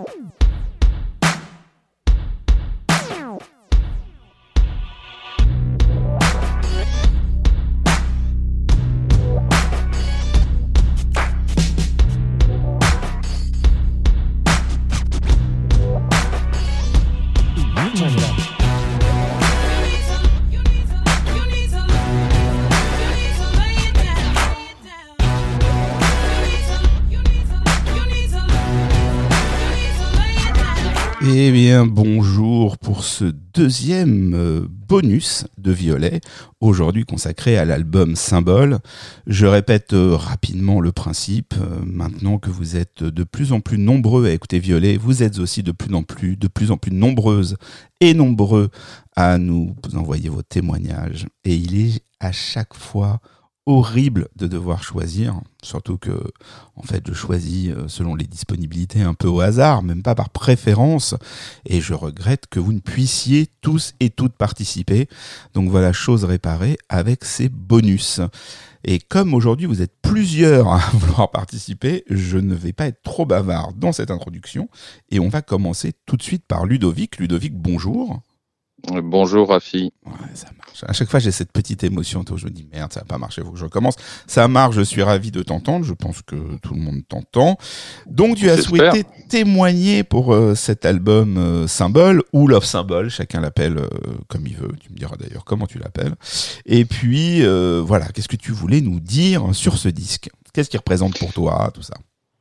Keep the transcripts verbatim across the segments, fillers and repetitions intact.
Eh bien, bonjour pour ce deuxième euh, bonus de Violet, aujourd'hui consacré à l'album Symbole. Je répète euh, rapidement le principe. Euh, maintenant que vous êtes de plus en plus nombreux à écouter Violet, vous êtes aussi de plus en plus, de plus en plus nombreuses et nombreux à nous envoyer vos témoignages. Et il est à chaque fois horrible de devoir choisir, surtout que en fait je choisis selon les disponibilités un peu au hasard, même pas par préférence, et je regrette que vous ne puissiez tous et toutes participer. Donc voilà, chose réparée avec ces bonus. Et comme aujourd'hui vous êtes plusieurs à vouloir participer, je ne vais pas être trop bavard dans cette introduction, et on va commencer tout de suite par Ludovic. Ludovic, bonjour. Bonjour Rafi. Ouais, ça marche. À chaque fois, j'ai cette petite émotion. Je me dis merde, ça va pas marcher, il faut que je recommence. Ça marche, je suis ravi de t'entendre. Je pense que tout le monde t'entend. Donc, tu as J'espère. souhaité témoigner pour euh, cet album euh, Symbole ou Love Symbole, chacun l'appelle euh, comme il veut. Tu me diras d'ailleurs comment tu l'appelles. Et puis, euh, voilà, qu'est-ce que tu voulais nous dire sur ce disque ? Qu'est-ce qu'il représente pour toi, tout ça ?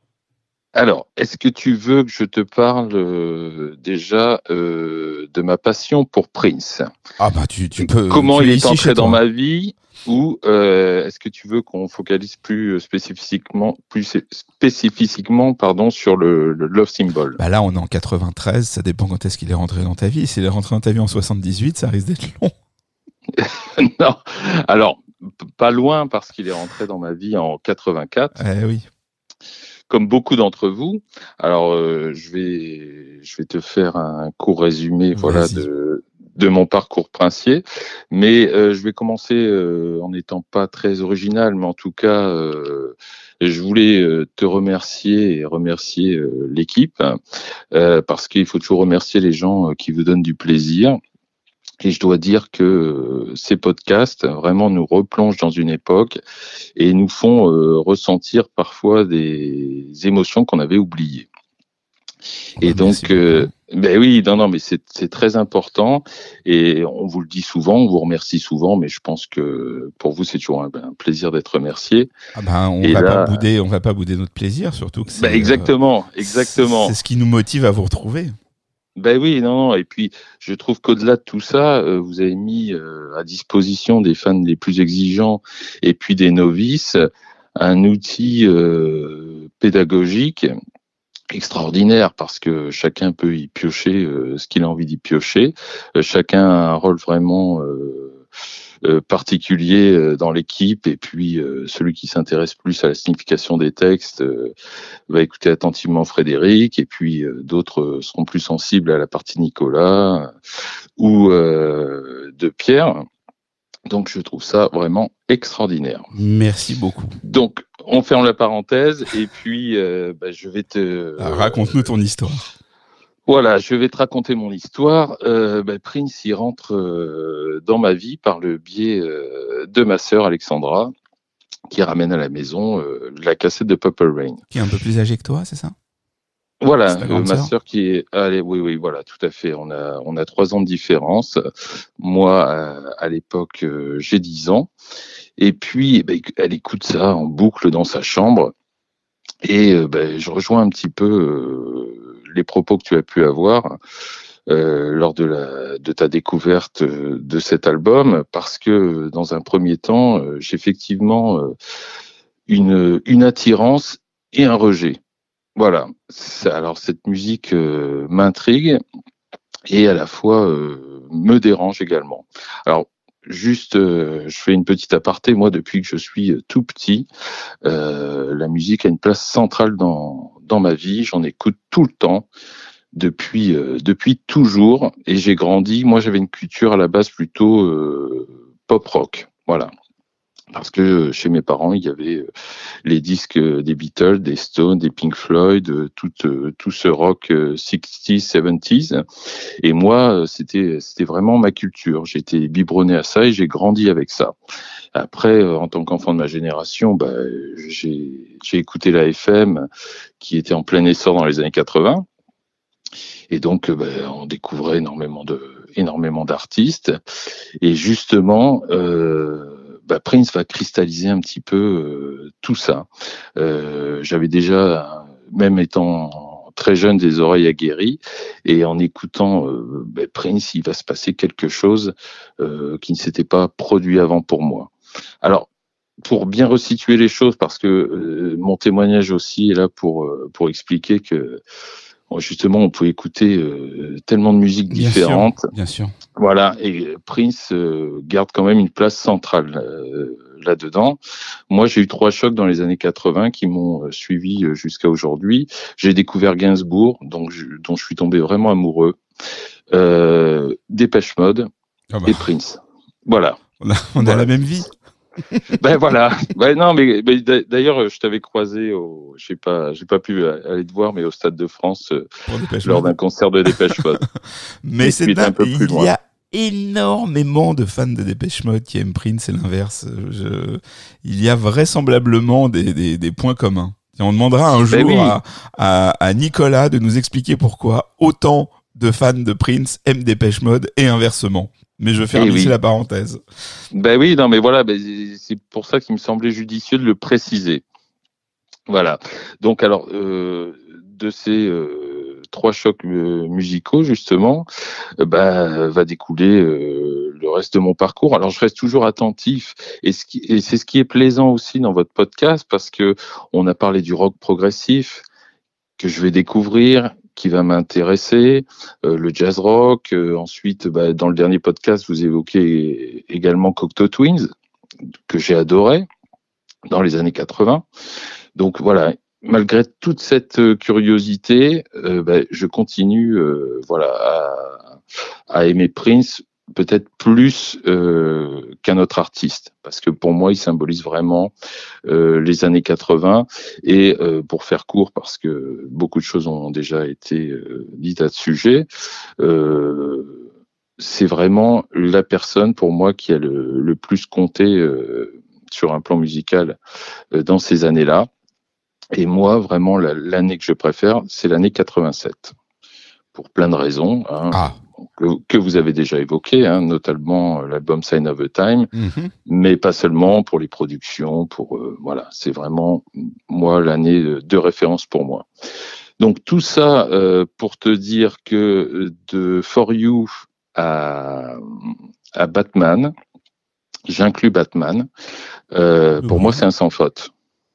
Alors, est-ce que tu veux que je te parle euh, déjà euh, de ma passion pour Prince ? Ah bah tu, tu peux. Comment tu il es est ici entré chez dans toi. ma vie, ou euh, est-ce que tu veux qu'on focalise plus spécifiquement, plus spécifiquement, pardon, sur le, le Love Symbol ? Bah là, on est en quatre-vingt-treize, ça dépend quand est-ce qu'il est rentré dans ta vie. S'il est rentré dans ta vie en soixante-dix-huit, ça risque d'être long. Non, alors p- pas loin parce qu'il est rentré dans ma vie en quatre-vingt-quatre. Eh oui. Comme beaucoup d'entre vous. Alors, euh, je vais, je vais te faire un court résumé, voilà, Vas-y. de de mon parcours princier, mais euh, je vais commencer euh, en n'étant pas très original, mais en tout cas, euh, je voulais euh, te remercier et remercier euh, l'équipe, euh, parce qu'il faut toujours remercier les gens euh, qui vous donnent du plaisir. Et je dois dire que euh, ces podcasts vraiment nous replongent dans une époque et nous font euh, ressentir parfois des émotions qu'on avait oubliées. Et Bah, merci donc, euh, beaucoup. ben oui, non, non, mais c'est c'est très important et on vous le dit souvent, on vous remercie souvent, mais je pense que pour vous c'est toujours un, un plaisir d'être remercié. Ah bah, on Et va pas là, bouder, on va pas bouder notre plaisir, surtout que c'est, ben euh, exactement, c'est, exactement. c'est ce qui nous motive à vous retrouver. Ben oui, non, non. Et puis, je trouve qu'au-delà de tout ça, euh, vous avez mis euh, à disposition des fans les plus exigeants et puis des novices un outil euh, pédagogique extraordinaire parce que chacun peut y piocher euh, ce qu'il a envie d'y piocher. Euh, chacun a un rôle vraiment euh, euh, particulier euh, dans l'équipe et puis euh, celui qui s'intéresse plus à la signification des textes euh, va écouter attentivement Frédéric et puis euh, d'autres euh, seront plus sensibles à la partie Nicolas euh, ou euh, de Pierre. Donc je trouve ça vraiment extraordinaire. Merci beaucoup. Donc on ferme la parenthèse et puis euh, bah, je vais te Alors, raconte-nous ton histoire. Voilà, je vais te raconter mon histoire. Euh, bah, Prince, il rentre euh, dans ma vie par le biais euh, de ma sœur Alexandra, qui ramène à la maison euh, la cassette de Purple Rain. Qui est un peu plus âgé que toi, c'est ça ? Voilà, C'est ta euh, grande ma sœur sœur qui est, allez, oui, oui, voilà, tout à fait. On a, on a trois ans de différence. Moi, euh, à l'époque, euh, j'ai dix ans. Et puis, eh ben, elle écoute ça en boucle dans sa chambre. Et euh, ben, je rejoins un petit peu euh, les propos que tu as pu avoir euh, lors de, la, de ta découverte euh, de cet album, parce que dans un premier temps, euh, j'ai effectivement euh, une, une attirance et un rejet. Voilà. Ça, alors cette musique euh, m'intrigue et à la fois euh, me dérange également. Alors juste, euh, je fais une petite aparté. Moi, depuis que je suis tout petit, euh, la musique a une place centrale dans dans ma vie. J'en écoute tout le temps depuis euh, depuis toujours et j'ai grandi. Moi, j'avais une culture à la base plutôt euh, pop rock. Voilà. Parce que chez mes parents, il y avait les disques des Beatles, des Stones, des Pink Floyd, tout, tout ce rock sixties, seventies. Et moi, c'était, c'était vraiment ma culture. J'étais biberonné à ça et j'ai grandi avec ça. Après, en tant qu'enfant de ma génération, bah, j'ai, j'ai écouté la F M qui était en plein essor dans les années quatre-vingts. Et donc, bah, on découvrait énormément de, énormément d'artistes. Et justement, euh, bah, Prince va cristalliser un petit peu euh, tout ça. Euh, j'avais déjà, même étant très jeune, des oreilles aguerries, et en écoutant euh, bah, Prince, il va se passer quelque chose euh, qui ne s'était pas produit avant pour moi. Alors, pour bien resituer les choses, parce que euh, mon témoignage aussi est là pour euh, pour expliquer que justement, on peut écouter euh, tellement de musiques bien différentes. Sûr, bien sûr. Voilà, et Prince euh, garde quand même une place centrale euh, là-dedans. Moi, j'ai eu trois chocs dans les années quatre-vingts qui m'ont euh, suivi euh, jusqu'à aujourd'hui. J'ai découvert Gainsbourg, donc je, dont je suis tombé vraiment amoureux. Euh, Dépêche Mode ah bah. et Prince. Voilà. On a, on a voilà. la même vie. Ben voilà. Ben non, mais, mais d'ailleurs, je t'avais croisé au, je sais pas, j'ai pas pu aller te voir, mais au Stade de France euh, lors d'un concert de Dépêche Mode. Mais c'est dingue. Il loin. y a énormément de fans de Dépêche Mode qui aiment Prince et l'inverse. Je... Il y a vraisemblablement des, des, des points communs. Et on demandera un jour ben oui. à, à, à Nicolas de nous expliquer pourquoi autant de fans de Prince aiment Dépêche Mode et inversement. Mais je ferme ici oui. la parenthèse. Ben oui, non, mais voilà, ben c'est pour ça qu'il me semblait judicieux de le préciser. Voilà. Donc, alors, euh, de ces euh, trois chocs euh, musicaux, justement, euh, ben, va découler euh, le reste de mon parcours. Alors, je reste toujours attentif, et, ce qui, et c'est ce qui est plaisant aussi dans votre podcast, parce que on a parlé du rock progressif que je vais découvrir, qui va m'intéresser, euh, le jazz rock. Euh, ensuite, bah, dans le dernier podcast, vous évoquez également Cocteau Twins, que j'ai adoré dans les années quatre-vingts. Donc voilà, malgré toute cette euh, curiosité, euh, bah, je continue euh, voilà, à, à aimer Prince, peut-être plus euh, qu'un autre artiste, parce que pour moi, il symbolise vraiment euh, les années quatre-vingts. Et euh, pour faire court, parce que beaucoup de choses ont déjà été euh, dites à ce sujet, euh, c'est vraiment la personne pour moi qui a le, le plus compté euh, sur un plan musical euh, dans ces années-là. Et moi, vraiment, la, l'année que je préfère, c'est l'année quatre-vingt-sept, pour plein de raisons. Hein. Ah. Que, que vous avez déjà évoqué, hein, notamment l'album Sign of the Time, mm-hmm. mais pas seulement pour les productions, pour euh, voilà, c'est vraiment moi l'année de, de référence pour moi. Donc tout ça euh, pour te dire que de For You à, à Batman, j'inclus Batman. Euh, pour mm-hmm. moi, c'est un sans faute.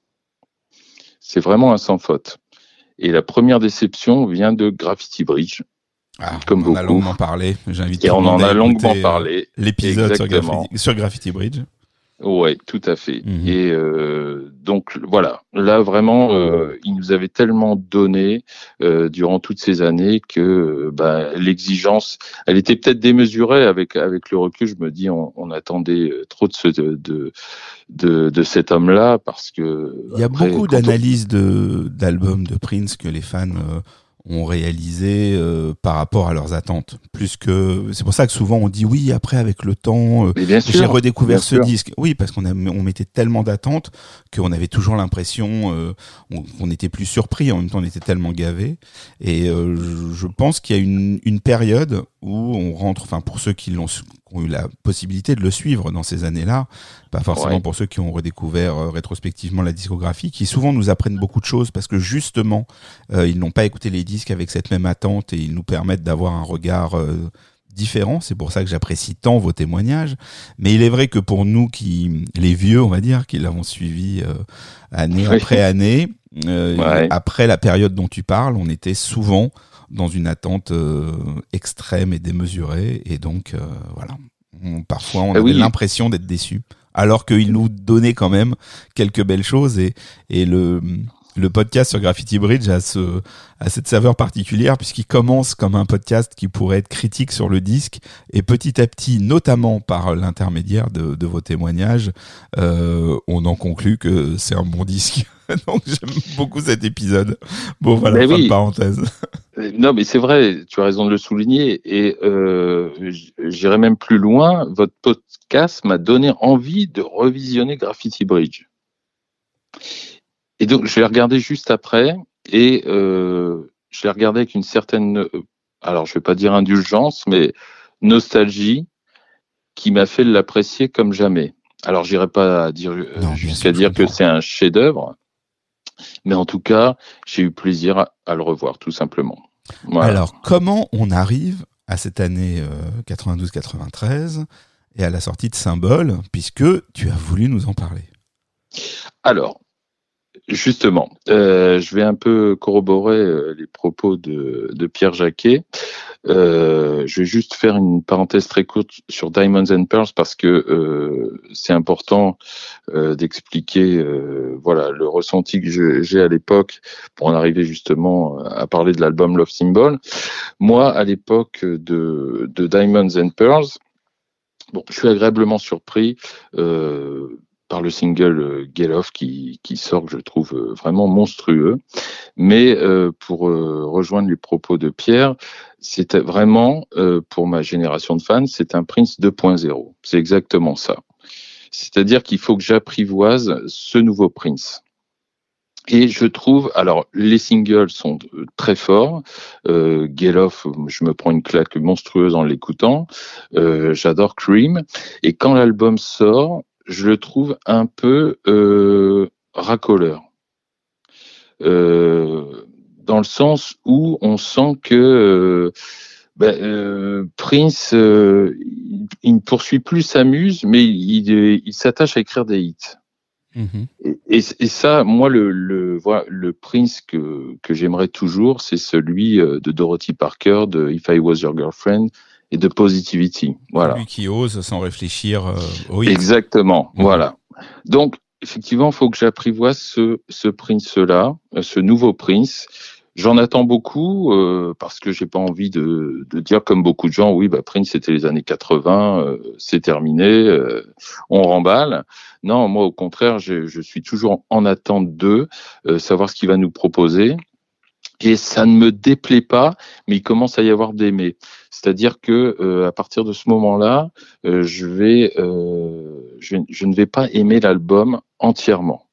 C'est vraiment un sans faute. Et la première déception vient de Graffiti Bridge. Ah, comme on en beaucoup. a longuement parlé. J'invite et on en a longuement parlé. L'épisode sur Graffiti, sur Graffiti Bridge. Ouais, tout à fait. Mmh. Et euh, donc voilà, là vraiment, euh, il nous avait tellement donné euh, durant toutes ces années que euh, bah, l'exigence, elle était peut-être démesurée avec avec le recul. Je me dis, on, on attendait trop de ce de de de, de cet homme-là parce que il y a après, beaucoup d'analyses on... de d'albums de Prince que les fans euh, ont réalisé euh, par rapport à leurs attentes. Plus que c'est pour ça que souvent on dit oui après avec le temps euh, j'ai redécouvert ce sûr. disque. Oui parce qu'on a on mettait tellement d'attentes qu'on avait toujours l'impression euh, on, qu'on était plus surpris, en même temps on était tellement gavés. Et euh, je, je pense qu'il y a une une période où on rentre, enfin pour ceux qui l'ont qui ont eu la possibilité de le suivre dans ces années-là, pas forcément ouais. pour ceux qui ont redécouvert euh, rétrospectivement la discographie, qui souvent nous apprennent beaucoup de choses parce que justement euh, ils n'ont pas écouté les disques avec cette même attente et ils nous permettent d'avoir un regard euh, différent. C'est pour ça que j'apprécie tant vos témoignages. Mais il est vrai que pour nous qui les vieux, on va dire, qui l'avons suivi euh, année oui. après année, euh, ouais. après la période dont tu parles, on était souvent dans une attente euh, extrême et démesurée, et donc euh, voilà. On, parfois, on avait oui. l'impression d'être déçus, alors qu'il nous donnait quand même quelques belles choses, et, et le, Le podcast sur Graffiti Bridge a, ce, a cette saveur particulière puisqu'il commence comme un podcast qui pourrait être critique sur le disque et petit à petit, notamment par l'intermédiaire de, de vos témoignages, euh, on en conclut que c'est un bon disque. Donc j'aime beaucoup cet épisode. Bon voilà, mais fin oui. de parenthèse. Non mais c'est vrai, tu as raison de le souligner et euh, j'irai même plus loin. Votre podcast m'a donné envie de revisionner Graffiti Bridge. Et donc, je l'ai regardé juste après, et euh, je l'ai regardé avec une certaine, alors je vais pas dire indulgence, mais nostalgie, qui m'a fait l'apprécier comme jamais. Alors, j'irai pas dire non, jusqu'à dire que c'est un chef-d'œuvre, mais en tout cas, j'ai eu plaisir à, à le revoir, tout simplement. Voilà. Alors, comment on arrive à cette année euh, quatre-vingt-douze quatre-vingt-treize et à la sortie de Symbole, puisque tu as voulu nous en parler? Alors, justement, euh, je vais un peu corroborer euh, les propos de, de Pierre Jacquet. Euh, je vais juste faire une parenthèse très courte sur Diamonds and Pearls parce que euh, c'est important euh, d'expliquer euh, voilà le ressenti que je, j'ai à l'époque pour en arriver justement à parler de l'album Love Symbol. Moi, à l'époque de, de Diamonds and Pearls, bon, je suis agréablement surpris euh, par le single euh, Get Off qui, qui sort, que je trouve euh, vraiment monstrueux. Mais euh, pour euh, rejoindre les propos de Pierre, c'était vraiment, euh, pour ma génération de fans, c'est un Prince deux point zéro. C'est exactement ça. C'est-à-dire qu'il faut que j'apprivoise ce nouveau Prince. Et je trouve, alors les singles sont très forts. Euh, Get Off, je me prends une claque monstrueuse en l'écoutant. Euh, j'adore Cream. Et quand l'album sort, je le trouve un peu euh, racoleur. Euh, dans le sens où on sent que euh, ben, euh, Prince, euh, il, il ne poursuit plus sa muse, mais il, il, il s'attache à écrire des hits. Mmh. Et, et, et ça, moi, le, le, voilà, le Prince que, que j'aimerais toujours, c'est celui de Dorothy Parker, de If I Was Your Girlfriend et de Positivity. Voilà. Celui qui ose sans réfléchir euh, au hit. Exactement, mmh. Voilà. Donc, effectivement, il faut que j'apprivoise ce, ce Prince-là, ce nouveau Prince. J'en attends beaucoup euh, parce que j'ai pas envie de, de dire comme beaucoup de gens, oui, bah Prince c'était les années quatre-vingts, euh, c'est terminé, euh, on remballe. Non, moi au contraire, je, je suis toujours en attente de euh, savoir ce qu'il va nous proposer. Et ça ne me déplaît pas, mais il commence à y avoir d'aimer. C'est-à-dire que euh, à partir de ce moment-là, euh, je vais, euh, je, je ne vais pas aimer l'album entièrement.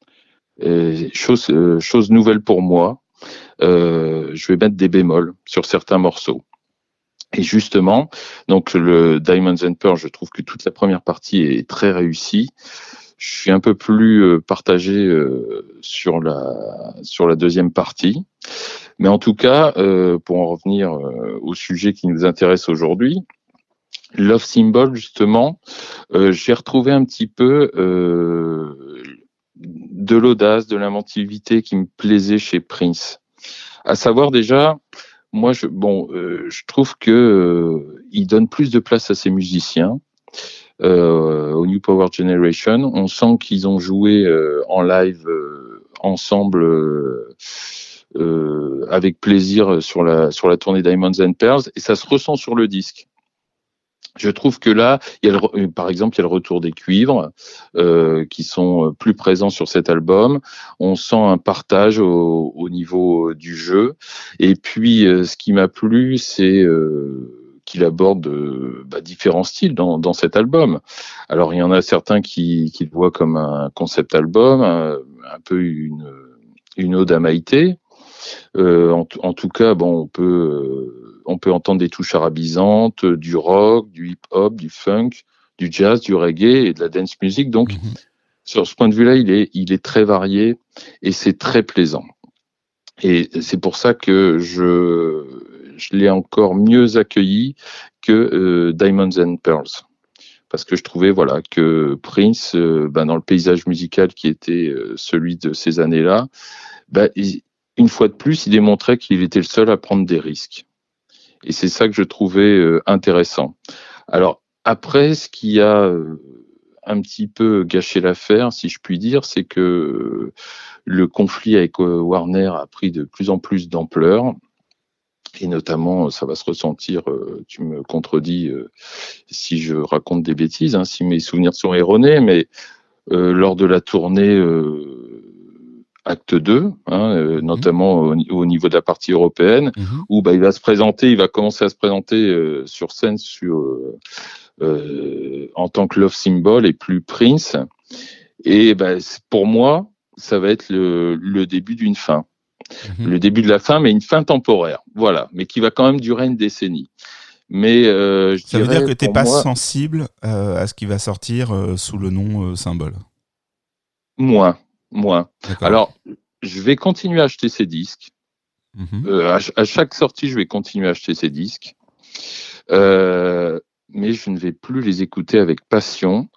Et chose, euh, chose nouvelle pour moi. Euh, je vais mettre des bémols sur certains morceaux. Et justement, donc le Diamonds and Pearls, je trouve que toute la première partie est très réussie. Je suis un peu plus euh, partagé euh, sur la sur la deuxième partie. Mais en tout cas, euh, pour en revenir euh, au sujet qui nous intéresse aujourd'hui, Love Symbol, justement, euh, j'ai retrouvé un petit peu euh, de l'audace, de l'inventivité qui me plaisait chez Prince. À savoir déjà, moi, je, bon, euh, je trouve que euh, il donne plus de place à ses musiciens. Euh, au New Power Generation, on sent qu'ils ont joué euh, en live euh, ensemble euh, euh, avec plaisir sur la sur la tournée Diamonds and Pearls, et ça se ressent sur le disque. Je trouve que là, il y a le, par exemple, il y a le retour des cuivres euh, qui sont plus présents sur cet album. On sent un partage au, au niveau du jeu. Et puis, euh, ce qui m'a plu, c'est euh, qu'il aborde euh, bah, différents styles dans, dans cet album. Alors, il y en a certains qui, qui le voient comme un concept album, un, un peu une, une ode à Maïté. Euh, en, en tout cas, bon, on peut, euh, on peut entendre des touches arabisantes, euh, du rock, du hip-hop, du funk, du jazz, du reggae et de la dance music. Donc, mmh. sur ce point de vue-là, il est, il est très varié et c'est très plaisant. Et c'est pour ça que je, je l'ai encore mieux accueilli que euh, Diamonds and Pearls. Parce que je trouvais, voilà, que Prince, euh, ben, dans le paysage musical qui était euh, celui de ces années-là, ben, il, une fois de plus, il démontrait qu'il était le seul à prendre des risques. Et c'est ça que je trouvais euh, intéressant. Alors, après, ce qui a euh, un petit peu gâché l'affaire, si je puis dire, c'est que le conflit avec Warner a pris de plus en plus d'ampleur. Et notamment, ça va se ressentir, euh, tu me contredis euh, si je raconte des bêtises, hein, si mes souvenirs sont erronés, mais euh, lors de la tournée euh, Acte deux, hein, euh, mmh. notamment au, au niveau de la partie européenne, mmh. où bah, il va se présenter, il va commencer à se présenter euh, sur scène sur, euh, euh, en tant que love symbol et plus Prince. Et bah, pour moi, ça va être le, le début d'une fin. Mmh. Le début de la fin, mais une fin temporaire, voilà, mais qui va quand même durer une décennie. Mais euh, je ça veut dire que tu n'es pas moi, sensible euh, à ce qui va sortir euh, sous le nom euh, symbole. Moins, moins. D'accord. Alors, je vais continuer à acheter ces disques. Mmh. Euh, à, à chaque sortie, je vais continuer à acheter ces disques, euh, mais je ne vais plus les écouter avec passion.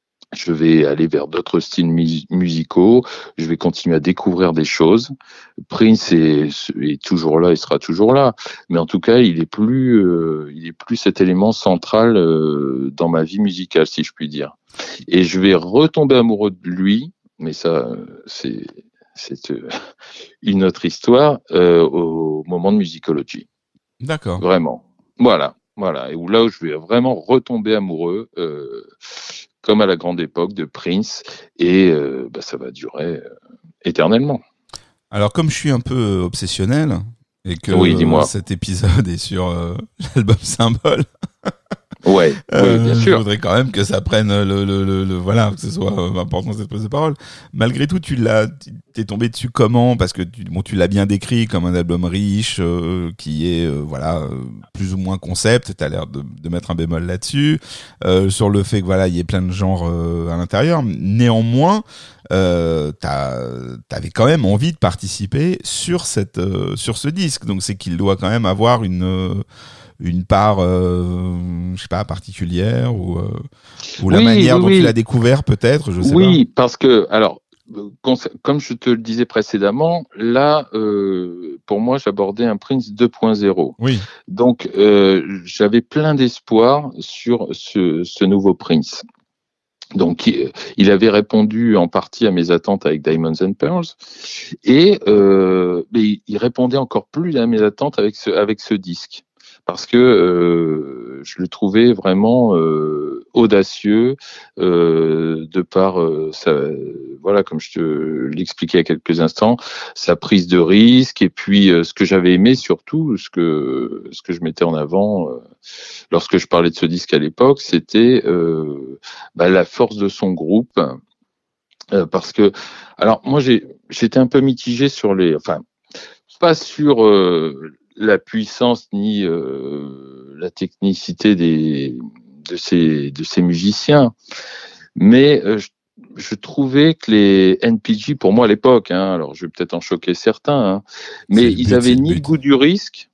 Je vais aller vers d'autres styles mu- musicaux. Je vais continuer à découvrir des choses. Prince est, est toujours là, il sera toujours là. Mais en tout cas, il est plus, euh, il est plus cet élément central euh, dans ma vie musicale, si je puis dire. Et je vais retomber amoureux de lui. Mais ça, c'est, c'est euh, une autre histoire euh, au moment de Musicology. D'accord. Vraiment. Voilà, voilà. Et où là où je vais vraiment retomber amoureux. Euh, comme à la grande époque de Prince, et euh, bah, ça va durer euh, éternellement. Alors, comme je suis un peu obsessionnel, et que oui, dis-moi. Euh, cet épisode est sur euh, l'album Symbole, ouais, euh, oui, bien je sûr. voudrais quand même que ça prenne le, le, le, le voilà, que ce soit euh, important cette prise de parole. Malgré tout, tu l'as, t'es tombé dessus comment? Parce que tu, bon, tu l'as bien décrit comme un album riche, euh, qui est euh, voilà, euh, plus ou moins concept. T'as l'air de, de mettre un bémol là-dessus, euh, sur le fait que voilà, il y ait plein de genres euh, à l'intérieur. Néanmoins, euh, t'as, t'avais quand même envie de participer sur cette, euh, sur ce disque. Donc c'est qu'il doit quand même avoir une euh, une part, euh, je sais pas, particulière ou, euh, ou la oui, manière oui, dont oui. tu l'as découvert peut-être, je sais oui, pas. Oui, parce que, alors, comme je te le disais précédemment, là, euh, pour moi, j'abordais un Prince deux point zéro. Oui. Donc, euh, j'avais plein d'espoir sur ce, ce nouveau Prince. Donc, il avait répondu en partie à mes attentes avec Diamonds and Pearls, et euh, mais il répondait encore plus à mes attentes avec ce, avec ce disque. Parce que euh, je le trouvais vraiment euh, audacieux euh, de par euh, sa, voilà, comme je te l'expliquais il y a quelques instants, sa prise de risque, et puis euh, ce que j'avais aimé surtout, ce que ce que je mettais en avant euh, lorsque je parlais de ce disque à l'époque, c'était euh, bah, la force de son groupe, euh, parce que alors moi j'ai j'étais un peu mitigé sur les, enfin pas sur euh, la puissance ni euh, la technicité des, de, ces, de ces musiciens. Mais euh, je, je trouvais que les N P G, pour moi à l'époque, hein, alors je vais peut-être en choquer certains, hein, mais ils avaient ni le goût du risque,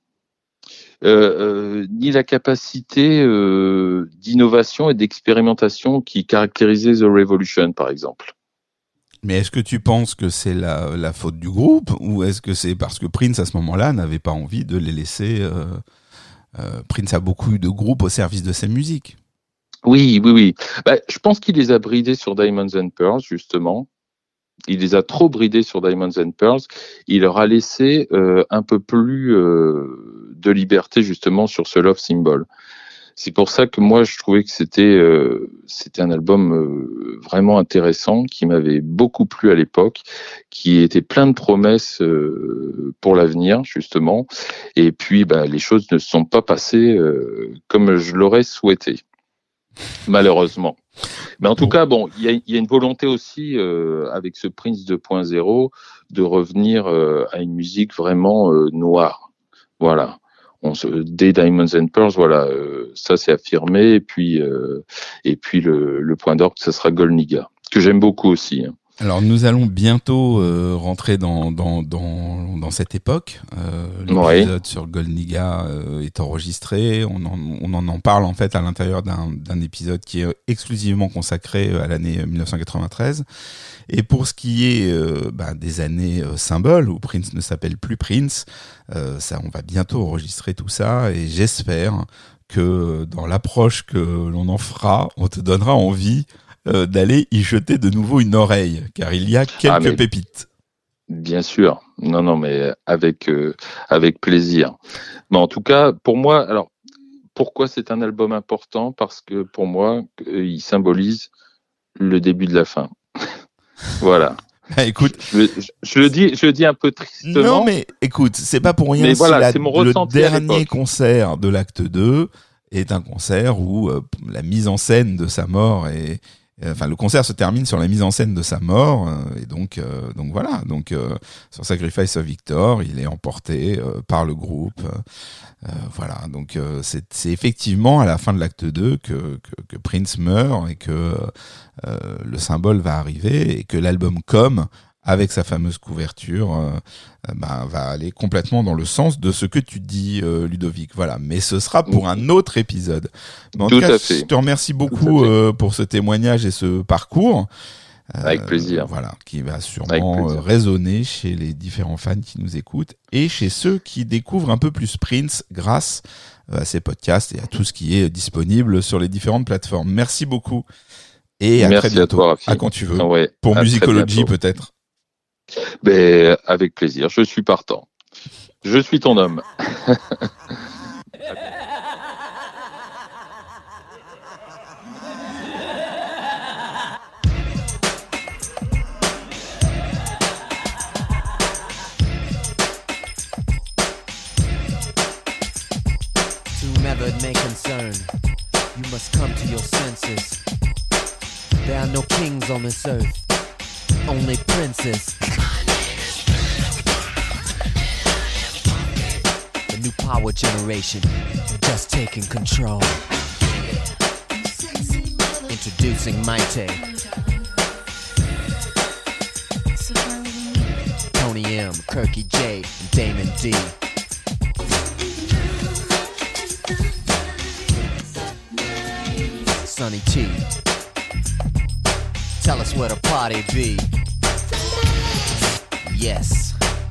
euh, euh, ni la capacité euh, d'innovation et d'expérimentation qui caractérisait The Revolution, par exemple. Mais est-ce que tu penses que c'est la, la faute du groupe, ou est-ce que c'est parce que Prince à ce moment-là n'avait pas envie de les laisser euh, euh, Prince a beaucoup eu de groupes au service de sa musique. Oui, oui, oui. Bah, je pense qu'il les a bridés sur Diamonds and Pearls, justement. Il les a trop bridés sur Diamonds and Pearls. Il leur a laissé euh, un peu plus euh, de liberté, justement, sur ce Love Symbol. C'est pour ça que moi, je trouvais que c'était euh, c'était un album euh, vraiment intéressant, qui m'avait beaucoup plu à l'époque, qui était plein de promesses euh, pour l'avenir, justement. Et puis, bah, les choses ne se sont pas passées euh, comme je l'aurais souhaité, malheureusement. Mais en tout cas, bon, il y a, y a une volonté aussi, euh, avec ce Prince deux point zéro, de revenir euh, à une musique vraiment euh, noire. Voilà. On se, des Diamonds and Pearls, voilà, euh, ça c'est affirmé. Et puis, euh, et puis le, le point d'orgue, ça sera Golniga, que j'aime beaucoup aussi. Hein. Alors nous allons bientôt euh, rentrer dans, dans, dans, dans cette époque. Euh, l'épisode oui. sur Golniga euh, est enregistré. On en, on en parle en fait à l'intérieur d'un, d'un épisode qui est exclusivement consacré à l'année dix-neuf cent quatre-vingt-treize. Et pour ce qui est euh, bah, des années euh, symboles, où Prince ne s'appelle plus Prince, euh, ça, on va bientôt enregistrer tout ça. Et j'espère que dans l'approche que l'on en fera, on te donnera envie euh, d'aller y jeter de nouveau une oreille, car il y a quelques ah, mais... pépites. Bien sûr, non, non, mais avec euh, avec plaisir. Mais en tout cas, pour moi, alors pourquoi c'est un album important ? Parce que pour moi, euh, il symbolise le début de la fin. Voilà. Ah, écoute, je, je, je le dis, je le dis un peu tristement. Non, mais écoute, c'est pas pour rien. Mais si voilà, la, c'est mon le ressenti à dernier l'époque. concert de l'acte deux est un concert où euh, la mise en scène de sa mort est Enfin, le concert se termine sur la mise en scène de sa mort, euh, et donc, euh, donc voilà. Donc, euh, sur Sacrifice of Victor, il est emporté euh, par le groupe. Euh, voilà. Donc, euh, c'est, c'est effectivement à la fin de l'acte deux que, que, que Prince meurt et que euh, le symbole va arriver et que l'album Come, avec sa fameuse couverture, euh, bah, va aller complètement dans le sens de ce que tu dis, euh, Ludovic. Voilà, mais ce sera pour un autre épisode. Mais en tout, tout cas, à fait. je te remercie beaucoup euh, pour ce témoignage et ce parcours. Euh, Avec plaisir. Voilà, qui va sûrement euh, résonner chez les différents fans qui nous écoutent et chez ceux qui découvrent un peu plus Prince grâce à ces podcasts et à tout ce qui est disponible sur les différentes plateformes. Merci beaucoup et à Merci très bientôt. À, toi, Rafi. À quand tu veux. Ouais, pour Musicology peut-être. Ben, avec plaisir, je suis partant. Je suis ton homme. Whomever it may concern, you must come to your senses. There are no kings on this earth, only princes. The new power generation, just taking control. Introducing Maite, Tony M, Kirky J, and Damon D. Sonny T, tell us where the party be. Yes.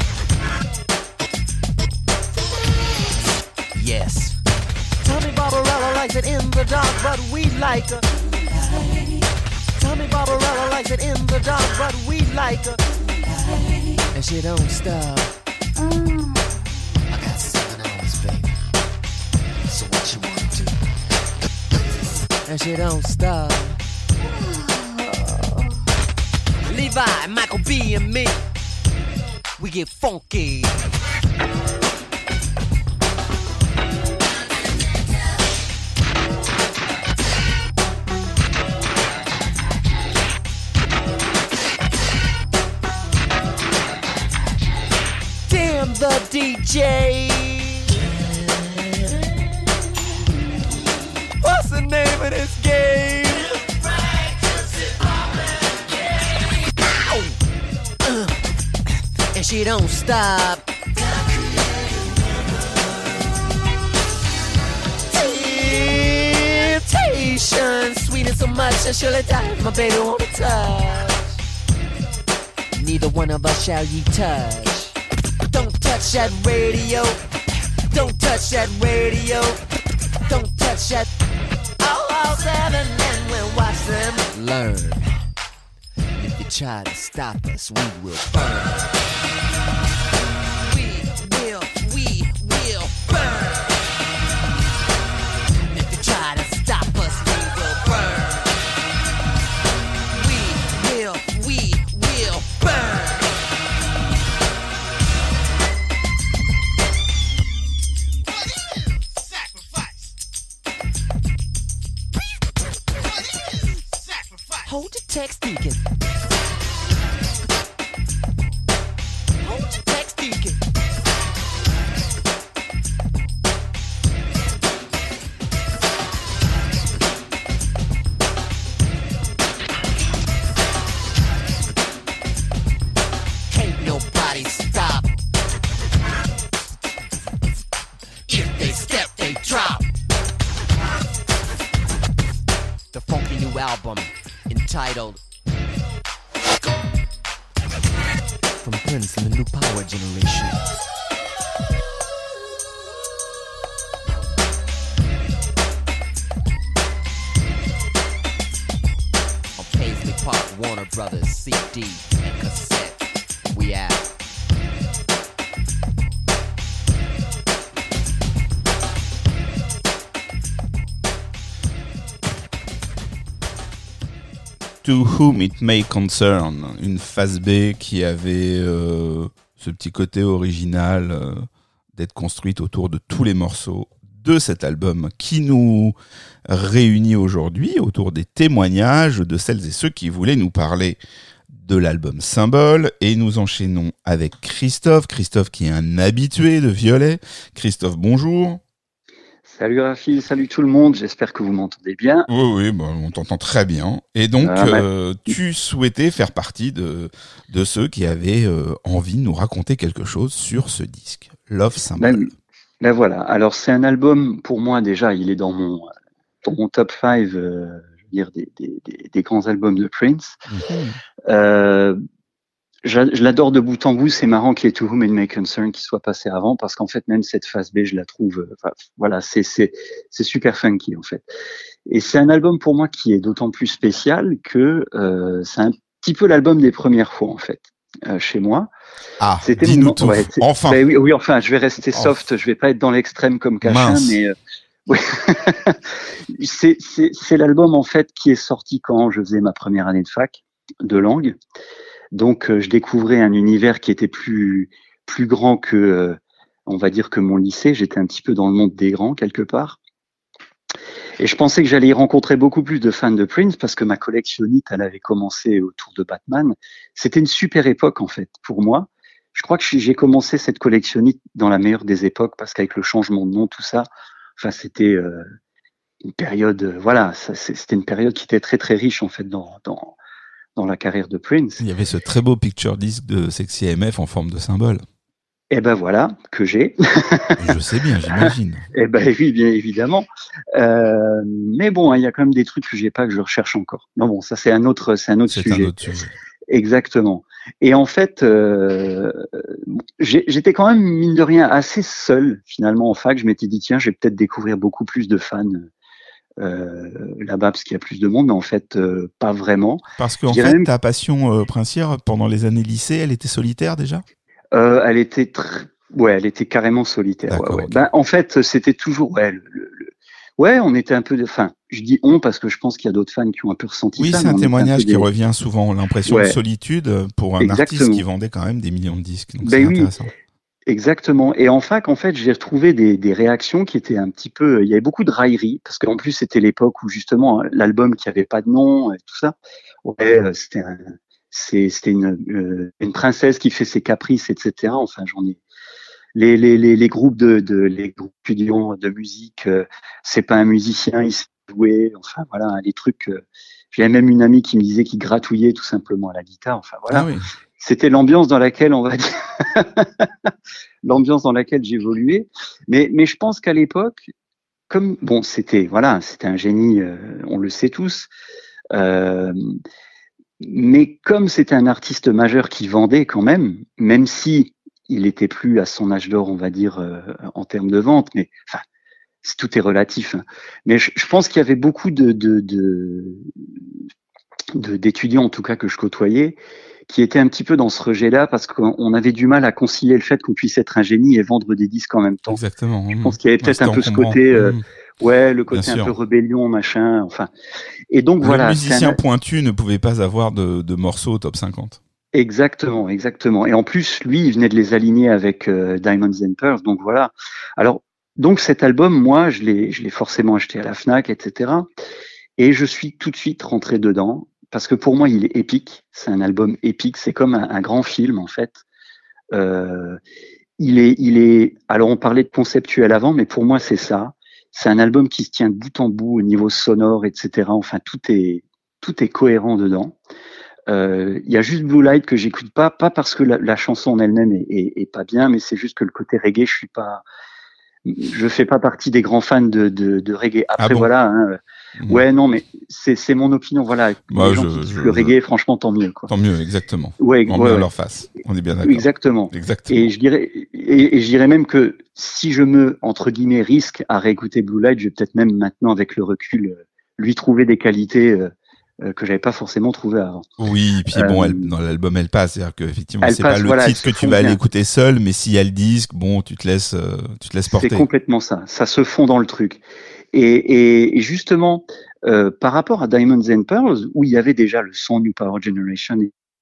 Yes. Tommy Barbarella likes it in the dark, but we like her. Tommy Barbarella likes it in the dark, but we like her. And she don't stop. Mm. I got seven hours, baby. So what you wanna do? And she don't stop. Levi, Michael B, and me, we get funky. Damn the D J. What's the name of this game? Uh, and she don't stop. Temptation, sweet and so much I surely die. My baby wanna touch. Neither one of us shall ye touch. Don't touch that radio. Don't touch that radio. Don't touch that. All all seven and we'll watch them learn. If you try to stop us, we will burn. We will, we will burn. If you try to stop us, we will burn. We will, we will burn. Hold your text, Deacon. Hold your text, Deacon. Can't nobody stop. If they step, they drop. The funky new album entitled From Prince and the New Power Generation. Brothers, C D and cassette. We out. To Whom It May Concern, une phase B qui avait euh, ce petit côté original euh, d'être construite autour de tous les morceaux de cet album qui nous réunit aujourd'hui autour des témoignages de celles et ceux qui voulaient nous parler de l'album Symbole. Et nous enchaînons avec Christophe, Christophe qui est un habitué de Violet. Christophe, bonjour. Salut Raphaël, salut tout le monde, j'espère que vous m'entendez bien. Oui, oui, bah, on t'entend très bien. Et donc, ah, bah... euh, tu souhaitais faire partie de, de ceux qui avaient euh, envie de nous raconter quelque chose sur ce disque, Love Symbole. Ben, ben voilà, alors c'est un album, pour moi déjà, il est dans mon, dans mon top cinq, euh, je veux dire, des, des, des, des grands albums de Prince. Mm-hmm. Euh, Je, je l'adore de bout en bout. C'est marrant qu'il y ait To Whom It May Concern qui soit passé avant, parce qu'en fait, même cette phase B, je la trouve, enfin, voilà, c'est, c'est, c'est super funky, en fait. Et c'est un album pour moi qui est d'autant plus spécial que, euh, c'est un petit peu l'album des premières fois, en fait, euh, chez moi. Ah, C'était dis-nous mon... tout. Ouais, enfin. Ben oui, oui, enfin, je vais rester soft. Oh. Je vais pas être dans l'extrême comme Cachin, Mince. mais, euh, oui. c'est, c'est, c'est l'album, en fait, qui est sorti quand je faisais ma première année de fac de langue. Donc, euh, je découvrais un univers qui était plus plus grand que, euh, on va dire, que mon lycée. J'étais un petit peu dans le monde des grands, quelque part. Et je pensais que j'allais y rencontrer beaucoup plus de fans de Prince, parce que ma collectionnite, elle avait commencé autour de Batman. C'était une super époque, en fait, pour moi. Je crois que j'ai commencé cette collectionnite dans la meilleure des époques, parce qu'avec le changement de nom, tout ça, enfin, c'était euh, une période, euh, voilà, ça, c'était une période qui était très, très riche, en fait, dans... dans dans la carrière de Prince. Il y avait ce très beau picture disc de Sexy M F en forme de symbole. Eh ben voilà, que j'ai. Je sais bien, j'imagine. Eh ben oui, bien évidemment. Euh, mais bon, il y a quand même des trucs que j'ai pas, que je recherche encore. Non bon, ça c'est un autre, c'est un autre c'est sujet. Un autre sujet. Exactement. Et en fait, euh, j'étais quand même, mine de rien, assez seul finalement en fac. Je m'étais dit, tiens, je vais peut-être découvrir beaucoup plus de fans Euh, là-bas parce qu'il y a plus de monde, mais en fait euh, pas vraiment. Parce qu'en fait même... ta passion euh, princière pendant les années lycée, elle était solitaire déjà euh, Elle était tr... ouais, elle était carrément solitaire. Ouais, ouais. Okay. Ben, en fait, c'était toujours ouais, le, le, le... ouais, on était un peu de, enfin, je dis on parce que je pense qu'il y a d'autres fans qui ont un peu ressenti oui, ça. Oui, c'est un témoignage un qui des... revient souvent, l'impression ouais. de solitude pour un Exactement. artiste qui vendait quand même des millions de disques. Donc ben c'est oui. intéressant. Exactement. Et en fac, en fait, j'ai retrouvé des, des réactions qui étaient un petit peu. Il y avait beaucoup de railleries parce qu'en plus c'était l'époque où justement l'album qui avait pas de nom et tout ça. Ouais, c'était un, c'est, c'était une, euh, une princesse qui fait ses caprices, et cetera. Enfin, j'en ai. Les les les, les groupes de, de les groupes étudiants de musique, euh, c'est pas un musicien, il sait jouer. Enfin voilà, les trucs. Euh, J'avais même une amie qui me disait qu'il gratouillait tout simplement à la guitare. Enfin voilà. Ah oui. C'était l'ambiance dans laquelle on va dire l'ambiance dans laquelle j'évoluais. Mais mais je pense qu'à l'époque, comme bon, c'était voilà, c'était un génie, euh, on le sait tous. Euh, mais comme c'était un artiste majeur qui vendait quand même, même si il était plus à son âge d'or, on va dire euh, en termes de vente, mais enfin. Tout est relatif, hein. Mais je, je pense qu'il y avait beaucoup de, de, de, de d'étudiants, en tout cas que je côtoyais, qui étaient un petit peu dans ce rejet-là parce qu'on avait du mal à concilier le fait qu'on puisse être un génie et vendre des disques en même temps. Exactement. Je pense qu'il y avait peut-être un peu ce côté, euh, ouais, le côté un peu rébellion, machin, enfin. Et donc le voilà. Le musicien un... pointu ne pouvait pas avoir de, de morceaux au top cinquante. Exactement, exactement. Et en plus, lui, il venait de les aligner avec euh, Diamonds and Pearls, donc voilà. Alors. Donc cet album, moi, je l'ai, je l'ai forcément acheté à la Fnac, et cetera. Et je suis tout de suite rentré dedans parce que pour moi, il est épique. C'est un album épique. C'est comme un, un grand film en fait. Euh, il est, il est. Alors on parlait de conceptuel avant, mais pour moi c'est ça. C'est un album qui se tient de bout en bout au niveau sonore, et cetera. Enfin, tout est, tout est cohérent dedans. Euh, il y a juste Blue Light que j'écoute pas, pas parce que la, la chanson en elle-même est, est, est pas bien, mais c'est juste que le côté reggae, je suis pas. Je fais pas partie des grands fans de, de, de reggae. Après, ah bon voilà. Hein, mmh. Ouais, non, mais c'est, c'est mon opinion. Voilà. Bah, les gens je, qui disent je, le reggae, je... franchement, tant mieux. Quoi. Tant mieux, exactement. Ouais, on ouais, met ouais. leur face. On est bien d'accord. Exactement. Exactement. Et je dirais, et, et je dirais même que si je me, entre guillemets, risque à réécouter Blue Light, je vais peut-être même maintenant, avec le recul, lui trouver des qualités euh, euh, que j'avais pas forcément trouvé avant. Oui, et puis Euh, bon, elle, dans l'album, elle passe, c'est-à-dire que effectivement, elle c'est passe, pas le voilà, titre elle que se tu fond vas aller bien. écouter seul, mais s'il y a le disque, bon, tu te laisses, euh, tu te laisses porter. C'est complètement ça. Ça se fond dans le truc. Et, et, et justement, euh, par rapport à Diamonds and Pearls, où il y avait déjà le son New Power Generation,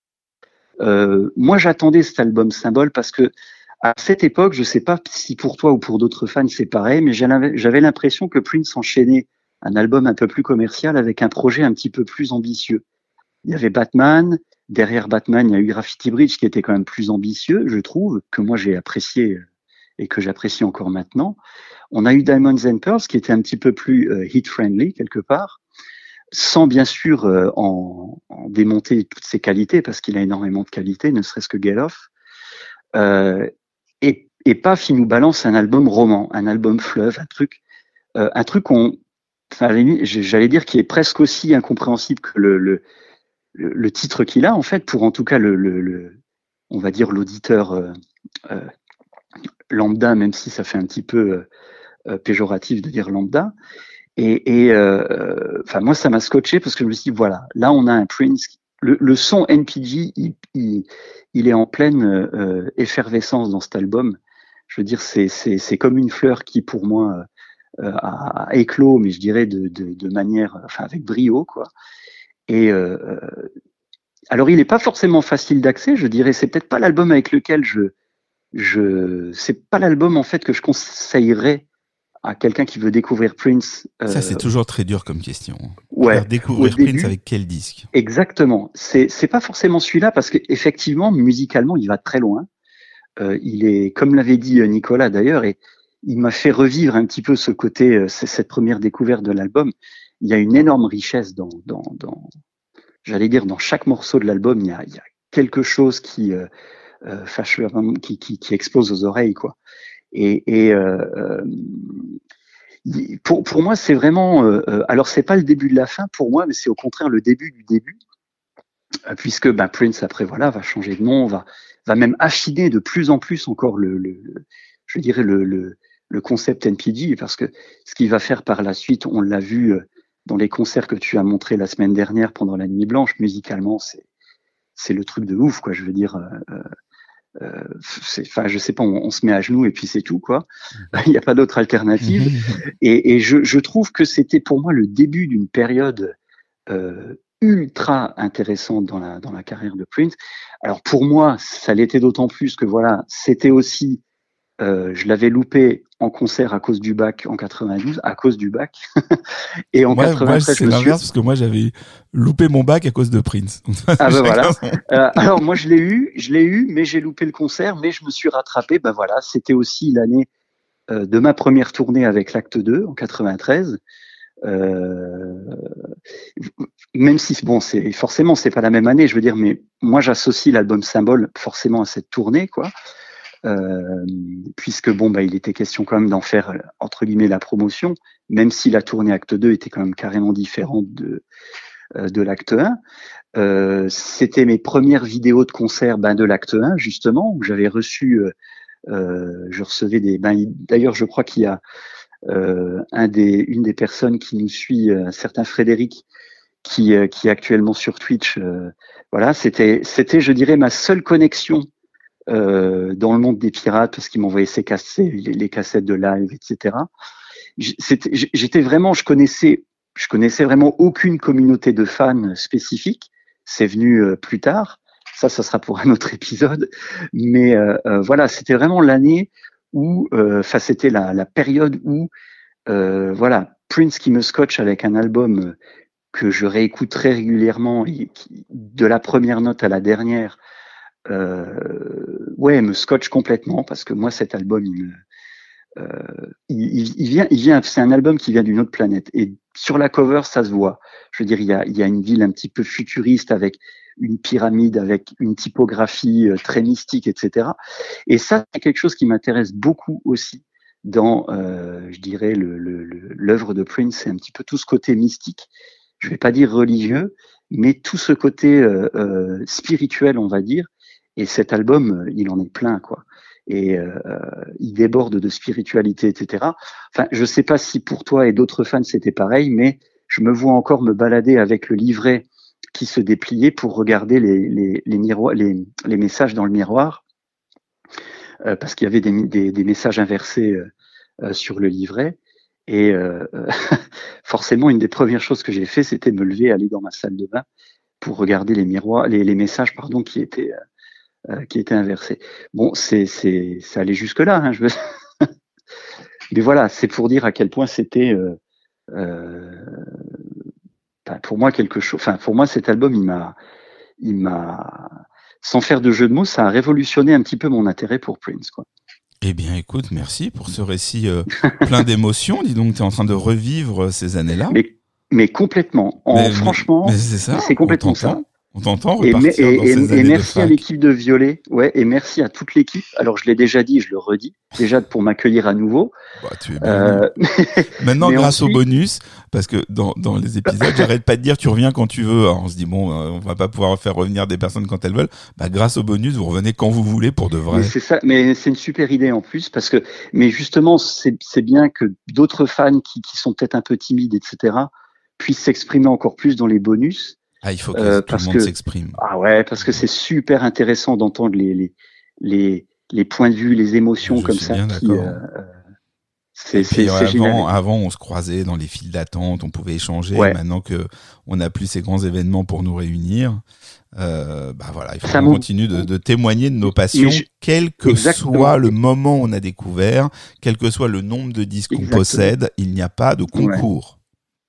euh, moi j'attendais cet album symbole parce que à cette époque, je sais pas si pour toi ou pour d'autres fans c'est pareil, mais j'avais j'avais l'impression que Prince enchaînait un album un peu plus commercial avec un projet un petit peu plus ambitieux. Il y avait Batman, derrière Batman, il y a eu Graffiti Bridge qui était quand même plus ambitieux, je trouve, que moi j'ai apprécié et que j'apprécie encore maintenant. On a eu Diamonds and Pearls qui était un petit peu plus euh, hit-friendly quelque part, sans bien sûr euh, en, en démonter toutes ses qualités, parce qu'il a énormément de qualités, ne serait-ce que Get Off. Euh, et, et Paf, il nous balance un album roman, un album fleuve, un truc, euh, un truc qu'on, enfin, j'allais dire qui est presque aussi incompréhensible que le, le, le titre qu'il a, en fait, pour en tout cas le, le, le on va dire l'auditeur euh, euh, lambda, même si ça fait un petit peu euh, péjoratif de dire lambda. Et, et euh, enfin moi ça m'a scotché parce que je me suis dit voilà, là on a un Prince, le, le son N P G il, il, il est en pleine euh, effervescence dans cet album. Je veux dire c'est c'est c'est comme une fleur qui pour moi euh, a, a éclos, mais je dirais de de, de manière, enfin avec brio quoi. Et euh, alors il est pas forcément facile d'accès, je dirais c'est peut-être pas l'album avec lequel je je c'est pas l'album en fait que je conseillerais à quelqu'un qui veut découvrir Prince. Euh, Ça, c'est toujours très dur comme question. Ouais. Faire découvrir Au Prince début, avec quel disque? Exactement. C'est c'est pas forcément celui-là parce qu'effectivement, musicalement, il va très loin. Euh, il est, comme l'avait dit Nicolas d'ailleurs, et il m'a fait revivre un petit peu ce côté, euh, cette première découverte de l'album. Il y a une énorme richesse dans, dans, dans j'allais dire, dans chaque morceau de l'album, il y a, il y a quelque chose qui, euh, euh, fâche, qui, qui, qui explose aux oreilles, quoi. Et, et euh, pour, pour moi, c'est vraiment. Euh, alors, c'est pas le début de la fin pour moi, mais c'est au contraire le début du début, puisque ben, Prince après voilà va changer de nom, va va même affiner de plus en plus encore le, le, le je dirais le, le le concept N P G, parce que ce qu'il va faire par la suite, on l'a vu dans les concerts que tu as montré la semaine dernière pendant la Nuit Blanche, musicalement, c'est c'est le truc de ouf, quoi. Je veux dire. Euh, Euh, enfin, je sais pas, on, on se met à genoux et puis c'est tout, quoi. Il n'y a pas d'autre alternative. Et, et je, je trouve que c'était pour moi le début d'une période euh, ultra intéressante dans la dans la carrière de Prince. Alors pour moi, ça l'était d'autant plus que voilà, c'était aussi, euh, je l'avais loupé en concert à cause du bac en quatre-vingt-douze, à cause du bac. Et en moi, quatre-vingt-treize, moi c'est l'inverse parce que moi j'avais loupé mon bac à cause de Prince. Ah ben voilà. Euh, alors moi je l'ai eu, je l'ai eu, mais j'ai loupé le concert, mais je me suis rattrapé. Ben voilà, c'était aussi l'année euh, de ma première tournée avec l'Acte deux en quatre-vingt-treize. Euh, même si bon, c'est forcément c'est pas la même année, je veux dire, mais moi j'associe l'album Symbole forcément à cette tournée, quoi. Euh, puisque bon bah il était question quand même d'en faire entre guillemets la promotion, même si la tournée Acte deux était quand même carrément différente de euh, de l'Acte un. Euh, c'était mes premières vidéos de concert ben, de l'Acte un justement, où j'avais reçu, euh, euh, je recevais des, ben, d'ailleurs je crois qu'il y a euh, un des, une des personnes qui nous suit, un certain Frédéric, qui, euh, qui est actuellement sur Twitch. Euh, voilà, c'était, c'était, je dirais, ma seule connexion Euh, dans le monde des pirates, parce qu'ils m'envoyaient ses cassettes, les, les cassettes de live, et cetera. C'était, j'étais vraiment, je connaissais, je connaissais vraiment aucune communauté de fans spécifique. C'est venu euh, plus tard. Ça, ça sera pour un autre épisode. Mais euh, euh, voilà, c'était vraiment l'année où, enfin, euh, c'était la, la période où, euh, voilà, Prince qui me scotche avec un album que je réécoute très régulièrement, et qui, de la première note à la dernière. Euh, ouais, me scotche complètement, parce que moi cet album, il, me, euh, il, il vient, il vient, c'est un album qui vient d'une autre planète. Et sur la cover, ça se voit. Je veux dire, il y a, il y a une ville un petit peu futuriste avec une pyramide, avec une typographie euh, très mystique, et cetera. Et ça, c'est quelque chose qui m'intéresse beaucoup aussi dans, euh, je dirais, le, le, le, l'œuvre de Prince. C'est un petit peu tout ce côté mystique. Je vais pas dire religieux, mais tout ce côté euh, euh, spirituel, on va dire. Et cet album, il en est plein, quoi. Et euh, il déborde de spiritualité, et cetera. Enfin, je sais pas si pour toi et d'autres fans c'était pareil, mais je me vois encore me balader avec le livret qui se dépliait pour regarder les, les, les, miroirs, les, les messages dans le miroir, euh, parce qu'il y avait des, des, des messages inversés euh, euh, sur le livret. Et euh, forcément, une des premières choses que j'ai fait, c'était me lever, aller dans ma salle de bain pour regarder les miroirs, les, les messages, pardon, qui étaient euh, qui étaient inversés. Bon, c'est c'est ça allait jusque là, hein, je veux... mais voilà, c'est pour dire à quel point c'était euh, euh, pour moi quelque chose. Enfin, pour moi, cet album, il m'a il m'a sans faire de jeu de mots, ça a révolutionné un petit peu mon intérêt pour Prince, quoi. Eh bien, écoute, merci pour ce récit euh, plein d'émotions. Dis donc, tu es en train de revivre ces années-là. Mais, mais complètement. En, mais, franchement, mais c'est, ça, c'est complètement ça. On t'entend et, repartir et, dans et, ces et années merci de à l'équipe de Violet, ouais, et merci à toute l'équipe. Alors je l'ai déjà dit, je le redis, déjà pour m'accueillir à nouveau. Bah, tu es euh, Maintenant, mais grâce ensuite... au bonus, parce que dans, dans les épisodes, j'arrête pas de dire tu reviens quand tu veux. Alors, on se dit bon, euh, on va pas pouvoir faire revenir des personnes quand elles veulent. Bah, grâce au bonus, vous revenez quand vous voulez pour de vrai. Mais c'est ça, mais c'est une super idée en plus parce que, mais justement, c'est c'est bien que d'autres fans qui qui sont peut-être un peu timides, et cetera, puissent s'exprimer encore plus dans les bonus. Ah, il faut que euh, tout le monde que, s'exprime. Ah ouais, parce que c'est super intéressant d'entendre les, les, les, les points de vue, les émotions Je comme suis ça. bien Qui, d'accord. euh, c'est, Et c'est, puis, c'est avant, génial. avant, on se croisait dans les files d'attente, on pouvait échanger. Ouais. Maintenant que on n'a plus ces grands événements pour nous réunir, euh, bah voilà, il faut ça qu'on continue de, de témoigner de nos passions, je... quel que Exactement. soit le moment où on a découvert, quel que soit le nombre de disques Exactement. qu'on possède, il n'y a pas de concours. Ouais.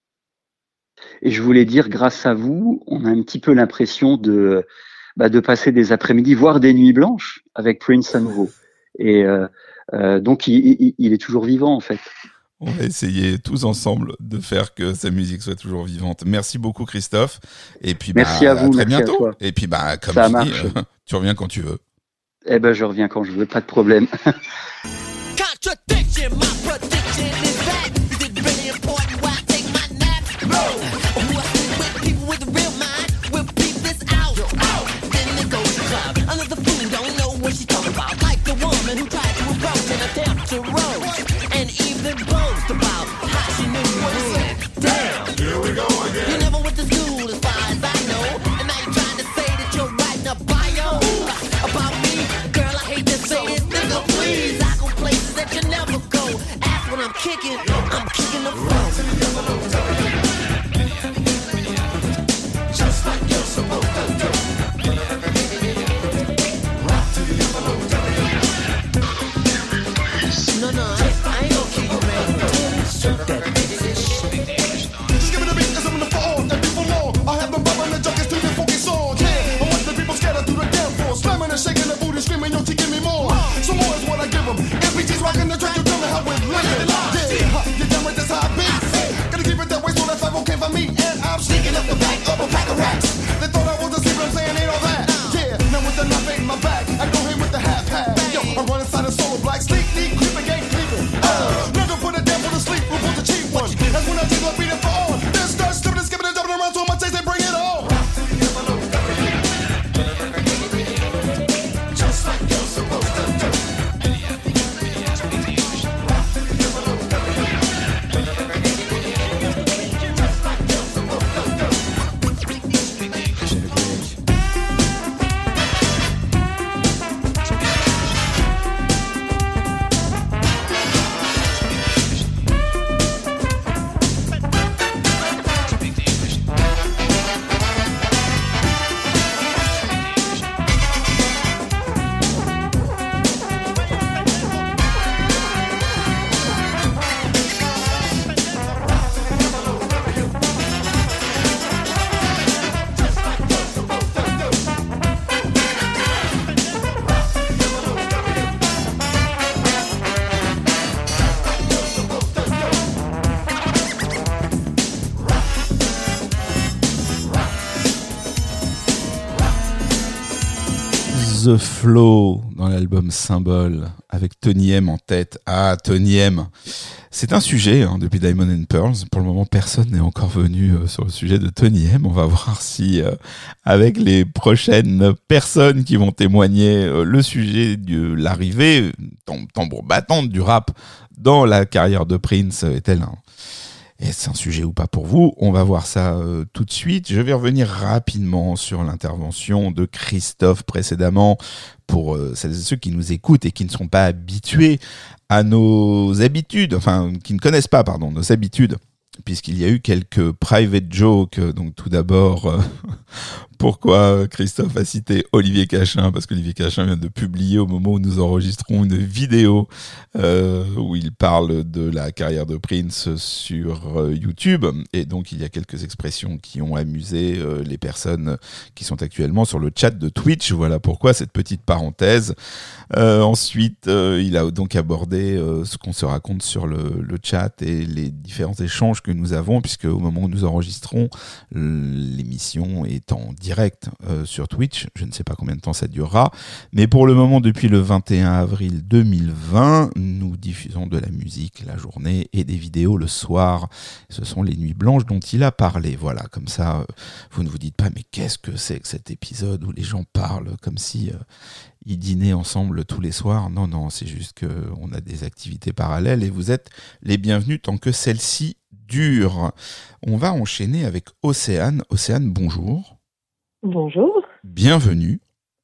Et je voulais dire, grâce à vous, on a un petit peu l'impression de, bah, de passer des après-midi, voire des nuits blanches avec Prince à nouveau. Et euh, euh, donc, il, il, il est toujours vivant, en fait. On va essayer tous ensemble de faire que sa musique soit toujours vivante. Merci beaucoup, Christophe. Et puis, merci bah, à vous, à très merci bientôt. à toi. Et puis, bah, comme ça je marche. dis, euh, tu reviens quand tu veux. Eh ben, je reviens quand je veux, pas de problème. Contradiction, my prediction is that it's really important why I take my nap. Who I sleep with, people with a real mind, will beat this out. out. Then they go to the club, another fool don't know what she's talking about. Like the woman who tried to approach and attempt to roast, and even boast about how she knew when. Damn, here we go again. You never went to school as far as I know, and now you're trying to say that you're writing a bio about me. Girl, I hate to say it, nigga, please. I go places that you never go. Ask when I'm kicking, I'm kicking the floor. Just like you're supposed to do. No, no, I, I ain't gonna kill you, man. Shoot that bitch. Just give it a beat and something to fall and people long. I have them bumping the junkies to the funky songs. Yeah, I watch the people scatter through the damn floor, slamming and shaking the booty, screaming, yo, give me more. Some more is what I give them. M P G's rocking the track, you tell me how we're living. Yeah, huh, you done with this high beat. Gotta keep it that way so that five came for me. And I'm sneaking up the back of a pack of rats. They thought I was a sleeper, I'm saying ain't all that. Yeah, now with the knife in my back, I go in with the half half. Yo, I'm running inside a solo black, sleek, sneak, creeping, gang, creeping. Uh, never put a devil to sleep, we'll put the cheap one. That's when I take a beat it for on. Then start skipping and skipping and jumping around so my taste, they bring it on. Just like you're supposed to do. The Flow dans l'album Symbole avec Tony M en tête. Ah, Tony M. C'est un sujet hein, depuis Diamond and Pearls. Pour le moment, personne n'est encore venu euh, sur le sujet de Tony M. On va voir si, euh, avec les prochaines personnes qui vont témoigner, euh, le sujet de l'arrivée tambour battante du rap dans la carrière de Prince est-elle un, est-ce un sujet ou pas pour vous? On va voir ça euh, tout de suite. Je vais revenir rapidement sur l'intervention de Christophe précédemment pour euh, celles et ceux qui nous écoutent et qui ne sont pas habitués à nos habitudes, enfin qui ne connaissent pas, pardon, nos habitudes, puisqu'il y a eu quelques private jokes. Donc tout d'abord, euh, pourquoi Christophe a cité Olivier Cachin? Parce qu'Olivier Cachin vient de publier au moment où nous enregistrons une vidéo euh, où il parle de la carrière de Prince sur euh, YouTube. Et donc il y a quelques expressions qui ont amusé euh, les personnes qui sont actuellement sur le chat de Twitch. Voilà pourquoi cette petite parenthèse. Euh, ensuite, euh, il a donc abordé euh, ce qu'on se raconte sur le, le chat et les différents échanges que nous avons, puisque au moment où nous enregistrons, l'émission est en direct euh, sur Twitch. Je ne sais pas combien de temps ça durera, mais pour le moment, depuis le vingt et un avril deux mille vingt, nous diffusons de la musique la journée et des vidéos le soir. Ce sont les nuits blanches dont il a parlé. Voilà, comme ça, euh, vous ne vous dites pas, mais qu'est-ce que c'est que cet épisode où les gens parlent comme si euh, ils dînaient ensemble tous les soirs? Non, non, c'est juste qu'on a des activités parallèles et vous êtes les bienvenus tant que celle-ci dure. On va enchaîner avec Océane. Océane, bonjour. Bonjour. Bienvenue.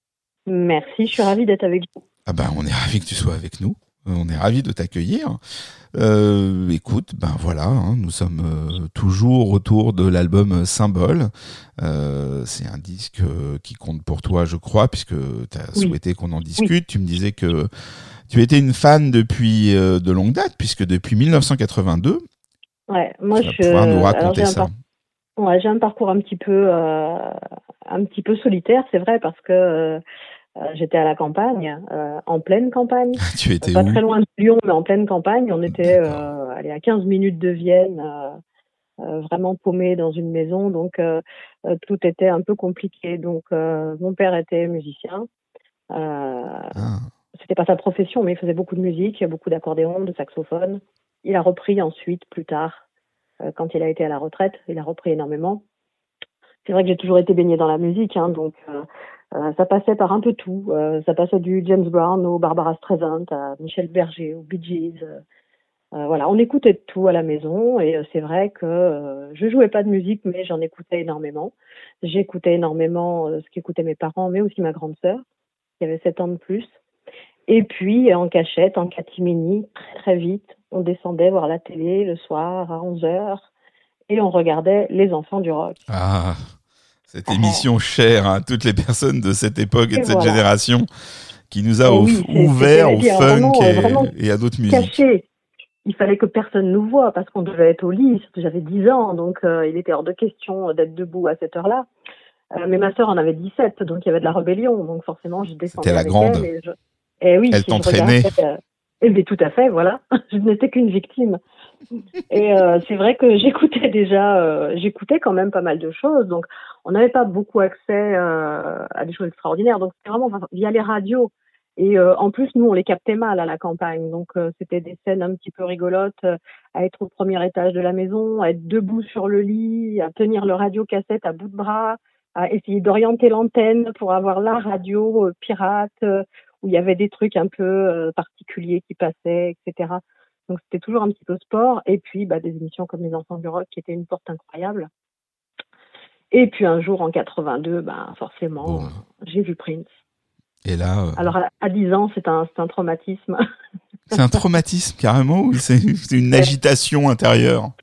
Merci, je suis ravie d'être avec vous. Ah ben, on est ravis que tu sois avec nous. On est ravis de t'accueillir. Euh, écoute, ben voilà, hein, nous sommes euh, toujours autour de l'album Symbole. Euh, c'est un disque euh, qui compte pour toi, je crois, puisque tu as Oui. souhaité qu'on en discute. Tu me disais que tu étais une fan depuis euh, de longue date, puisque depuis dix-neuf cent quatre-vingt-deux, Ouais, moi tu vas je. pouvoir nous alors, raconter j'ai un, ça. par- ouais, j'ai un parcours un petit peu, euh, un petit peu solitaire, c'est vrai, parce que euh, euh, j'étais à la campagne, euh, en pleine campagne, Tu étais pas où? très loin de Lyon, mais en pleine campagne. On était, D'accord. euh, allez, à quinze minutes de Vienne, euh, euh, vraiment paumé dans une maison, donc euh, euh, tout était un peu compliqué. Donc euh, mon père était musicien. Euh, Ah, C'était pas sa profession, mais il faisait beaucoup de musique, beaucoup d'accordéon, de saxophone. Il a repris ensuite, plus tard, euh, quand il a été à la retraite, il a repris énormément. C'est vrai que j'ai toujours été baignée dans la musique, hein, donc euh, euh, ça passait par un peu tout. Euh, ça passait du James Brown au Barbara Streisand, à Michel Berger, aux Bee Gees. Euh, euh, voilà, on écoutait de tout à la maison, et euh, c'est vrai que euh, je jouais pas de musique, mais j'en écoutais énormément. J'écoutais énormément euh, ce qu'écoutaient mes parents, mais aussi ma grande sœur, qui avait sept ans de plus. Et puis, en cachette, en catimini, très très vite, on descendait voir la télé le soir à onze heures et on regardait Les Enfants du Rock. ah, cette émission chère à toutes les personnes de cette époque et, Et de cette voilà. génération qui nous a Et ouf- oui, c'est- ouvert c'était- au et puis, alors, funk vraiment, et, vraiment et à d'autres musiques. Caché. Il fallait que personne nous voie parce qu'on devait être au lit, surtout j'avais dix ans, donc euh, il était hors de question d'être debout à cette heure-là. Euh, mais ma sœur en avait dix-sept, donc il y avait de la rébellion, donc forcément je descendais C'était la avec grande. elle. Et, je... et oui, Elle je t'entraînait. regardais, euh, Eh bien, tout à fait, voilà. Je n'étais qu'une victime. Et euh, c'est vrai que j'écoutais déjà, euh, j'écoutais quand même pas mal de choses. Donc, on n'avait pas beaucoup accès euh, à des choses extraordinaires. Donc, c'était vraiment via les radios. Et euh, en plus, nous, on les captait mal à la campagne. Donc, euh, c'était des scènes un petit peu rigolotes, euh, à être au premier étage de la maison, à être debout sur le lit, à tenir le radiocassette à bout de bras, à essayer d'orienter l'antenne pour avoir la radio euh, pirate, euh, où il y avait des trucs un peu euh, particuliers qui passaient, et cetera. Donc c'était toujours un petit peu sport. Et puis bah, des émissions comme Les Enfants du Rock qui étaient une porte incroyable. Et puis un jour en quatre-vingt-deux, bah, forcément, Bon. euh, j'ai vu Prince. Et là, euh, Alors à, à dix ans, c'est un, c'est un traumatisme. c'est un traumatisme carrément ou c'est c'est une agitation intérieure?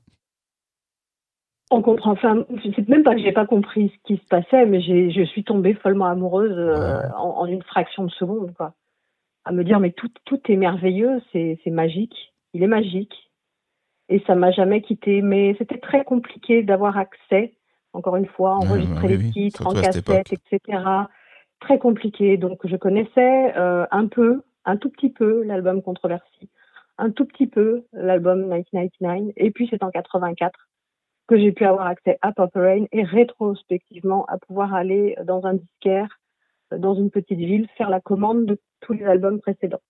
On comprend, enfin, c'est même pas que j'ai pas compris ce qui se passait, mais j'ai, je suis tombée follement amoureuse euh, Ouais. en, en une fraction de seconde, quoi. À me dire, mais tout, tout est merveilleux, c'est, c'est magique, il est magique. Et ça m'a jamais quitté, mais c'était très compliqué d'avoir accès, encore une fois, Ouais, enregistrer oui, les oui, titres en surtout à cette cassette, époque. et cetera. Très compliqué. Donc je connaissais euh, un peu, un tout petit peu l'album Controversy, un tout petit peu l'album dix-neuf cent quatre-vingt-dix-neuf, et puis c'est en quatre-vingt-quatre que j'ai pu avoir accès à Purple Rain et rétrospectivement à pouvoir aller dans un disquaire, dans une petite ville, faire la commande de tous les albums précédents.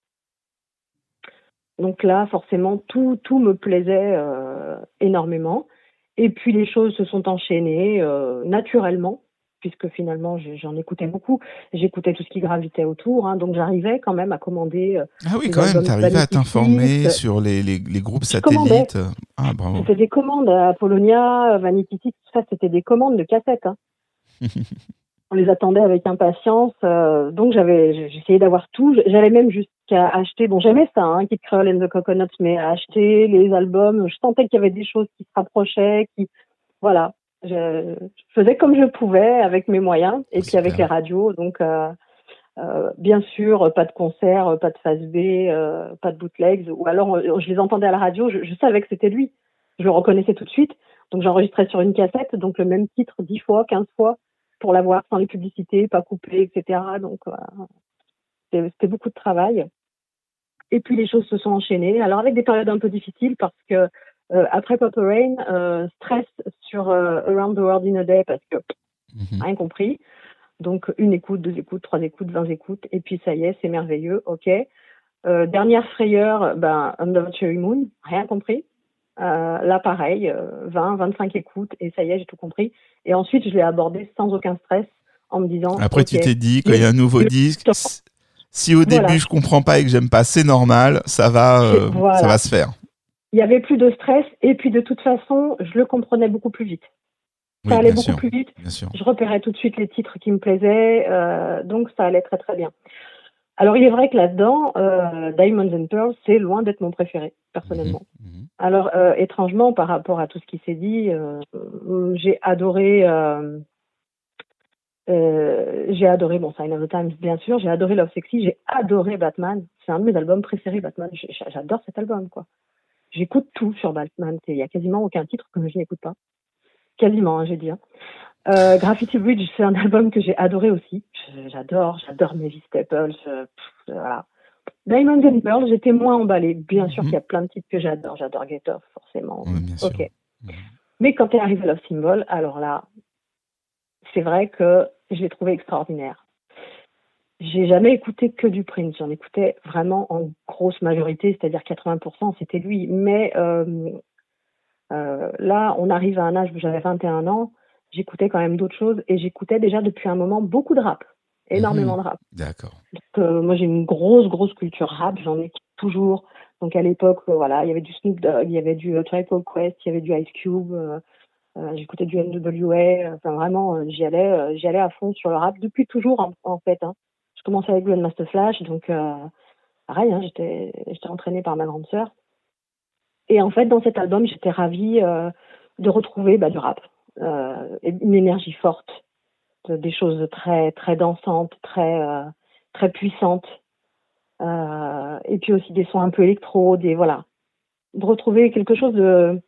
Donc là, forcément, tout, tout me plaisait euh, énormément. Et puis les choses se sont enchaînées euh, naturellement. puisque finalement j'ai- j'en écoutais beaucoup. J'écoutais tout ce qui gravitait autour, hein, donc j'arrivais quand même à commander euh, Ah oui, des quand même, albums t'arrivais à Vanity t'informer Six. sur les, les, les groupes Je commandais. satellites. Ah, bravo. C'était des commandes à Apollonia, Vanity Six, tout ça, c'était des commandes de cassettes. Hein. On les attendait avec impatience, euh, donc j'avais, j'essayais d'avoir tout. J'allais même jusqu'à acheter, bon j'aimais ça, hein, Kid Creole and the Coconuts, mais à acheter les albums. Je sentais qu'il y avait des choses qui se rapprochaient, qui, voilà. Je, je faisais comme je pouvais avec mes moyens et puis avec les Super. radios. Donc, euh, euh, bien sûr, pas de concert, pas de phase B, euh, pas de bootlegs. Ou alors, euh, je les entendais à la radio, je, je savais que c'était lui. Je le reconnaissais tout de suite. Donc, j'enregistrais sur une cassette, donc le même titre dix fois, quinze fois, pour l'avoir sans les publicités, pas coupé, et cetera. Donc, euh, c'était, c'était beaucoup de travail. Et puis, les choses se sont enchaînées. Alors, avec des périodes un peu difficiles parce que euh, après Purple Rain, euh, stress sur euh, Around the World in a Day parce que Mhm. rien compris. Donc, une écoute, deux écoutes, trois écoutes, vingt écoutes. Et puis, ça y est, c'est merveilleux. OK. Euh, dernière frayeur, ben, Under the Cherry Moon, rien compris. Euh, là, pareil, euh, vingt, vingt-cinq écoutes. Et ça y est, j'ai tout compris. Et ensuite, je l'ai abordé sans aucun stress en me disant, Après, OK, tu t'es dit, quand il y a un nouveau disque, s- si au Voilà. début je comprends pas et que j'aime pas, c'est normal, ça va, euh, C'est- voilà. ça va se faire. il y avait plus de stress. Et puis, de toute façon, je le comprenais beaucoup plus vite. Ça Oui, allait bien beaucoup sûr, plus vite. bien sûr. Je repérais tout de suite les titres qui me plaisaient. Euh, donc, ça allait très, très bien. Alors, il est vrai que là-dedans, euh, Diamonds and Pearls, c'est loin d'être mon préféré, personnellement. Mhm, mhm. Alors, euh, étrangement, par rapport à tout ce qui s'est dit, euh, euh, j'ai adoré... Euh, euh, j'ai adoré, bon, Sign of the Times, bien sûr. J'ai adoré Love Sexy. J'ai adoré Batman. C'est un de mes albums préférés, Batman. J'ai- J'adore cet album, quoi. J'écoute tout sur Batman. Il y a quasiment aucun titre que je n'écoute pas. Quasiment, hein, j'ai dit. Hein. Euh, Graffiti Bridge, c'est un album que j'ai adoré aussi. Je- J'adore, j'adore Mavis Staples. euh, pff, voilà. Diamonds and Pearls, j'étais moins emballée. Bien sûr Mhm. qu'il y a plein de titres que j'adore. J'adore Get Off, forcément. Oui, bien sûr. Ok. Mhm. Mais quand est arrivé Love Symbol, alors là, c'est vrai que je l'ai trouvé extraordinaire. J'ai jamais écouté que du Prince. J'en écoutais vraiment en grosse majorité, c'est-à-dire quatre-vingts pour cent, c'était lui. Mais euh, euh, là, on arrive à un âge où j'avais vingt et un ans. J'écoutais quand même d'autres choses et j'écoutais déjà depuis un moment beaucoup de rap, énormément Mhm. de rap. D'accord. Donc, euh, moi, j'ai une grosse, grosse culture rap, j'en écoute toujours. Donc, à l'époque, euh, voilà, il y avait du Snoop Dogg, il y avait du euh, Tribe Called Quest, il y avait du Ice Cube, euh, euh, j'écoutais du N W A, euh, enfin, vraiment, euh, j'y allais, euh, j'y allais à fond sur le rap depuis toujours, en, en fait. Hein. Je commençais avec Grandmaster Flash, donc, euh, pareil, hein, j'étais, j'étais entraînée par ma grande sœur. Et en fait, dans cet album, j'étais ravie euh, de retrouver bah, du rap, euh, une énergie forte, de- des choses très très dansantes, très euh, très puissantes, euh, et puis aussi des sons un peu électro, des voilà, de retrouver quelque chose de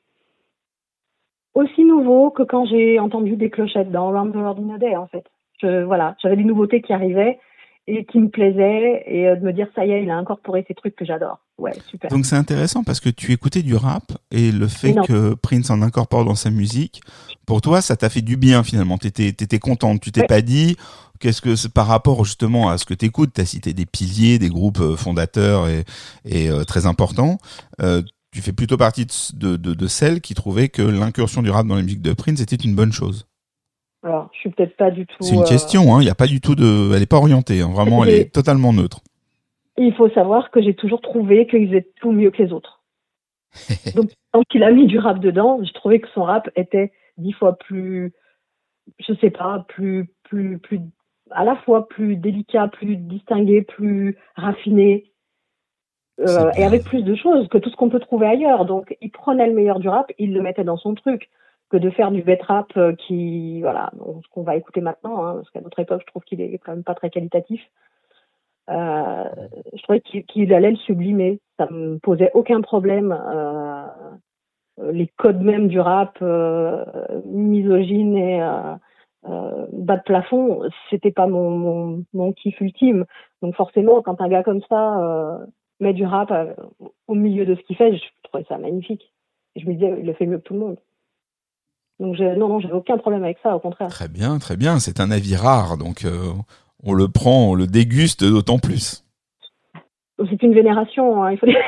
aussi nouveau que quand j'ai entendu des clochettes dans Around the World in a Day. En fait, je, voilà, j'avais des nouveautés qui arrivaient et qui me plaisaient, et euh, de me dire ça y est, il a incorporé ces trucs que j'adore. Ouais, super. Donc c'est intéressant parce que tu écoutais du rap et le fait Énorme. que Prince en incorpore dans sa musique, pour toi, ça t'a fait du bien finalement. T'étais, t'étais contente. Tu t'es Ouais. pas dit qu'est-ce que c'est par rapport justement à ce que t'écoutes. T'as cité des piliers, des groupes euh, fondateurs et, et euh, très importants. Euh, tu fais plutôt partie de, de, de celles qui trouvaient que l'incursion du rap dans la musique de Prince était une bonne chose. Alors, je suis peut-être pas du tout. C'est une euh, question, hein. Il y a pas du tout de, elle est pas orientée. Hein. Vraiment, elle J'ai- est totalement neutre. Il faut savoir que j'ai toujours trouvé qu'ils faisaient tout mieux que les autres. Donc, quand il a mis du rap dedans, j'ai trouvé que son rap était dix fois plus, je sais pas, plus, plus, plus, à la fois plus délicat, plus distingué, plus raffiné, euh, C'est et bien. avec plus de choses que tout ce qu'on peut trouver ailleurs. Donc, il prenait le meilleur du rap, il le mettait dans son truc, que de faire du bête rap euh, qui, voilà, bon, ce qu'on va écouter maintenant, hein, parce qu'à notre époque, je trouve qu'il est quand même pas très qualitatif. Euh, je trouvais qu'il, qu'il allait le sublimer. Ça me posait aucun problème. Euh, les codes même du rap, euh, misogyne et euh, euh, bas de plafond, c'était pas mon, mon, mon kiff ultime. Donc forcément, quand un gars comme ça euh, met du rap euh, au milieu de ce qu'il fait, je trouvais ça magnifique. Et je me disais, il le fait mieux que tout le monde. Donc j'ai, non, non, j'avais aucun problème avec ça, au contraire. Très bien, très bien. C'est un avis rare, donc euh, on le prend, on le déguste d'autant plus. C'est une vénération, hein, il faut dire.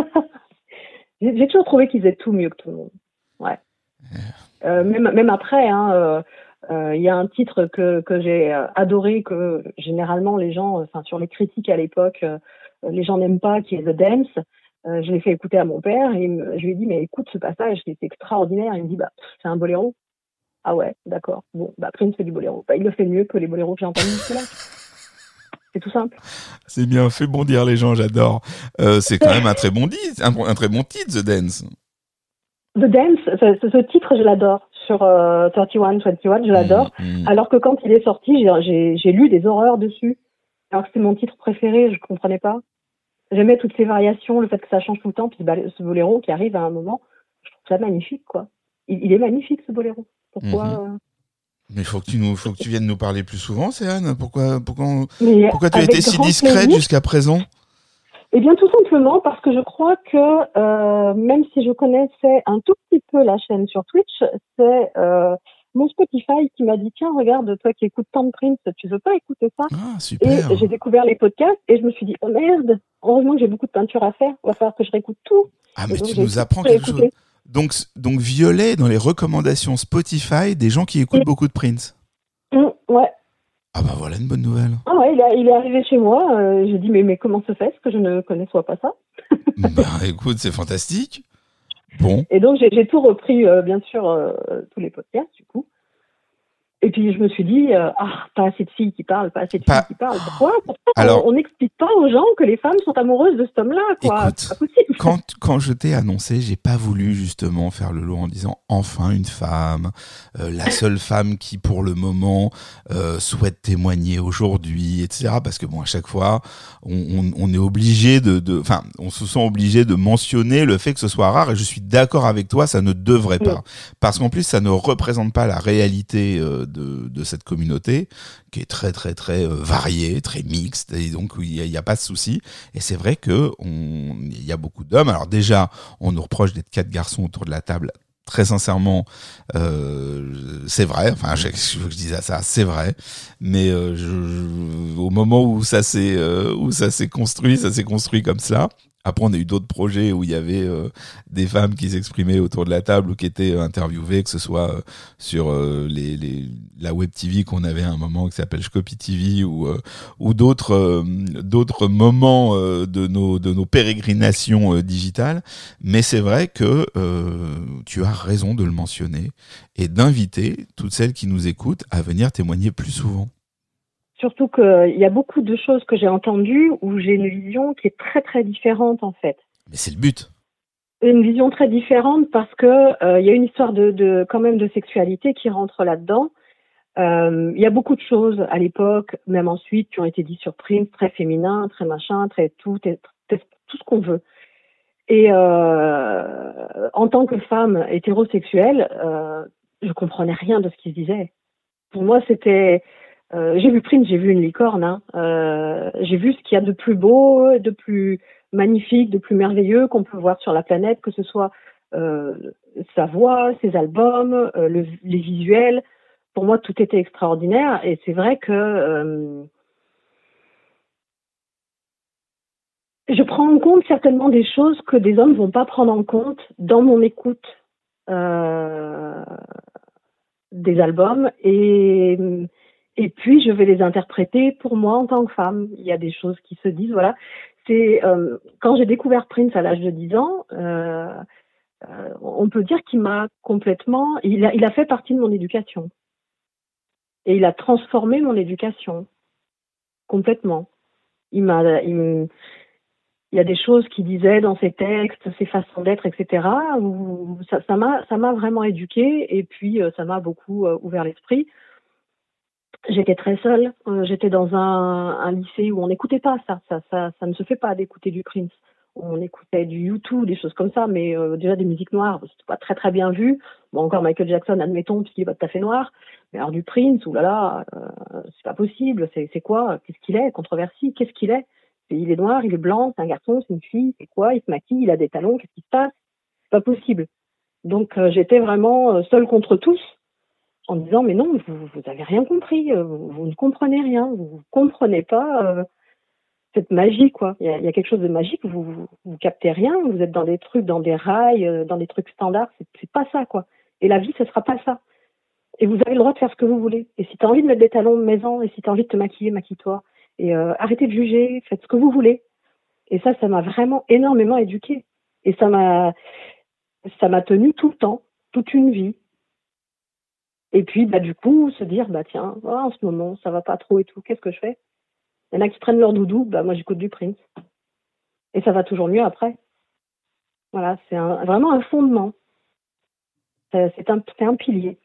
j'ai, j'ai toujours trouvé qu'ils faisaient tout mieux que tout le monde. Ouais. Euh, même, même après, hein, euh, Euh, Il y a un titre que, que j'ai euh, adoré, que généralement les gens, enfin sur les critiques à l'époque, euh, les gens n'aiment pas, qui est The Dance. Euh, je l'ai fait écouter à mon père et il me- je lui ai dit mais écoute ce passage, c'est extraordinaire. Il me dit bah c'est un boléro. Ah ouais, d'accord. Bon, bah Prince fait du boléro. Bah, il le fait mieux que les boléros que j'ai entendus jusque-là. C'est tout simple. C'est bien, fait bondir les gens, j'adore. Euh, c'est quand même un très bon titre, un, un très bon titre, The Dance. The Dance, ce, ce- ce titre, je l'adore. Sur euh, trente et un, vingt et un, je l'adore. Mmh, mmh. Alors que quand il est sorti, j'ai- j'ai j'ai lu des horreurs dessus. Alors que c'est mon titre préféré, je comprenais pas. J'aimais toutes ces variations, le fait que ça change tout le temps, puis ce balé- ce boléro qui arrive à un moment, je trouve ça magnifique, quoi. Il, il est magnifique, ce boléro. Pourquoi Mhm. euh, Mais faut que tu nous, faut que tu viennes nous parler plus souvent, Céane. Pourquoi, pourquoi, on- Mais pourquoi tu as avec été si grand discrète plaisir. jusqu'à présent? Eh bien, tout simplement parce que je crois que euh, même si je connaissais un tout petit peu la chaîne sur Twitch, c'est euh, mon Spotify qui m'a dit tiens, regarde, toi qui écoutes tant de Prince, tu veux pas écouter ça? Ah, super. Et j'ai découvert les podcasts et je me suis dit oh merde, heureusement que j'ai beaucoup de peinture à faire, il va falloir que je réécoute tout. Ah, Et mais donc, tu j'ai nous tout apprends quelque chose. réécouté. Donc, donc, Violet dans les recommandations Spotify des gens qui écoutent Mm. beaucoup de Prince. Mmh, ouais. Ah bah voilà une bonne nouvelle. Ah ouais, il, a- il est arrivé chez moi. Euh, j'ai dit mais mais comment se fait-ce que je ne connaissais pas ça? Ben écoute, c'est fantastique. Bon. Et donc j'ai j'ai tout repris, euh, bien sûr, euh, tous les podcasts du coup. Et puis je me suis dit euh, ah pas assez de filles qui parlent, pas assez de Pas- filles qui parlent. Pourquoi? Pourquoi Alors- on n'explique pas aux gens que les femmes sont amoureuses de cet homme-là, quoi? Écoute, C'est pas possible. Quand, quand je t'ai annoncé, j'ai pas voulu justement faire le lot en disant enfin une femme, euh, la seule femme qui pour le moment euh, souhaite témoigner aujourd'hui, et cetera. Parce que bon, à chaque fois, on, on, on est obligé de, de, enfin, on se sent obligé de mentionner le fait que ce soit rare. Et je suis d'accord avec toi, ça ne devrait pas, parce qu'en plus, ça ne représente pas la réalité euh, de, de cette communauté qui est très très très euh, variée, très mixte, et donc il y a, il y a pas de souci. Et c'est vrai que on, il y a beaucoup d'hommes. Alors déjà, on nous reproche d'être quatre garçons autour de la table. Très sincèrement, euh, c'est vrai. Enfin, je, je, je disais ça, c'est vrai. Mais euh, je, je, au moment où ça s'est euh, où ça s'est construit, ça s'est construit comme ça. Après, on a eu d'autres projets où il y avait euh, des femmes qui s'exprimaient autour de la table ou qui étaient euh, interviewées, que ce soit euh, sur euh, les, les, la web T V qu'on avait à un moment qui s'appelle Shkopi T V ou, euh, ou d'autres, euh, d'autres moments euh, de, nos, de nos pérégrinations euh, digitales. Mais c'est vrai que euh, tu as raison de le mentionner et d'inviter toutes celles qui nous écoutent à venir témoigner plus souvent. Surtout qu'il y a beaucoup de choses que j'ai entendues où j'ai une vision qui est très très différente en fait. Mais c'est le but. Une vision très différente parce que euh, il y a une histoire de, de quand même de sexualité qui rentre là-dedans. Euh, Il y a beaucoup de choses à l'époque, même ensuite, qui ont été dites sur Prince, très féminin, très machin, très tout, très, très- tout ce qu'on veut. Et euh, en tant que femme hétérosexuelle, euh, je comprenais rien de ce qui se disait. Pour moi, c'était euh, j'ai vu Prince, j'ai vu une licorne. Hein. Euh, j'ai vu ce qu'il y a de plus beau, de plus magnifique, de plus merveilleux qu'on peut voir sur la planète, que ce soit euh, sa voix, ses albums, euh, le, les visuels. Pour moi, tout était extraordinaire. Et c'est vrai que euh, je prends en compte certainement des choses que des hommes vont pas prendre en compte dans mon écoute euh, des albums. Et Et puis, je vais les interpréter pour moi en tant que femme. Il y a des choses qui se disent, voilà. C'est euh, quand j'ai découvert Prince à l'âge de dix ans, euh, euh, on peut dire qu'il m'a complètement... Il a, il a fait partie de mon éducation. Et il a transformé mon éducation. Complètement. Il m'a... Il, m- il y a des choses qu'il disait dans ses textes, ses façons d'être, et cetera, où ça, ça m'a, ça m'a vraiment éduquée. Et puis, euh, ça m'a beaucoup euh, ouvert l'esprit. J'étais très seule. Euh, j'étais dans un, un lycée où on n'écoutait pas ça. Ça, ça. ça ne se fait pas d'écouter du Prince. On écoutait du U deux, des choses comme ça, mais euh, déjà des musiques noires, c'était pas très très bien vu. Bon, encore Michael Jackson, admettons, puisqu'il est pas tout à fait noir. Mais alors du Prince, oulala, euh, c'est pas possible. C'est, c'est quoi? Qu'est-ce qu'il est? Controversie? Qu'est-ce qu'il est? Il est noir, il est blanc, c'est un garçon, c'est une fille, c'est quoi? Il se maquille, il a des talons, qu'est-ce qui se passe? C'est pas possible. Donc euh, j'étais vraiment euh, seule contre tous, en disant mais non, vous, vous avez rien compris, euh, vous, vous ne comprenez rien, vous ne comprenez pas euh, cette magie, quoi. Il y, a, il y a quelque chose de magique, vous, vous vous captez rien, vous êtes dans des trucs, dans des rails, euh, dans des trucs standards, c'est, c'est pas ça, quoi. Et la vie, ce sera pas ça. Et vous avez le droit de faire ce que vous voulez. Et si tu as envie de mettre des talons, mets-en. Et si tu as envie de te maquiller, maquille-toi. Et euh, arrêtez de juger, faites ce que vous voulez. Et ça, ça m'a vraiment énormément éduquée. Et ça m'a, ça m'a tenu tout le temps, toute une vie. Et puis, bah, du coup, se dire, bah, tiens, oh, en ce moment, ça va pas trop et tout. Qu'est-ce que je fais? Il y en a qui prennent leur doudou, bah, moi, j'écoute du Prince. Et ça va toujours mieux après. Voilà, c'est un, vraiment un fondement. C'est, c'est, un, c'est un pilier.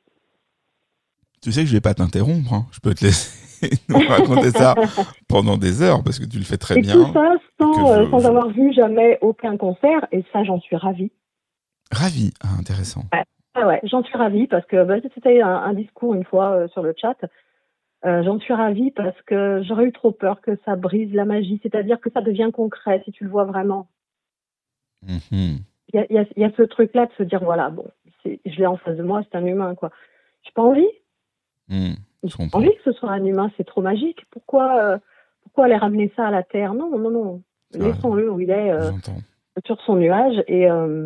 Tu sais que je vais pas t'interrompre, hein. Je peux te laisser nous raconter ça pendant des heures parce que tu le fais très et bien. tout ça sans, je, euh, sans je... avoir vu jamais aucun concert, et ça, j'en suis ravie. Ravie, ah, intéressant. Ouais. Ah ouais, j'en suis ravie parce que bah, c'était un, un discours une fois euh, sur le chat. Euh, j'en suis ravie parce que j'aurais eu trop peur que ça brise la magie, c'est-à-dire que ça devient concret si tu le vois vraiment. Il mm-hmm. y, a, y, a, y a ce truc-là de se dire voilà, bon, c'est, je l'ai en face de moi, c'est un humain, quoi. J'ai pas envie. Mm, J'ai pas envie que ce soit un humain, c'est trop magique. Pourquoi, euh, pourquoi aller ramener ça à la terre? Non, non, non. Laissons-le où il est, euh, sur son nuage. Et euh,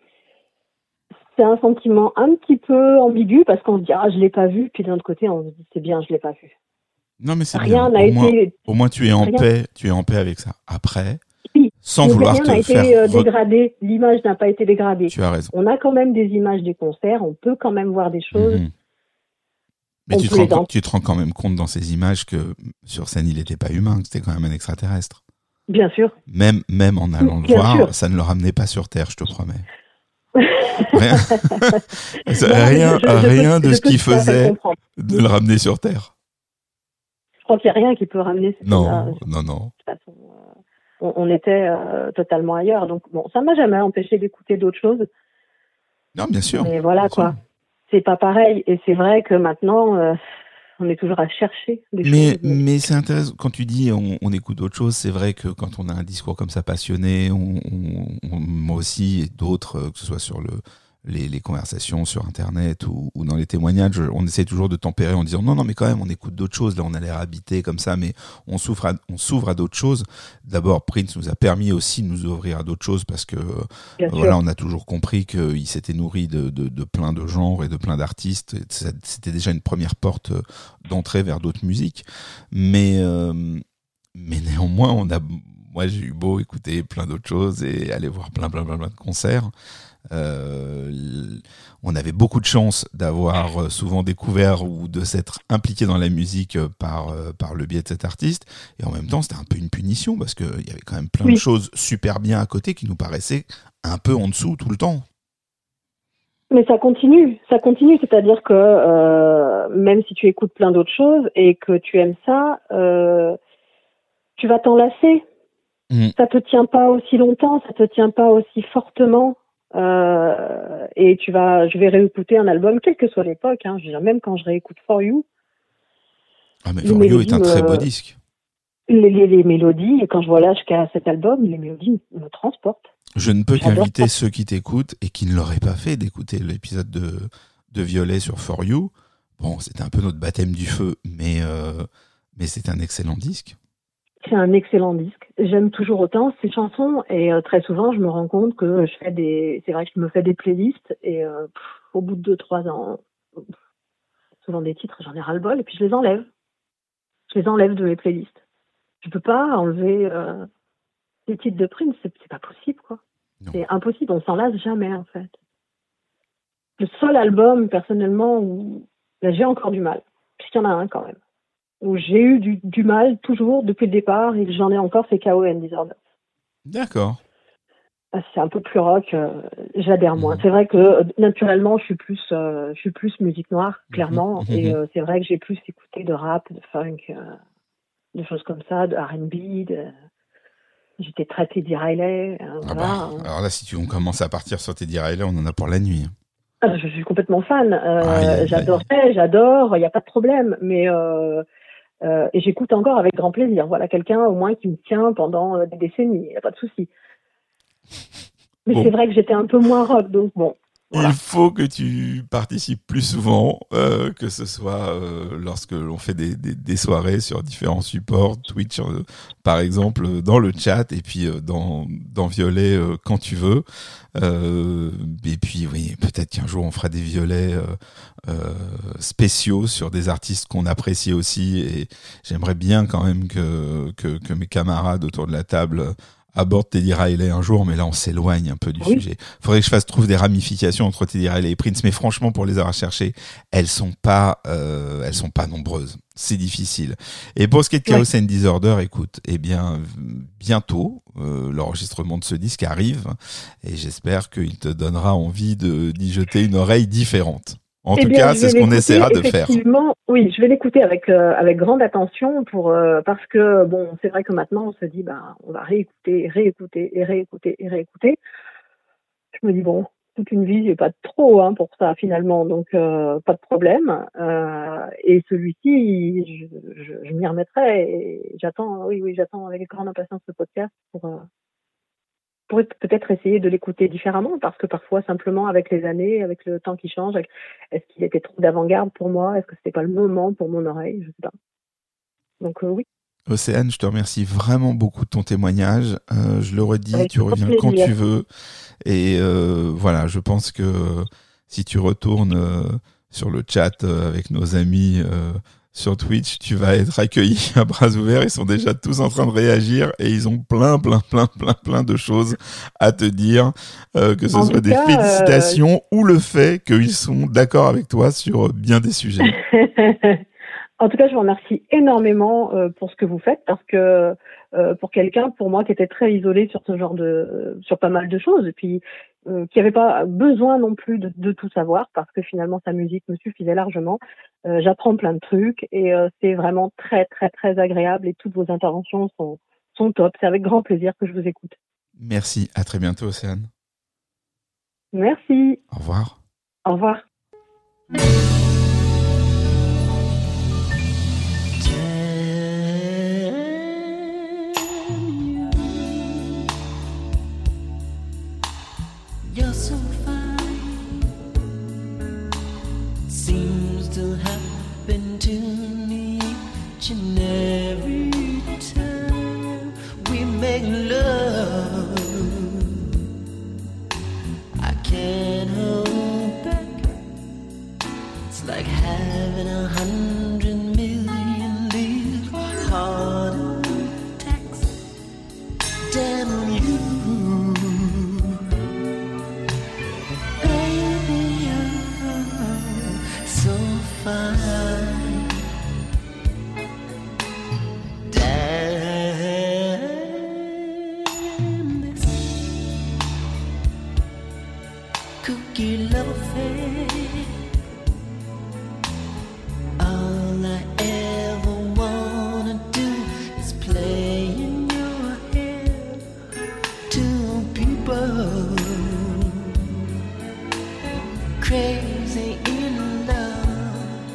c'est un sentiment un petit peu ambigu parce qu'on se dit ah je l'ai pas vu, puis d'un autre côté on se dit c'est bien, je l'ai pas vu. Non mais c'est rien bien. n'a au, été... moins, au moins tu es en rien... paix, tu es en paix avec ça. Après, oui, sans vouloir rien te n'a faire été euh, dégradé, l'image n'a pas été dégradée. Tu as raison. On a quand même des images des concerts, on peut quand même voir des choses. Mm-hmm. Mais tu te, rends, tu te rends quand même compte dans ces images que sur scène il n'était pas humain, que c'était quand même un extraterrestre. Bien sûr. Même même en allant le bien voir, sûr. Ça ne le ramenait pas sur Terre, je te promets. Rien, non, rien, je, je rien peux, de ce qu'il faisait de le ramener sur Terre. Je crois qu'il n'y a rien qui peut ramener. Non, là. non, non. De toute façon, euh, on, on était euh, totalement ailleurs. Donc, bon, ça ne m'a jamais empêché d'écouter d'autres choses. Non, bien sûr. Mais voilà, bien quoi. Sûr. C'est pas pareil. Et c'est vrai que maintenant, euh, on est toujours à chercher des mais, choses. Mais, mais c'est intéressant. Quand tu dis on, on écoute d'autres choses, c'est vrai que quand on a un discours comme ça passionné, on, on, on, moi aussi et d'autres, que ce soit sur le, les, les conversations sur Internet ou, ou dans les témoignages, on essaie toujours de tempérer en disant non, non, mais quand même, on écoute d'autres choses. Là, on a l'air habité comme ça, mais on s'ouvre à, on s'ouvre à d'autres choses. D'abord, Prince nous a permis aussi de nous ouvrir à d'autres choses parce que euh, voilà, on a toujours compris qu'il s'était nourri de, de, de plein de genres et de plein d'artistes. C'était déjà une première porte d'entrée vers d'autres musiques. Mais, euh, mais néanmoins, on a, moi, j'ai eu beau écouter plein d'autres choses et aller voir plein, plein, plein, plein de concerts. Euh, on avait beaucoup de chance d'avoir souvent découvert ou de s'être impliqué dans la musique par, par le biais de cet artiste, et en même temps c'était un peu une punition parce qu'il y avait quand même plein oui. de choses super bien à côté qui nous paraissaient un peu en dessous tout le temps. Mais ça continue, ça continue, c'est-à-dire que euh, même si tu écoutes plein d'autres choses et que tu aimes ça, euh, tu vas t'en lasser. Mmh. Ça te tient pas aussi longtemps, ça te tient pas aussi fortement. Euh, et tu vas, je vais réécouter un album, quelle que soit l'époque, hein, je veux dire, même quand je réécoute For You. Ah, mais For You est un très beau disque. Les, les, les mélodies, et quand je vois l'âge qu'a cet album, les mélodies me transportent. Je ne peux J'adore qu'inviter ça. Ceux qui t'écoutent et qui ne l'auraient pas fait d'écouter l'épisode de, de Violet sur For You. Bon, c'était un peu notre baptême du feu, mais, euh, mais c'est un excellent disque. C'est un excellent disque. J'aime toujours autant ces chansons et euh, très souvent je me rends compte que je fais des, c'est vrai que je me fais des playlists et euh, pff, au bout de deux trois ans, pff, souvent des titres j'en ai ras le bol et puis je les enlève. Je les enlève de mes playlists. Je peux pas enlever euh, des titres de Prince, c'est, c'est pas possible quoi. Non. C'est impossible, on s'en lasse jamais en fait. Le seul album personnellement où là, j'ai encore du mal, puisqu'il y en a un quand même. Où j'ai eu du, du mal toujours depuis le départ et j'en ai encore, c'est K O and Disorder. D'accord. C'est un peu plus rock, euh, j'adhère moins. Mmh. C'est vrai que naturellement, je suis plus, euh, je suis plus musique noire, clairement, mmh. et euh, c'est vrai que j'ai plus écouté de rap, de funk, euh, de choses comme ça, de R and B. De... J'étais très Teddy Riley. Euh, ah voilà. bah, alors là, si tu, on commence à partir sur Teddy Riley, on en a pour la nuit. Ah, je suis complètement fan. Euh, aïe, aïe, j'adorais, aïe. j'adore, il n'y a pas de problème, mais euh, Euh, et j'écoute encore avec grand plaisir. Voilà, quelqu'un au moins qui me tient pendant euh, des décennies, il n'y a pas de souci. Mais bon. C'est vrai que j'étais un peu moins rock, donc bon, Voilà. Il faut que tu participes plus souvent, euh, que ce soit euh, lorsque l'on fait des, des, des soirées sur différents supports, Twitch euh, par exemple, euh, dans le chat, et puis euh, dans, dans Violet euh, quand tu veux. Euh, et puis oui, peut-être qu'un jour on fera des violets euh, euh, spéciaux sur des artistes qu'on apprécie aussi. Et j'aimerais bien quand même que, que, que mes camarades autour de la table aborde Teddy Riley un jour, mais là on s'éloigne un peu du Oui. sujet. Faudrait que je fasse trouve des ramifications entre Teddy Riley et Prince, mais franchement pour les avoir cherchées, elles sont pas, euh, elles sont pas nombreuses. C'est difficile. Et pour ce qui est de Chaos Ouais. and Disorder, écoute, eh bien bientôt euh, l'enregistrement de ce disque arrive et j'espère qu'il te donnera envie de d'y jeter une oreille différente. En Eh tout bien, cas, je c'est vais ce qu'on l'écouter, essaiera de faire. effectivement. Oui, je vais l'écouter avec euh, avec grande attention pour euh, parce que bon, c'est vrai que maintenant on se dit bah on va réécouter, réécouter et réécouter et réécouter. Je me dis bon, toute une vie, j'ai pas trop hein, pour ça finalement, donc euh, pas de problème. Euh, et celui-ci, je, je, je m'y remettrai et j'attends. Oui, oui, j'attends avec grande impatience ce podcast pour. Euh, pour peut-être essayer de l'écouter différemment, parce que parfois, simplement, avec les années, avec le temps qui change, avec- est-ce qu'il était trop d'avant-garde pour moi? Est-ce que c'était pas le moment pour mon oreille? Je sais pas. Donc euh, oui, Océane, je te remercie vraiment beaucoup de ton témoignage. Euh, je le redis, avec tu grand reviens quand plaisir. tu veux. Et euh, voilà, je pense que euh, si tu retournes euh, sur le chat euh, avec nos amis euh, sur Twitch, tu vas être accueilli à bras ouverts. Ils sont déjà tous en train de réagir et ils ont plein, plein, plein, plein, plein de choses à te dire, euh, que ce En soit tout des cas, euh, félicitations ou le fait qu'ils sont d'accord avec toi sur bien des sujets. En tout cas, je vous remercie énormément euh, pour ce que vous faites, parce que euh, pour quelqu'un, pour moi, qui était très isolé sur ce genre de, euh, sur pas mal de choses, et puis euh, qui n'avait pas besoin non plus de, de tout savoir, parce que finalement sa musique me suffisait largement. Euh, j'apprends plein de trucs et euh, c'est vraiment très très très agréable et toutes vos interventions sont sont top. C'est avec grand plaisir que je vous écoute. Merci, à très bientôt Océane. Merci. Au revoir. Au revoir. You're so fine. Seems to happen to me each and every time we make love. I can't hold back. It's like having a hundred million little heart attacks. Damn you. Baby, you're so fine. Damn this cookie love affair. All I ever wanna do is play in your head to people crazy in love,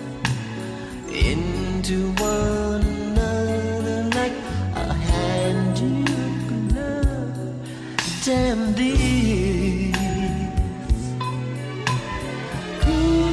into one another like a hand in glove. Damn this. Ooh.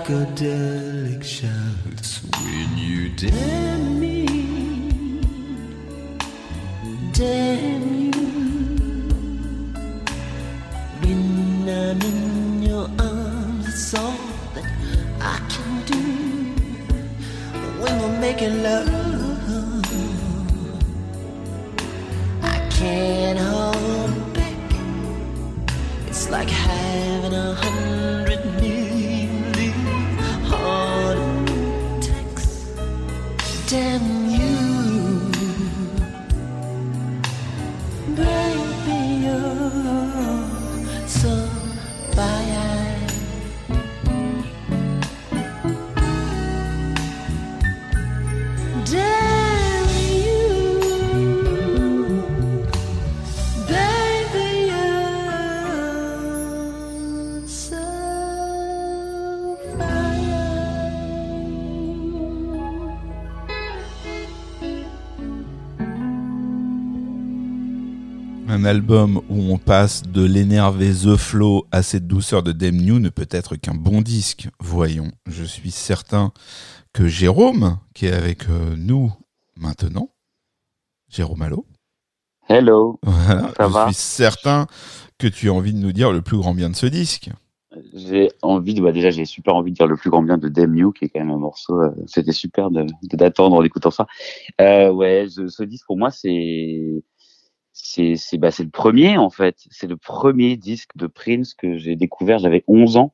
psychedelic shouts when you damn me, damn you. When I'm in your arms, it's all that I can do. When we're making love, I can't hold back. It's like having a hundred million heart attacks. Damn you, baby, you're so fine. Damn you, baby, you're so fine. Un album où on passe de l'énervé The Flow à cette douceur de Damn You ne peut être qu'un bon disque. Voyons, je suis certain que Jérôme, qui est avec euh, nous maintenant, Jérôme Allo, Hello, voilà, ça je va? suis certain que tu as envie de nous dire le plus grand bien de ce disque. J'ai envie de, bah déjà, j'ai super envie de dire le plus grand bien de Damn You, qui est quand même un morceau, euh, c'était super de, de- d'attendre en écoutant ça. Euh, ouais, ce, ce disque, pour moi, c'est, c'est, c'est, bah, c'est le premier, en fait. C'est le premier disque de Prince que j'ai découvert, j'avais onze ans.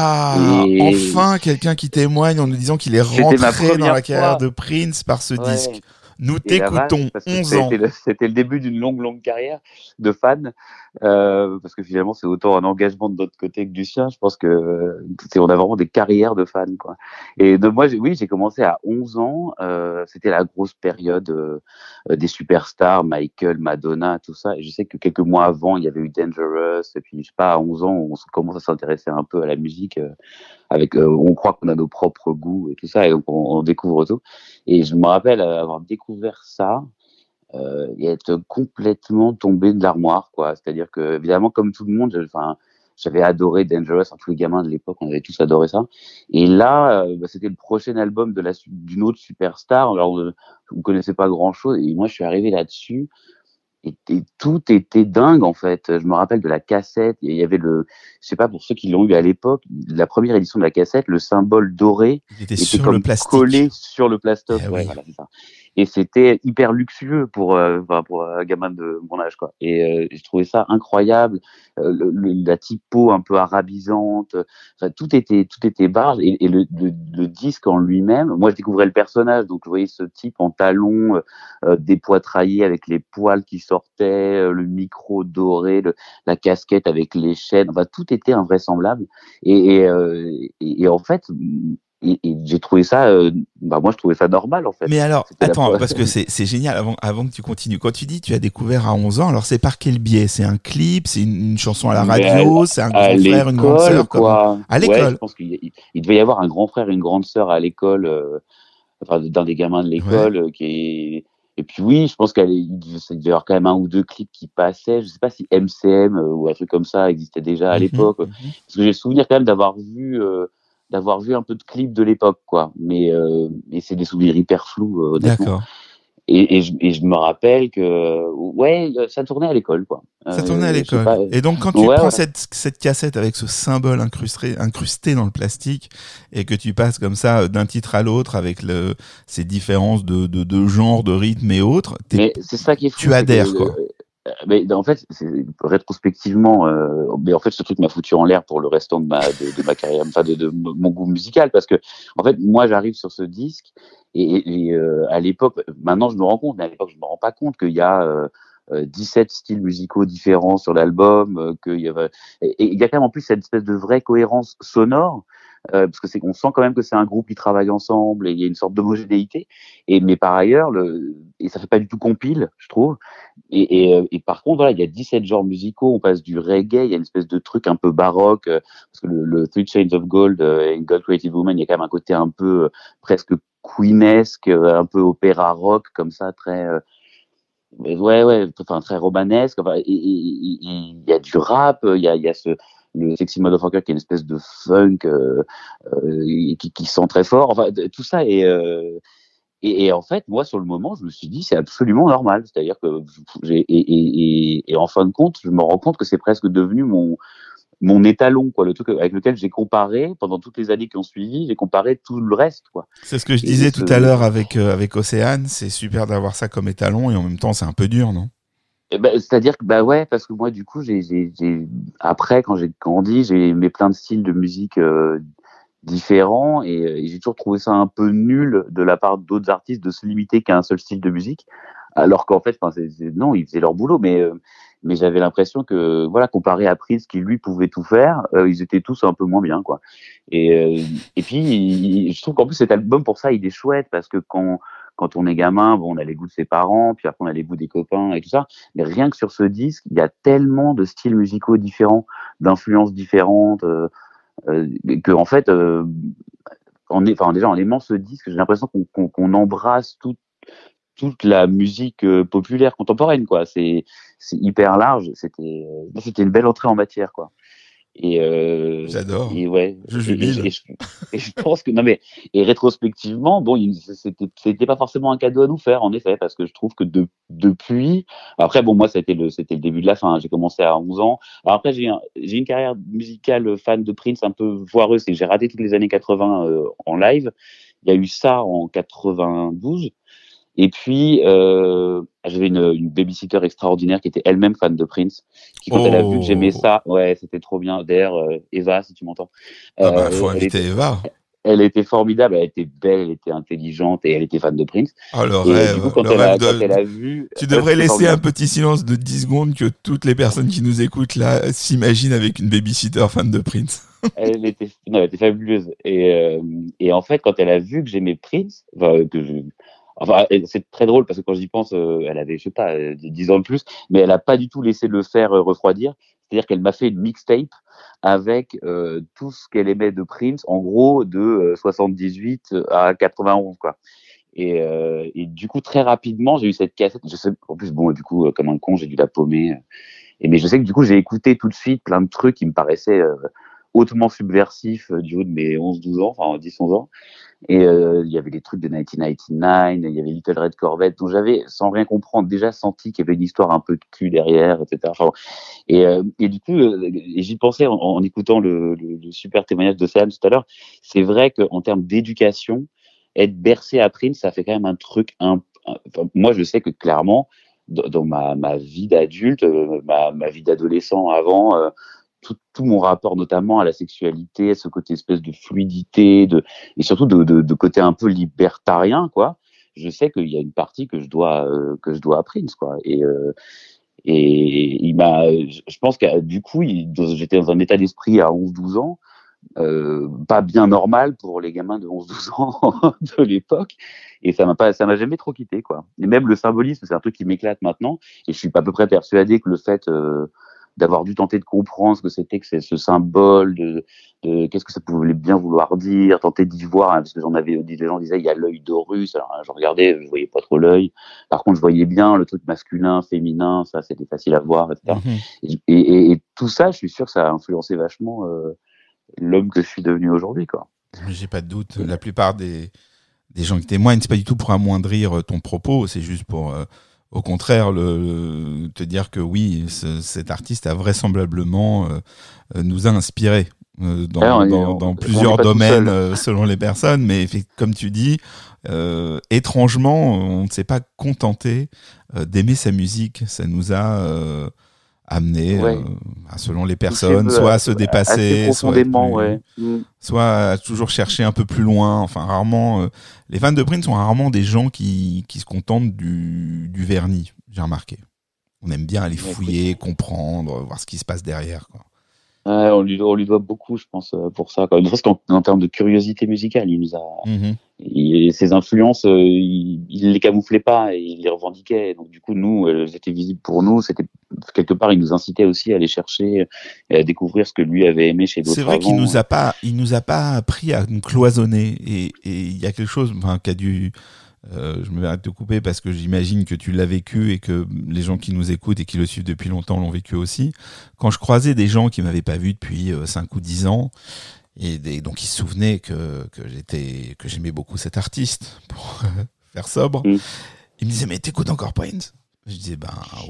Ah, Et enfin quelqu'un qui témoigne en nous disant qu'il est C'était ma rentré dans première la carrière fois. de Prince par ce Ouais. disque. Nous Et la vache, t'écoutons, parce que onze ans. c'était le, c'était le début d'une longue, longue carrière de fan, euh, parce que finalement, c'est autant un engagement de notre côté que du sien. Je pense que euh, c'est, on a vraiment des carrières de fans, quoi. Et de moi, j'ai, oui, j'ai commencé à onze ans. Euh, c'était la grosse période euh, euh, des superstars, Michael, Madonna, tout ça. Et je sais que quelques mois avant, il y avait eu Dangerous. Et puis, je sais pas, à onze ans, on se- commence à s'intéresser un peu à la musique. euh, avec, euh, on croit qu'on a nos propres goûts et tout ça, et donc on, on découvre tout. Et je me rappelle euh, avoir découvert ça euh, et être complètement tombé de l'armoire, quoi. C'est-à-dire que, évidemment, comme tout le monde, je- enfin, j'avais adoré Dangerous, hein, tous les gamins de l'époque, on avait tous adoré ça. Et là, euh, bah, c'était le prochain album de la su- d'une autre superstar. Alors, euh, je ne connaissais pas grand-chose, et moi, je suis arrivé là-dessus. Et, et tout était dingue, en fait. Je me rappelle de la cassette. Il y avait le, je sais pas, pour ceux qui l'ont eu à l'époque, la première édition de la cassette, le symbole doré Il était était sur comme le plastique. collé sur le plastoc. Eh Ouais, oui. voilà, c'est ça. Et c'était hyper luxueux pour, euh, enfin, pour un gamin de mon âge, quoi. Et euh, j'ai trouvé ça incroyable. Euh, le, le- la typo un peu arabisante. Enfin, tout était, tout était barge. Et, et le, le, le disque en lui-même, moi, je découvrais le personnage. Donc, je voyais ce type en talons, euh, euh, dépoitraillé avec les poils qui sortaient, euh, le micro doré, le, la casquette avec les chaînes. Enfin, tout était invraisemblable. Et, et, euh, et, et en fait, et, et j'ai trouvé ça, euh, bah moi je trouvais ça normal en fait. Mais alors, C'était la attends, fois- parce que c'est c'est génial, avant, avant que tu continues. Quand tu dis tu as découvert à onze ans, alors c'est par quel biais? C'est un clip, c'est une, une chanson à la Mais radio, c'est un grand à frère, une grande l'école, sœur comment? quoi. À Ouais, l'école. je pense qu'il y a- il, il devait y avoir un grand frère et une grande sœur à l'école, euh, enfin d'un des gamins de l'école, euh, qui est. Et puis oui, je pense qu'il devait y avoir quand même un ou deux clips qui passaient. Je sais pas si M C M euh, ou un truc comme ça existait déjà à Mhm, l'époque. mhm. Parce que j'ai le souvenir quand même d'avoir vu, euh, d'avoir vu un peu de clips de l'époque, quoi. Mais, euh, mais c'est des souvenirs hyper flous, euh, honnêtement. D'accord. Et, et, je, et je me rappelle que, ouais, ça tournait à l'école, quoi. Ça tournait à Euh, je sais l'école. pas. Et donc, quand tu Ouais, prends ouais. cette, cette cassette avec ce symbole incrusté, incrusté dans le plastique et que tu passes comme ça d'un titre à l'autre avec le, ces différences de, de, de genre, de rythme et autres, t'es- Mais c'est ça qui est fou. tu c'est que, adhères, quoi. euh, Mais en fait, c'est, rétrospectivement, euh, mais en fait, ce truc m'a foutu en l'air pour le restant de ma de, de ma carrière, enfin de, de mon goût musical, parce que en fait, moi, j'arrive sur ce disque et, et, et, euh, à l'époque, maintenant, je me rends compte, mais à l'époque, je me rends pas compte qu'il y a euh, euh, dix-sept styles musicaux différents sur l'album, euh, qu'il y avait, et, et il y a quand même en plus cette espèce de vraie cohérence sonore. Euh, parce que c'est qu'on sent quand même que c'est un groupe qui travaille ensemble et il y a une sorte d'homogénéité. Et mais par ailleurs, le et ça fait pas du tout compile, je trouve. Et, et, euh, et par contre, voilà, il y a dix-sept genres musicaux. On passe du reggae, il y a une espèce de truc un peu baroque, euh, parce que le, le Three Chains of Gold euh, et God Creative Woman, il y a quand même un côté un peu euh, presque queenesque, euh, un peu opéra rock comme ça, très euh, ouais, ouais, enfin très romanesque. Enfin, et- et- et- et il y a du rap, il y a, il y a ce le Sexy Motherfucker qui est une espèce de funk euh, euh, qui, qui sent très fort. Enfin, tout ça est euh, Et, et en fait, moi, sur le moment, je me suis dit, c'est absolument normal. C'est-à-dire que, j'ai, et, et, et, et en fin de compte, je me rends compte que c'est presque devenu mon, mon étalon, quoi, le truc avec lequel j'ai comparé pendant toutes les années qui ont suivi, j'ai comparé tout le reste, quoi. C'est ce que je Et disais ce- tout à l'heure avec euh, avec Océane. C'est super d'avoir ça comme étalon et en même temps, c'est un peu dur, non? Eh ben, c'est-à-dire que, bah ouais, parce que moi, du coup, j'ai, j'ai, j'ai, après, quand j'ai grandi, j'ai aimé plein de styles de musique euh, différents et, euh, et j'ai toujours trouvé ça un peu nul de la part d'autres artistes de se limiter qu'à un seul style de musique, alors qu'en fait, enfin, c'est, c'est, non, ils faisaient leur boulot, mais euh, mais j'avais l'impression que, voilà, comparé à Prince qui lui pouvait tout faire, euh, ils étaient tous un peu moins bien, quoi. Et euh, et puis, il- je trouve qu'en plus cet album pour ça, il est chouette parce que quand quand on est gamin, bon, on a les goûts de ses parents, puis après on a les goûts des copains et tout ça. Mais rien que sur ce disque, il y a tellement de styles musicaux différents, d'influences différentes. Euh, euh, que en fait euh, en est, enfin déjà en aimant ce disque, j'ai l'impression qu'on, qu'on, qu'on embrasse toute toute la musique euh, populaire contemporaine, quoi. C'est c'est hyper large. C'était euh, c'était une belle entrée en matière, quoi. Et euh, J'adore. et ouais. Je Et, jubile. et, et, je, et je pense que non mais et rétrospectivement, bon, il, c'était c'était pas forcément un cadeau à nous faire, en effet, parce que je trouve que de, depuis. Après, bon, moi, c'était le c'était le début de la fin. J'ai commencé à onze ans. Alors après, j'ai un, j'ai une carrière musicale fan de Prince un peu voireuse, c'est que j'ai raté toutes les années quatre-vingts euh, en live. Il y a eu ça en quatre-vingt-douze. Et puis, euh, j'avais une, une babysitter extraordinaire qui était elle-même fan de Prince, qui quand Oh. elle a vu que j'aimais ça, ouais, c'était trop bien. D'ailleurs, euh, Eva, si tu m'entends, Ah bah, euh, faut elle, inviter était, Eva. elle était formidable, elle était belle, elle était intelligente et elle était fan de Prince. Oh, le Et rêve. du coup, quand, le elle rêve a, de... quand elle a vu, Tu devrais c'était laisser formidable. un petit silence de dix secondes que toutes les personnes qui nous écoutent là s'imaginent avec une babysitter fan de Prince. Elle était, non, elle était fabuleuse. Et, euh, et en fait, quand elle a vu que j'aimais Prince, enfin, que je, enfin, c'est très drôle parce que quand j'y pense, euh, elle avait, je sais pas, euh, dix ans de plus, mais elle a pas du tout laissé le fer euh, refroidir. C'est-à-dire qu'elle m'a fait une mixtape avec euh, tout ce qu'elle aimait de Prince, en gros, de euh, soixante-dix-huit à quatre-vingt-onze, quoi. Et, euh, et du coup, très rapidement, j'ai eu cette cassette. Je sais, en plus, bon, du coup, euh, comme un con, j'ai dû la paumer. Et mais je sais que du coup, j'ai écouté tout de suite plein de trucs qui me paraissaient euh, hautement subversifs euh, du haut de mes onze douze ans, enfin dix onze ans. Et euh, il y avait des trucs de dix-neuf quatre-vingt-dix-neuf, il y avait Little Red Corvette, dont j'avais, sans rien comprendre, déjà senti qu'il y avait une histoire un peu de cul derrière, et cetera. Enfin, et, euh, et du coup, euh, et j'y pensais en, en écoutant le, le, le super témoignage d'Océane tout à l'heure. C'est vrai qu'en termes d'éducation, être bercé à Prince, ça fait quand même un truc. Un, un, enfin, moi, je sais que clairement, dans, dans ma, ma vie d'adulte, euh, ma, ma vie d'adolescent avant, euh, tout, tout mon rapport notamment à la sexualité, à ce côté espèce de fluidité, de, et surtout de, de, de côté un peu libertarien, quoi. Je sais qu'il y a une partie que je dois euh, que je dois à Prince, quoi. Et euh, et il m'a, je pense que du coup, il, j'étais dans un état d'esprit à onze douze ans, euh, pas bien normal pour les gamins de onze douze ans de l'époque, et ça m'a pas, ça m'a jamais trop quitté, quoi. Et même le symbolisme, c'est un truc qui m'éclate maintenant, et je suis à peu près persuadé que le fait euh, d'avoir dû tenter de comprendre ce que c'était que c'est ce symbole de, de qu'est-ce que ça pouvait bien vouloir dire, tenter d'y voir, hein, parce que j'en avais dit, les gens disaient il y a l'œil d'Horus, alors je regardais, je voyais pas trop l'œil, par contre je voyais bien le truc masculin, féminin, ça c'était facile à voir, et cetera. Mm-hmm. Et, et, et tout ça, je suis sûr que ça a influencé vachement euh, l'homme que je suis devenu aujourd'hui, quoi. J'ai pas de doute. La plupart des, des gens qui témoignent, c'est pas du tout pour amoindrir ton propos, c'est juste pour, euh, au contraire, le, le, te dire que oui, ce, cet artiste a vraisemblablement euh, nous a inspiré euh, dans, Alors, dans, on, dans on plusieurs pas domaines euh, selon les personnes, mais comme tu dis, euh, étrangement, on ne s'est pas contenté euh, d'aimer sa musique. Ça nous a euh, amené, ouais. euh, selon les personnes, Touché, soit euh, à se dépasser, assez soit, profondément, plus, ouais. Mm. soit à toujours chercher un peu plus loin. Enfin, rarement, euh, les fans de Prince sont rarement des gens qui, qui se contentent du, du vernis, j'ai remarqué. On aime bien aller fouiller, comprendre, voir ce qui se passe derrière, quoi. Ouais, on lui, on lui doit beaucoup, je pense, pour ça. Quoi. Parce qu'en en termes de curiosité musicale, il nous a, mm-hmm. il, ses influences, euh, il, il les camouflait pas et il les revendiquait. Donc du coup, nous, elles étaient visibles pour nous. C'était quelque part, il nous incitait aussi à aller chercher, et à découvrir ce que lui avait aimé chez d'autres. C'est vrai avant. qu'il nous a pas, il nous a pas appris à nous cloisonner. Et, et il y a quelque chose, enfin, qui a dû Euh, je me vais te couper parce que j'imagine que tu l'as vécu et que les gens qui nous écoutent et qui le suivent depuis longtemps l'ont vécu aussi. Quand je croisais des gens qui m'avaient pas vu depuis cinq ou dix ans, et des, donc ils se souvenaient que, que, j'étais, que j'aimais beaucoup cet artiste, pour faire sobre, Mm. ils me disaient « Mais t'écoutes encore Prince ?» Je disais « Ben oui. »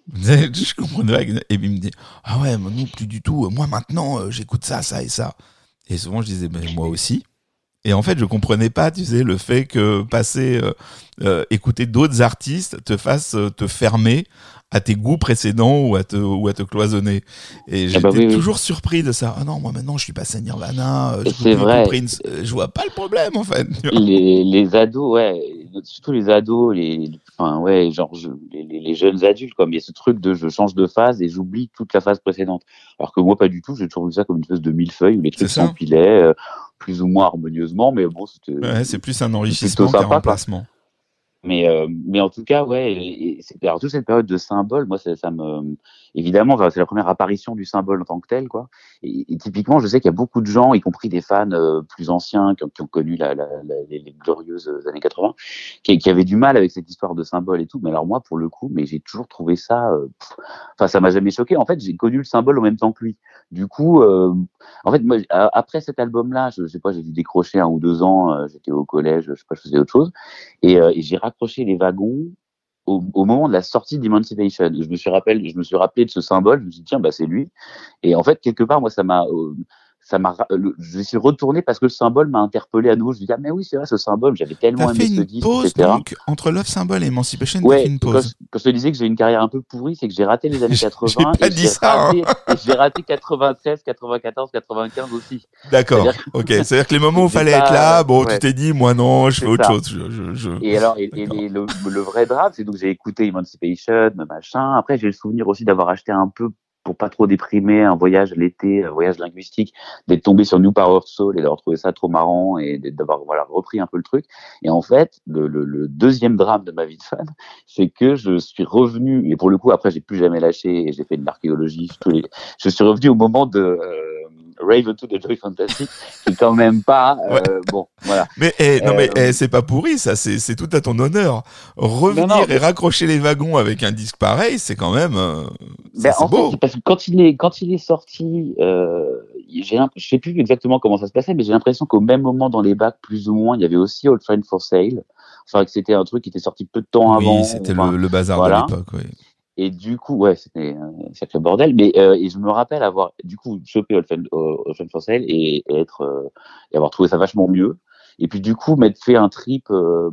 Je comprenais. Et il me disait « Ah ouais, moi non, plus du tout. Moi maintenant, euh, j'écoute ça, ça et ça. » Et souvent je disais « Ben moi aussi. » Et en fait, je comprenais pas, tu sais, le fait que passer, euh, euh, écouter d'autres artistes te fasse euh, te fermer à tes goûts précédents ou à te, ou à te cloisonner. Et j'étais Ah bah oui, oui. toujours surpris de ça. Ah non, moi maintenant, je suis passé Nirvana, euh, j'écoute C'est plus vrai. Prince. Euh, Je vois pas le problème, en fait. tu vois. Les, les ados, ouais, surtout les ados, les, enfin, ouais, genre, je- les, les- les jeunes adultes, comme il y a ce truc de je change de phase et j'oublie toute la phase précédente. Alors que moi, pas du tout, j'ai toujours vu ça comme une espèce de millefeuille où les trucs C'est ça. s'empilaient, euh, plus ou moins harmonieusement, mais bon, c'était Ouais, c'est plus un plutôt enrichissement qu'un sympa, quoi. remplacement. Mais, euh, mais en tout cas, ouais, et, et c'est, alors toute cette période de symbole, moi, ça, ça me, évidemment, enfin, c'est la première apparition du symbole en tant que tel, quoi. Et, et typiquement, je sais qu'il y a beaucoup de gens, y compris des fans euh, plus anciens, qui ont, qui ont connu la, la, la, les, les glorieuses années quatre-vingts, qui, qui avaient du mal avec cette histoire de symbole et tout. Mais alors moi, pour le coup, mais j'ai toujours trouvé ça, euh, pff, enfin, ça m'a jamais choqué. En fait, j'ai connu le symbole en même temps que lui. Du coup, euh, en fait, moi, a- après cet album-là, je, je sais pas, j'ai dû décrocher un ou deux ans. euh, j'étais au collège, je sais pas, je faisais autre chose. Et, euh, et j'ai raccroché les wagons au, au moment de la sortie d'Emancipation. Je me suis rappelé, je me suis rappelé de ce symbole. Je me suis dit tiens, bah c'est lui. Et en fait, quelque part, moi, ça m'a, euh, ça m'a, ra- le- je suis retourné parce que le symbole m'a interpellé à nouveau. Je me suis dit ah mais oui, c'est vrai, ce symbole, j'avais T'as tellement aimé fait ce une disque, pause, et cetera. donc, entre Love Symbol et Emancipation, t'as fait Ouais, une quand pause. je, quand je te disais que j'ai une carrière un peu pourrie, c'est que j'ai raté les années J'ai quatre-vingts pas et dit j'ai ça, hein. raté, et j'ai raté quatre-vingt-treize, quatre-vingt-quatorze, quatre-vingt-quinze aussi. D'accord. C'est-à-dire Ok. C'est-à-dire que les moments où il j'ai fallait être là, pas, bon, tu ouais, t'es dit, moi non, je fais c'est autre ça. chose. Je, je, je... Et alors, et, et D'accord. les- le, le vrai drame, c'est donc j'ai écouté Emancipation, machin. Après, j'ai le souvenir aussi d'avoir acheté un peu pour pas trop déprimer un voyage l'été, un voyage linguistique, d'être tombé sur New Power Soul et d'avoir trouvé ça trop marrant et d'être- d'avoir voilà repris un peu le truc. Et en fait, le, le, le deuxième drame de ma vie de fan, c'est que je suis revenu et pour le coup après j'ai plus jamais lâché et j'ai fait de l'archéologie. Tous les... Je suis revenu au moment de euh, Rave to the Joy Fantastic, qui est quand même pas Ouais. euh, bon, voilà. Mais eh, non, mais Euh, eh, c'est pas pourri, ça. C'est c'est tout à ton honneur. Revenir non, non, et mais- raccrocher les wagons avec un disque pareil, c'est quand même. euh, ça, Ben, c'est en fait, beau. c'est parce que quand il est, quand il est sorti, euh, j'ai l'imp- je sais plus exactement comment ça se passait, mais j'ai l'impression qu'au même moment dans les bacs, plus ou moins, il y avait aussi Old Friend for Sale. Enfin, que c'était un truc qui était sorti peu de temps avant. Oui, c'était Enfin, le, le bazar voilà. de l'époque. Oui. Et du coup, ouais, c'était un sacré bordel. Mais euh, et je me rappelle avoir, du coup, chopé Old Friend, euh, Old Friend for Sale et, et être, euh, et avoir trouvé ça vachement mieux. Et puis du coup, m'être fait un trip euh,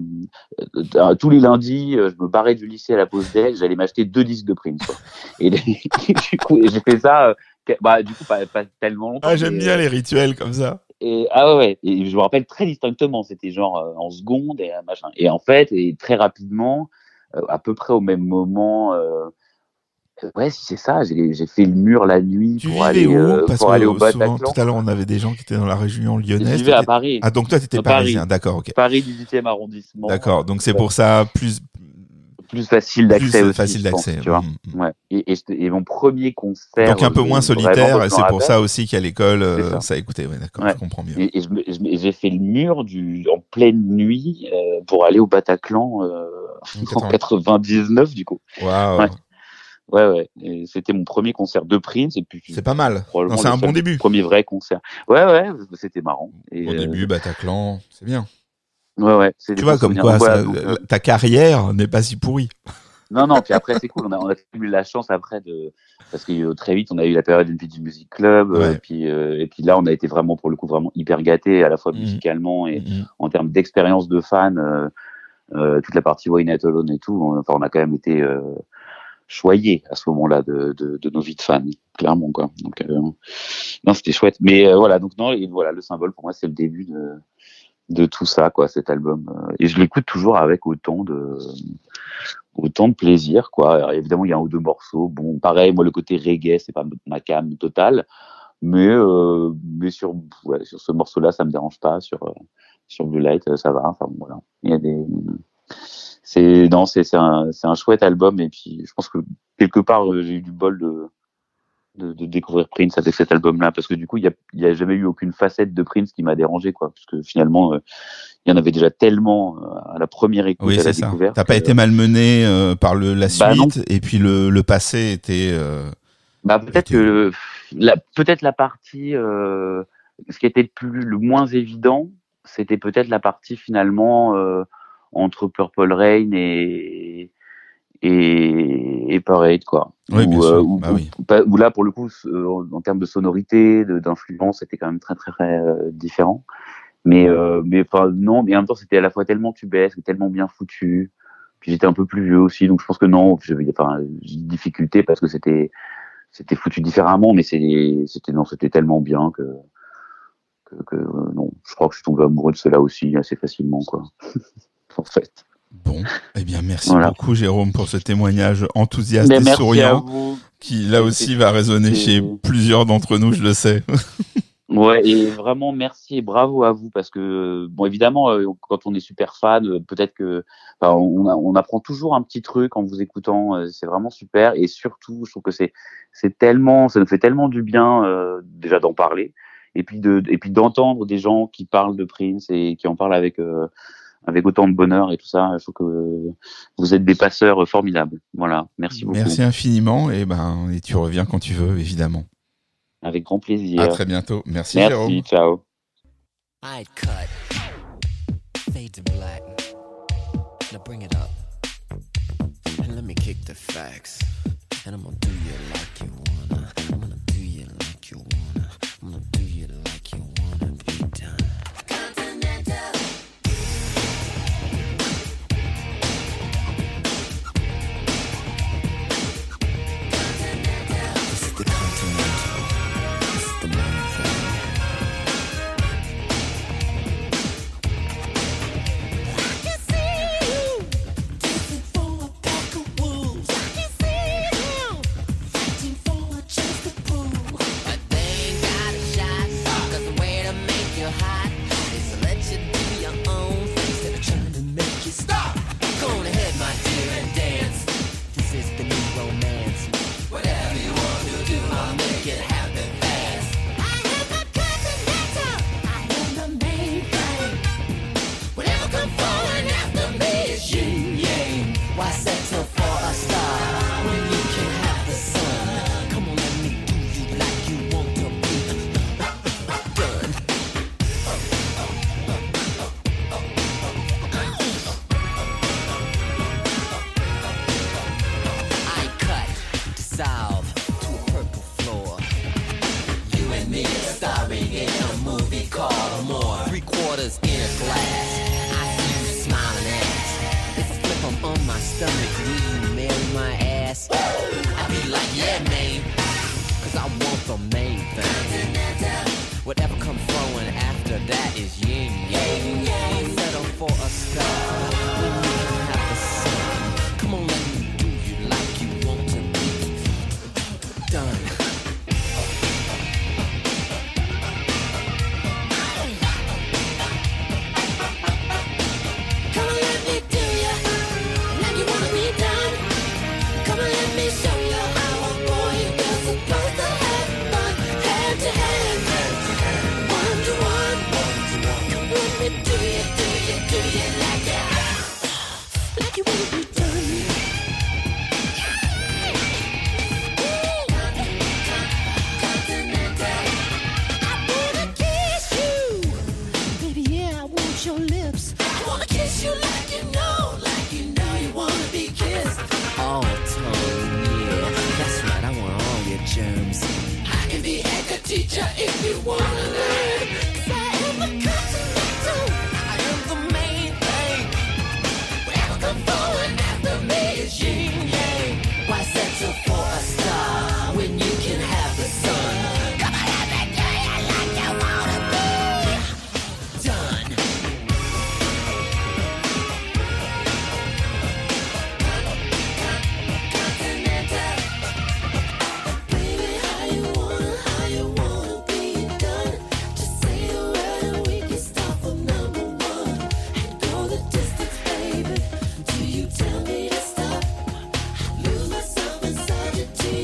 euh, tous les lundis, euh, je me barrais du lycée à la pause déj, j'allais m'acheter deux disques de Prince. Quoi. Et du coup, et j'ai fait ça, euh, que- bah du coup pas, pas tellement longtemps. Ah, j'aime mais, bien euh, les rituels comme ça. et ah ouais, ouais. Et je me rappelle très distinctement, c'était genre euh, en seconde et euh, machin. Et en fait, et très rapidement, euh, à peu près au même moment. Euh, Ouais, si c'est ça. J'ai j'ai fait le mur la nuit Tu pour vivais aller où? euh, Parce pour aller au que souvent, Bataclan. tout à l'heure, on avait des gens qui étaient dans la région Je lyonnaise. vivais à T'étais- Paris, Ah, donc toi, t'étais à Paris, parisien. D'accord, ok. Paris dix-huitième arrondissement. D'accord. Donc c'est Ouais. pour ça plus Plus facile plus d'accès aussi, facile je pense, d'accès. tu vois. Mm. Ouais. Et, et, j'étais- et mon premier concert. Donc un peu euh, moins vraiment, solitaire, je et me c'est pour rappelle. ça aussi qu'à l'école, C'est euh, ça. ça écoutait. Ouais, d'accord, Ouais. je comprends mieux. Et, et je me- je me- j'ai fait le mur du en pleine nuit euh, pour aller au Bataclan euh, en quatre-vingt-dix-neuf du coup. Waouh, Ouais. Ouais, ouais. Et c'était mon premier concert de Prince et puis c'est pas mal. probablement Non, c'est le un bon seul début. premier vrai concert. Ouais, ouais, c'était marrant. Et, Bon euh, début, Bataclan, c'est bien. ouais, ouais. C'est des Tu vois, bons comme souvenirs. quoi, Donc, voilà, ça- donc, euh, ta carrière n'est pas si pourrie. non, non, puis après, c'est cool. On a, on a eu la chance après de. Parce que euh, très vite, on a eu la période N P G Music Club. euh, Ouais. puis, euh, et puis là, on a été vraiment, pour le coup, vraiment hyper gâtés, à la fois Mhm. musicalement et Mhm. en termes d'expérience de fan. Euh, euh, toute la partie Why Not Alone et tout. On, enfin, on a quand même été euh, choyés à ce moment-là de, de, de nos vies de fans, clairement, quoi. Donc, euh, non, c'était chouette. Mais euh, voilà, donc, non, et voilà, le symbole, pour moi, c'est le début de, de tout ça, quoi, cet album. Euh, Et je l'écoute toujours avec autant de. autant de plaisir, quoi. Alors, évidemment, il y a un ou deux morceaux. Bon, pareil, moi, le côté reggae, c'est pas ma cam totale, mais euh, mais sur ouais, sur ce morceau-là, ça me dérange pas. Sur euh, sur Blue Light, euh, ça va. Enfin bon, voilà. Il y a des c'est non, c'est c'est un c'est un chouette album et puis je pense que quelque part euh, j'ai eu du bol de de, de découvrir Prince avec cet album-là, parce que du coup, il y a, il y a jamais eu aucune facette de Prince qui m'a dérangé, quoi, parce que finalement, euh, il y en avait déjà tellement euh, à la première écoute, Oui, à la c'est ça. découverte. T'as pas que, été malmené euh, par le, la Bah non. suite, et puis le, le passé était. Euh, Bah peut-être était- que la, peut-être la partie, euh, ce qui était le plus, le moins évident, c'était peut-être la partie finalement euh, entre Purple Rain et et, et Parade, quoi. Oui, bien où, sûr. euh, où, Bah où- oui. pas- où là, pour le coup, euh, en, en termes de sonorité, de- d'influence, c'était quand même très très, très euh, différent. Mais euh, mais enfin non, mais en même temps, c'était à la fois tellement tubesque, tellement bien foutu. Puis j'étais un peu plus vieux aussi, donc je pense que non, j'avais enfin j'ai des difficultés parce que c'était c'était foutu différemment, mais c'est c'était non, c'était tellement bien que que, que euh, non, je crois que je suis tombé amoureux de cela aussi assez facilement, quoi. En fait. Bon, eh bien, merci Voilà. beaucoup, Jérôme, pour ce témoignage enthousiaste Mais et merci à souriant, vous. qui là Et aussi c'est- va résonner c'est- chez plusieurs d'entre nous, je le sais. Ouais, et vraiment merci et bravo à vous parce que bon évidemment euh, quand on est super fan, euh, peut-être que enfin, on, a- on apprend toujours un petit truc en vous écoutant, euh, c'est vraiment super et surtout je trouve que c'est c'est tellement ça nous fait tellement du bien euh, déjà d'en parler et puis de et puis d'entendre des gens qui parlent de Prince et qui en parlent avec euh, avec autant de bonheur et tout ça. Je trouve que vous êtes des passeurs formidables. Voilà, merci beaucoup. Merci infiniment, et ben, et tu reviens quand tu veux, évidemment. Avec grand plaisir. À très bientôt. Merci, Jérôme. Merci, ciao. I'd cut. Fade to black. Now bring it up. And let me kick the facts. And I'm gonna do you like you wanna. I'm gonna do you like you wanna. I'm gonna do you like you wanna be done. Continental. This is the Continental. This is the main thing. Why settle for a star when you can have the sun? Come on, let me do you like you want to be done. I cut, dissolve to a purple floor. You and me are starring in a movie called More. Three quarters in a glass. I see you smiling ass. If I flip 'em on my stomach, will you marry my ass? I'd be like, yeah, man. Cause I want the main thing. Whatever comes flowing after that is yin yang. Why settle for a star when you can have the sun? Come on, let me do you like you want to be done. Come on, let me do ya like you wanna be done. Come on, let me show you how a boy and girl's supposed to have fun. Hand to hand, one to one. Come let me do ya, do ya, do ya like ya, like you wanna be done. I wanna kiss you. Baby, yeah, I want your lips. I wanna kiss you like you know, like you know you wanna be kissed. All tongue, yeah, that's right, I want all your germs. I can be heck a teacher if you wanna learn. 'Cause I am the continental, I am the main thing. Whatever come forward after me is yin yang. Why settle for a star when you can have the sun? Come on, let me do you like you wanna be done. Baby, how you wanna, how you wanna be done? Just say the word and we can start from number one and go the distance, baby. Do you tell me to stop? I lose myself inside your tears.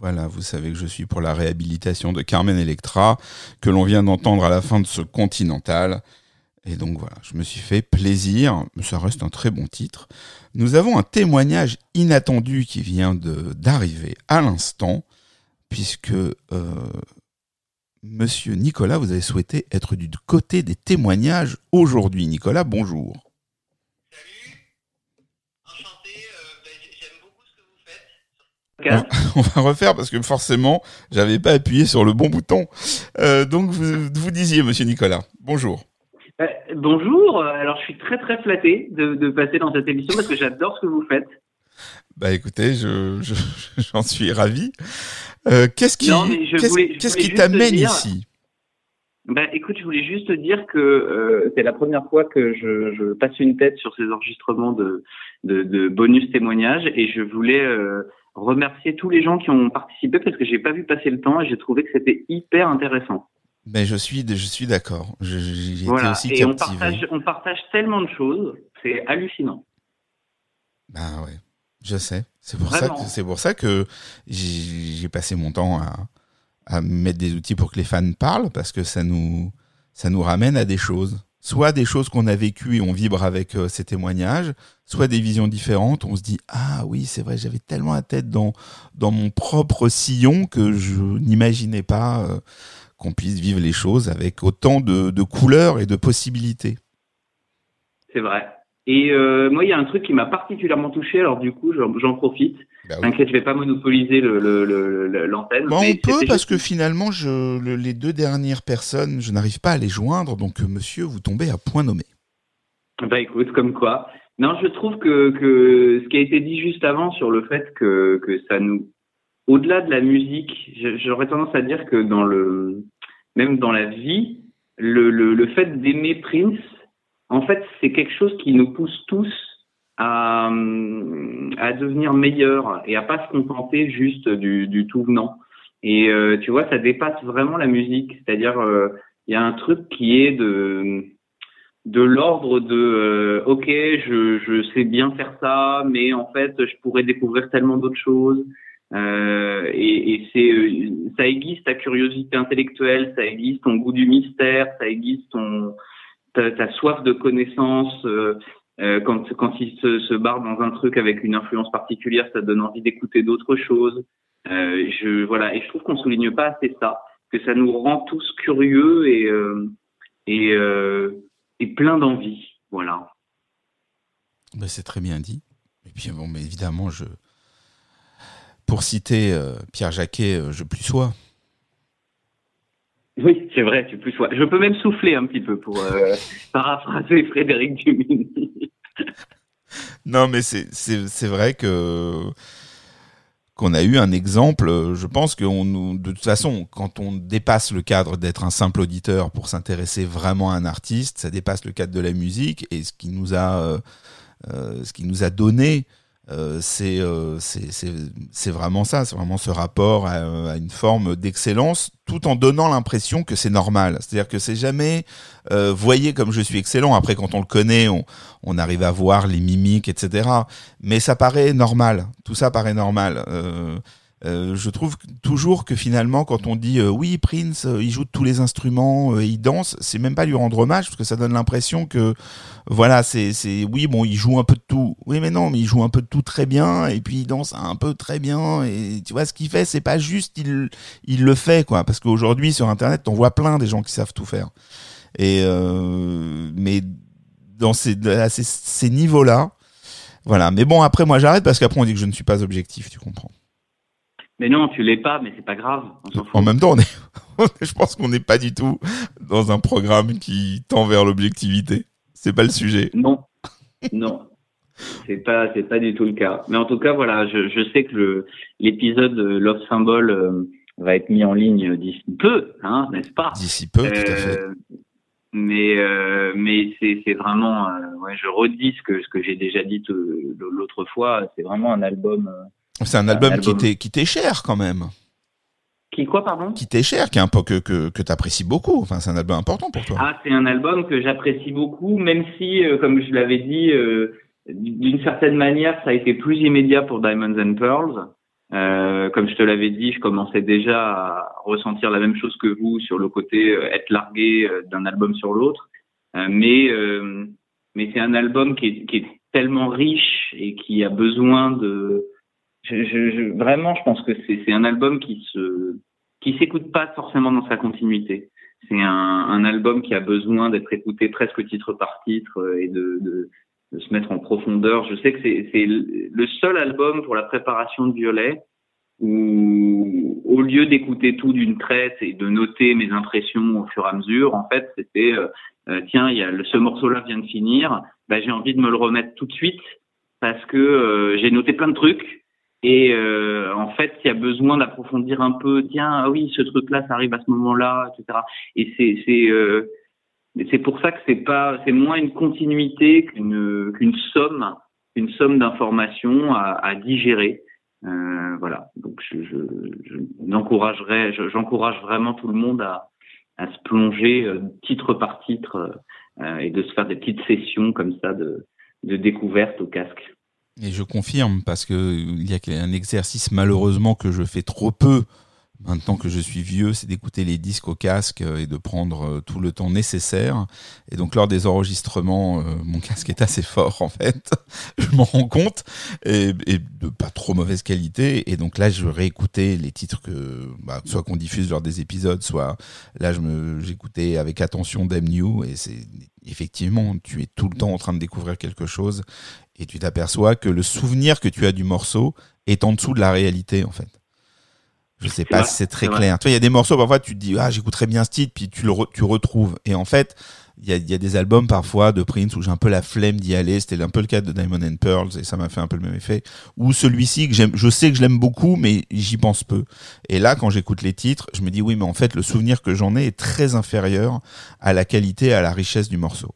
Voilà, vous savez que je suis pour la réhabilitation de Carmen Electra, que l'on vient d'entendre à la fin de ce Continental. Et donc voilà, je me suis fait plaisir, ça reste un très bon titre. Nous avons un témoignage inattendu qui vient de, d'arriver à l'instant, puisque euh, Monsieur Nicolas, vous avez souhaité être du côté des témoignages aujourd'hui. Nicolas, bonjour. On, on va refaire parce que forcément, j'avais pas appuyé sur le bon bouton. Euh, donc, vous, vous disiez, Monsieur Nicolas, bonjour. Euh, bonjour, alors je suis très très flatté de, de passer dans cette émission parce que j'adore ce que vous faites. Bah écoutez, je, je, j'en suis ravi. Euh, qu'est-ce qui, non, mais je qu'est-ce, voulais, je qu'est-ce voulais qui juste t'amène te dire- ici? Bah écoute, je voulais juste te dire que euh, c'est la première fois que je, je passe une tête sur ces enregistrements de, de, de bonus témoignages et je voulais euh, remercier tous les gens qui ont participé parce que j'ai pas vu passer le temps et j'ai trouvé que c'était hyper intéressant. Mais je suis, je suis d'accord. Je- J'ai été Voilà, aussi et on captivé. partage, on partage tellement de choses, c'est hallucinant. Ben ouais, je sais. C'est pour ça Vraiment. que c'est pour ça que j'ai, j'ai passé mon temps à, à mettre des outils pour que les fans parlent parce que ça nous ça nous ramène à des choses. Soit des choses qu'on a vécues et on vibre avec euh, ces témoignages, soit des visions différentes. On se dit ah oui c'est vrai, j'avais tellement la tête dans dans mon propre sillon que je n'imaginais pas euh, qu'on puisse vivre les choses avec autant de, de couleurs et de possibilités. C'est vrai. Et euh, moi, il y a un truc qui m'a particulièrement touché, alors du coup, j'en, j'en profite. Bah oui. T'inquiète, je vais pas monopoliser le, le, le- le- l'antenne. Bon, mais on peut c'était parce juste- que finalement, je, le- les deux dernières personnes, je n'arrive pas à les joindre, donc euh, monsieur, vous tombez à point nommé. Bah écoute, comme quoi. Non, je trouve que, que ce qui a été dit juste avant sur le fait que, que ça nous... Au-delà de la musique, je- j'aurais tendance à dire que dans le... Même dans la vie, le, le, le fait d'aimer Prince, en fait, c'est quelque chose qui nous pousse tous à, à devenir meilleurs et à pas se contenter juste du, du tout venant. Et euh, tu vois, ça dépasse vraiment la musique. C'est-à-dire, euh, il y a un truc qui est de de l'ordre de euh, ok, je, je sais bien faire ça, mais en fait, je pourrais découvrir tellement d'autres choses. Euh, et, et c'est euh, ça aiguise ta curiosité intellectuelle, ça aiguise ton goût du mystère, ça aiguise ton ta, ta soif de connaissance. Euh, euh, quand quand il se, se barre dans un truc avec une influence particulière, ça donne envie d'écouter d'autres choses. Euh, je voilà, et je trouve qu'on souligne pas assez ça, que ça nous rend tous curieux et euh, et euh, et plein d'envie. Voilà. Ben, c'est très bien dit. Et puis bon, mais évidemment, je, pour citer euh, Pierre Jacquet, euh, je plus sois. Oui, c'est vrai, tu plus sois. Je peux même souffler un petit peu pour euh, paraphraser Frédéric Dumini. Non, mais c'est c'est c'est vrai que qu'on a eu un exemple. Je pense qu'on nous, de toute façon, quand on dépasse le cadre d'être un simple auditeur pour s'intéresser vraiment à un artiste, ça dépasse le cadre de la musique. Et ce qui nous a euh, euh, ce qui nous a donné, euh, c'est euh, c'est c'est c'est vraiment ça. C'est vraiment ce rapport à, à une forme d'excellence, tout en donnant l'impression que c'est normal. C'est-à-dire que c'est jamais euh, voyez comme je suis excellent. Après, quand on le connaît, on on arrive à voir les mimiques, et cetera. Mais ça paraît normal. Tout ça paraît normal. Euh, euh, je trouve toujours que finalement, quand on dit euh, oui, Prince, euh, il joue de tous les instruments, euh, il danse, c'est même pas lui rendre hommage parce que ça donne l'impression que voilà, c'est c'est oui, bon, il joue un peu de tout. Oui, mais non, mais il joue un peu de tout très bien et puis il danse un peu très bien et tu vois ce qu'il fait, c'est pas juste il il le fait quoi, parce qu'aujourd'hui sur internet, on voit plein des gens qui savent tout faire. Et euh, mais dans ces à ces, ces niveaux-là, voilà. Mais bon, après moi j'arrête parce qu'après on dit que je ne suis pas objectif, tu comprends. Mais non, tu l'es pas, mais c'est pas grave. On s'en fout. En même temps, on est, je pense qu'on n'est pas du tout dans un programme qui tend vers l'objectivité. C'est pas le sujet. Non, non, c'est pas, c'est pas du tout le cas. Mais en tout cas, voilà, je, je sais que le, l'épisode euh, Love Symbol euh, va être mis en ligne d'ici peu, hein, n'est-ce pas? D'ici peu, tout à fait. Euh, mais euh, mais c'est, c'est vraiment, euh, ouais, je redis ce que ce que j'ai déjà dit tout- l'autre fois. C'est vraiment un album. euh, C'est un album, un qui album. t'est qui t'est cher quand même, Qui quoi, pardon? qui t'est cher, qui est un peu que que que t'apprécies beaucoup. Enfin, c'est un album important pour toi. Ah, c'est un album que j'apprécie beaucoup, même si, euh, comme je l'avais dit, euh, d'une certaine manière, ça a été plus immédiat pour Diamonds and Pearls. Euh, comme je te l'avais dit, je commençais déjà à ressentir la même chose que vous sur le côté euh, être largué euh, d'un album sur l'autre. Euh, mais euh, mais c'est un album qui est, qui est tellement riche et qui a besoin de. Je, je, je, vraiment, je pense que c'est, c'est un album qui se qui s'écoute pas forcément dans sa continuité. C'est un, un album qui a besoin d'être écouté presque titre par titre euh, et de, de de se mettre en profondeur. Je sais que c'est, c'est le seul album pour la préparation de Violet où, au lieu d'écouter tout d'une traite et de noter mes impressions au fur et à mesure, en fait, c'était euh, euh, tiens, il y a le, ce morceau-là vient de finir, bah, j'ai envie de me le remettre tout de suite parce que euh, j'ai noté plein de trucs et euh, en fait, il y a besoin d'approfondir un peu. Tiens, ah oui, ce truc-là, ça arrive à ce moment-là, et cetera. Et c'est c'est euh, c'est pour ça que c'est pas, c'est moins une continuité qu'une qu'une somme, une somme d'informations à, à digérer. Euh, voilà. Donc je, je, je j'encouragerais, je, j'encourage vraiment tout le monde à, à se plonger euh, titre par titre euh, et de se faire des petites sessions comme ça de, de découverte au casque. Et je confirme, parce que il y a un exercice malheureusement que je fais trop peu maintenant que je suis vieux, c'est d'écouter les disques au casque et de prendre tout le temps nécessaire. Et donc lors des enregistrements, euh, mon casque est assez fort en fait, je m'en rends compte, et, et de pas trop mauvaise qualité. Et donc là, je réécoutais les titres que, bah, soit qu'on diffuse lors des épisodes, soit là, je me, j'écoutais avec attention Damn You. Et c'est effectivement, tu es tout le temps en train de découvrir quelque chose, et tu t'aperçois que le souvenir que tu as du morceau est en dessous de la réalité en fait. Je sais C'est pas vrai, si c'est très c'est vrai. clair. Tu vois, il y a des morceaux, parfois, tu te dis, ah, j'écouterais bien ce titre, puis tu le re- tu retrouves. Et en fait, il y a, il y a des albums, parfois, de Prince, où j'ai un peu la flemme d'y aller. C'était un peu le cas de Diamond and Pearls, et ça m'a fait un peu le même effet. Ou celui-ci, que j'aime, je sais que je l'aime beaucoup, mais j'y pense peu. Et là, quand j'écoute les titres, je me dis, oui, mais en fait, le souvenir que j'en ai est très inférieur à la qualité, à la richesse du morceau.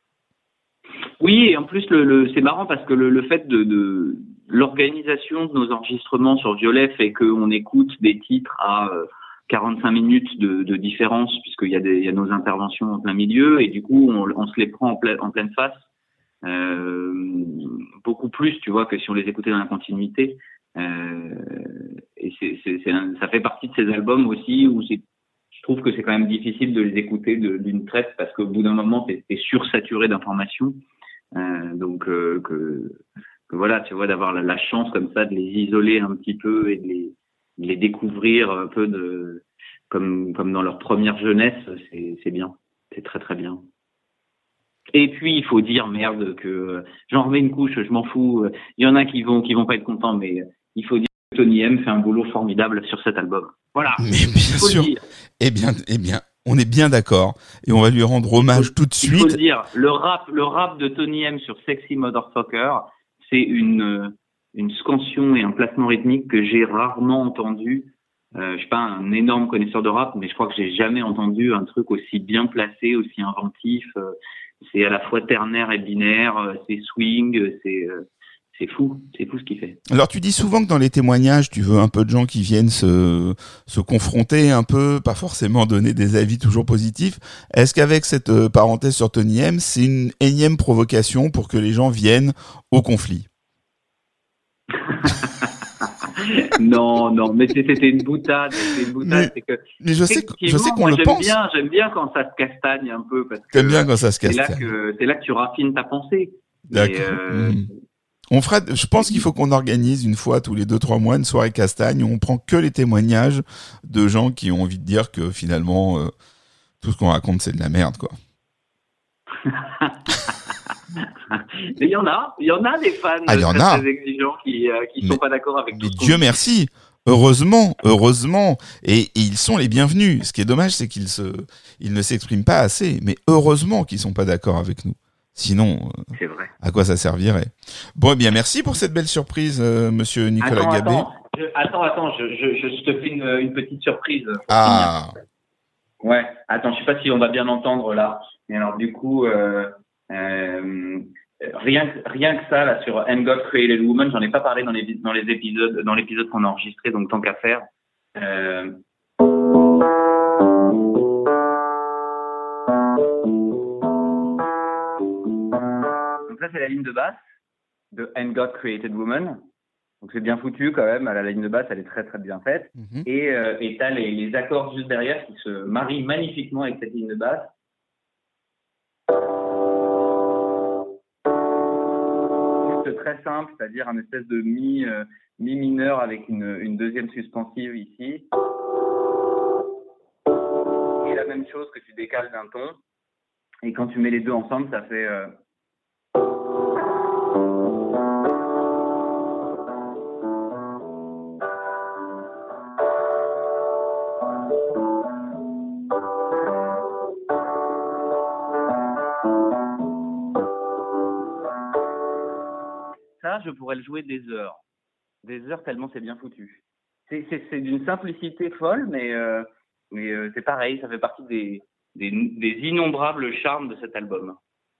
Oui, et en plus, le, le, c'est marrant parce que le, le fait de, de l'organisation de nos enregistrements sur Violet fait qu'on écoute des titres à euh, quarante-cinq minutes de, de différence, puisqu'il y a, des, il y a nos interventions en plein milieu, et du coup, on, on se les prend en, pleine, en pleine face, euh, beaucoup plus, tu vois, que si on les écoutait dans la continuité. Euh, et c'est, c'est, c'est un, ça fait partie de ces albums aussi où c'est, je trouve que c'est quand même difficile de les écouter de, d'une traite parce qu'au bout d'un moment, t'es, t'es sursaturé d'informations. Euh, donc euh, que, que voilà, tu vois, d'avoir la, la chance comme ça de les isoler un petit peu et de les, de les découvrir un peu de comme comme dans leur première jeunesse, c'est c'est bien, c'est très très bien. Et puis il faut dire merde que euh, j'en remets une couche, je m'en fous. Il y en a qui vont qui vont pas être contents, mais il faut dire que Tony M fait un boulot formidable sur cet album. Voilà. Mais bien Faut le sûr. dire. Eh bien, eh bien, on est bien d'accord. Et on va lui rendre hommage tout de Il faut le suite. dire, le rap, le rap de Tony M sur Sexy Motherfucker, c'est une, euh, une scansion et un placement rythmique que j'ai rarement entendu. Euh, je suis pas un énorme connaisseur de rap, mais je crois que j'ai jamais entendu un truc aussi bien placé, aussi inventif. Euh, c'est à la fois ternaire et binaire, euh, c'est swing, euh, c'est, euh, c'est fou, c'est fou ce qu'il fait. Alors tu dis souvent que dans les témoignages, tu veux un peu de gens qui viennent se, se confronter un peu, pas forcément donner des avis toujours positifs. Est-ce qu'avec cette euh, parenthèse sur Tony M, c'est une énième provocation pour que les gens viennent au conflit? non, non, mais c'est- c'était une boutade, c'était une boutade, Mais- c'est que Mais je sais, que- je sais effectivement, qu'on moi, le j'aime pense. bien, j'aime bien quand ça se castagne un peu parce que T'aimes bien quand ça se c'est casse. là que c'est là que tu raffines ta pensée. Mais, D'accord. euh, Mhm. On fera, je pense qu'il faut qu'on organise une fois tous les deux, trois mois une soirée castagne où on prend que les témoignages de gens qui ont envie de dire que finalement, euh, tout ce qu'on raconte, c'est de la merde, quoi. Mais il y en a, il y en a des fans Ah, il y en très, a. très exigeants qui euh, qui Mais- sont pas d'accord avec tout Mais ce qu'on Dieu dit. merci. Heureusement, heureusement. Et, et ils sont les bienvenus. Ce qui est dommage, c'est qu'ils se, ils ne s'expriment pas assez. Mais heureusement qu'ils sont pas d'accord avec nous. Sinon, euh, C'est vrai. à quoi ça servirait? Bon, eh bien, merci pour cette belle surprise, euh, monsieur Nicolas Attends, Gabé. attends, je, attends, attends, je, je, je te fais une, une petite surprise. pour Ah, finir. Ouais, attends, je sais pas si on va bien entendre là. Mais alors du coup, euh, euh, rien, que- rien que ça là sur And God Created Woman, j'en ai pas parlé dans les dans les épisodes, dans l'épisode qu'on a enregistré, donc tant qu'à faire. Euh, Donc ça c'est la ligne de basse de And God Created Woman. Donc c'est bien foutu quand même. La ligne de basse, elle est très très bien faite. Mhm. Et euh, et t'as les, les accords juste derrière qui se marient magnifiquement avec cette ligne de basse. Juste très simple, c'est-à-dire un espèce de mi euh, mi mineur avec une une deuxième suspensive ici. Et la même chose que tu décales d'un ton. Et quand tu mets les deux ensemble, ça fait euh, ça, je pourrais le jouer des heures. Des heures tellement c'est bien foutu. C'est, c'est, c'est d'une simplicité folle, mais, euh, mais euh, c'est pareil, ça fait partie des, des, des innombrables charmes de cet album.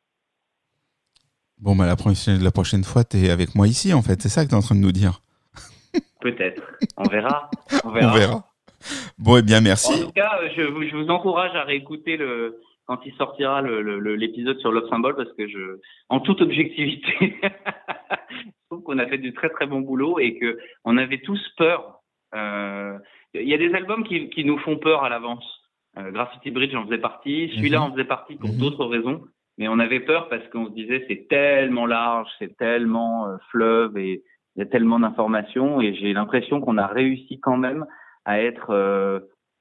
Bon, bah, la prochaine, la prochaine fois, t'es avec moi ici, en fait. C'est ça que t'es en train de nous dire. Peut-être. On verra. On verra. On verra. Bon, eh bien, merci. En tout cas, je vous, je vous encourage à réécouter le, quand il sortira le, le, le- l'épisode sur Love Symbol, parce que je, en toute objectivité, je trouve qu'on a fait du très très bon boulot et que on avait tous peur. Euh, Il y a des albums qui, qui nous font peur à l'avance. Euh, Graffiti Bridge en faisait partie, celui-là Mhm. en faisait partie pour Mhm. d'autres raisons, mais on avait peur parce qu'on se disait c'est tellement large, c'est tellement euh, fleuve et il y a tellement d'informations, et j'ai l'impression qu'on a réussi quand même à être euh,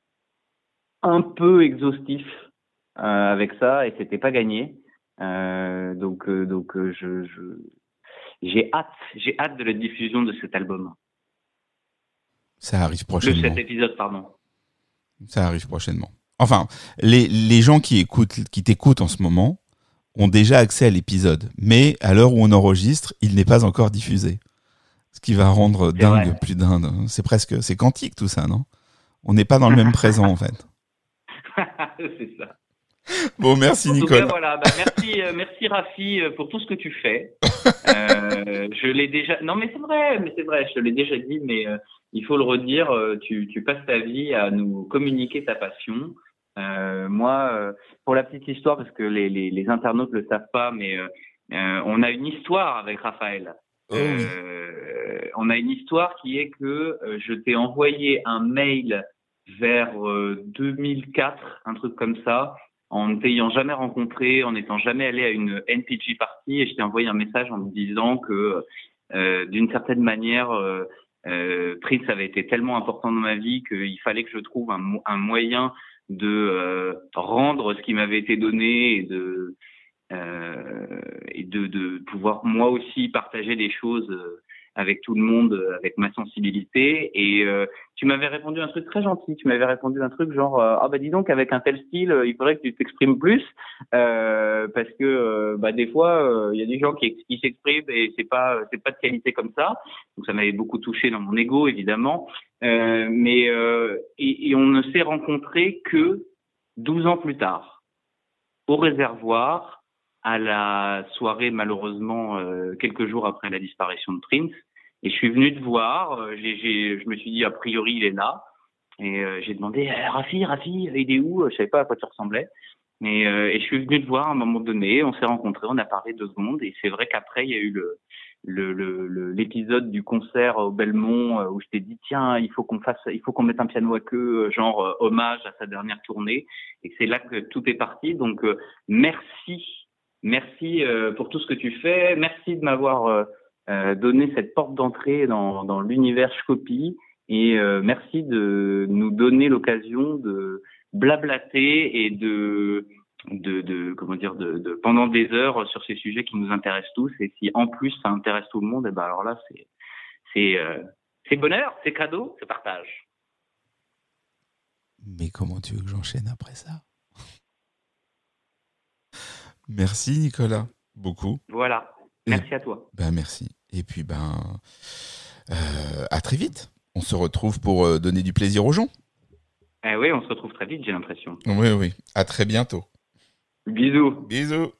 un peu exhaustif euh, avec ça, et c'était pas gagné. Euh, donc euh, donc euh, je, je j'ai hâte, j'ai hâte de la diffusion de cet album, Ça arrive de prochainement. cet épisode, pardon. Ça arrive prochainement. Enfin, les, les gens qui écoutent, qui t'écoutent en ce moment ont déjà accès à l'épisode. Mais à l'heure où on enregistre, il n'est pas encore diffusé. Ce qui va rendre C'est dingue vrai. plus d'un. C'est presque, c'est quantique tout ça, non? On n'est pas dans le même présent, en fait. C'est ça. Bon, merci En tout Nicolas. cas, voilà. Bah, merci, euh, merci Rafi euh, pour tout ce que tu fais. Euh, je l'ai déjà. Non, mais c'est vrai, mais c'est vrai. Je te l'ai déjà dit, mais euh, il faut le redire. euh, tu, tu passes ta vie à nous communiquer ta passion. Euh, moi, euh, pour la petite histoire, parce que les, les, les internautes le savent pas, mais euh, euh, on a une histoire avec Raphaël. Oh oui. Euh, on a une histoire qui est que euh, je t'ai envoyé un mail vers euh, deux mille quatre, un truc comme ça, en ne t'ayant jamais rencontré, en n'étant jamais allé à une N P G party, et je t'ai envoyé un message en me disant que euh, d'une certaine manière, euh, euh, Prince avait été tellement important dans ma vie qu'il fallait que je trouve un, mo- un moyen de euh, rendre ce qui m'avait été donné et de euh, et de, de pouvoir moi aussi partager des choses euh, avec tout le monde, euh, avec ma sensibilité. Et euh, tu m'avais répondu un truc très gentil. Tu m'avais répondu un truc genre euh, ah bah dis donc, avec un tel style, euh, il faudrait que tu t'exprimes plus, euh, parce que euh, bah des fois il y a des gens qui, qui s'expriment et c'est pas c'est pas de qualité comme ça. Donc ça m'avait beaucoup touché dans mon ego évidemment. Euh, mais euh, et, et on ne s'est rencontrés que douze ans plus tard, au Réservoir, à la soirée malheureusement euh, quelques jours après la disparition de Prince. Et je suis venu te voir, euh, j'ai, j'ai, je me suis dit a priori il est là, et euh, j'ai demandé eh, Rafi, Rafi, il est où? Je savais pas à quoi tu ressemblais. Et, euh, et je suis venu te voir à un moment donné, on s'est rencontrés, on a parlé deux secondes, et c'est vrai qu'après il y a eu le, le, le, le l'épisode du concert au Belmont euh, où je t'ai dit tiens il faut qu'on fasse, il faut qu'on mette un piano à queue euh, genre euh, hommage à sa dernière tournée, et c'est là que tout est parti. Donc euh, merci. Merci euh, pour tout ce que tu fais. Merci de m'avoir euh, euh, donné cette porte d'entrée dans, dans l'univers Shkopi, et euh, merci de nous donner l'occasion de blablater et de, de, de comment dire, de, de pendant des heures sur ces sujets qui nous intéressent tous. Et si en plus ça intéresse tout le monde, et ben alors là c'est c'est euh, c'est bonheur, c'est cadeau, c'est partage. Mais comment tu veux que j'enchaîne après ça? Merci Nicolas, beaucoup. Voilà. Merci à toi. Ben merci. Et puis ben euh, à très vite. On se retrouve pour euh, donner du plaisir aux gens. Eh oui, on se retrouve très vite, j'ai l'impression. Oui, oui. À très bientôt. Bisous. Bisous.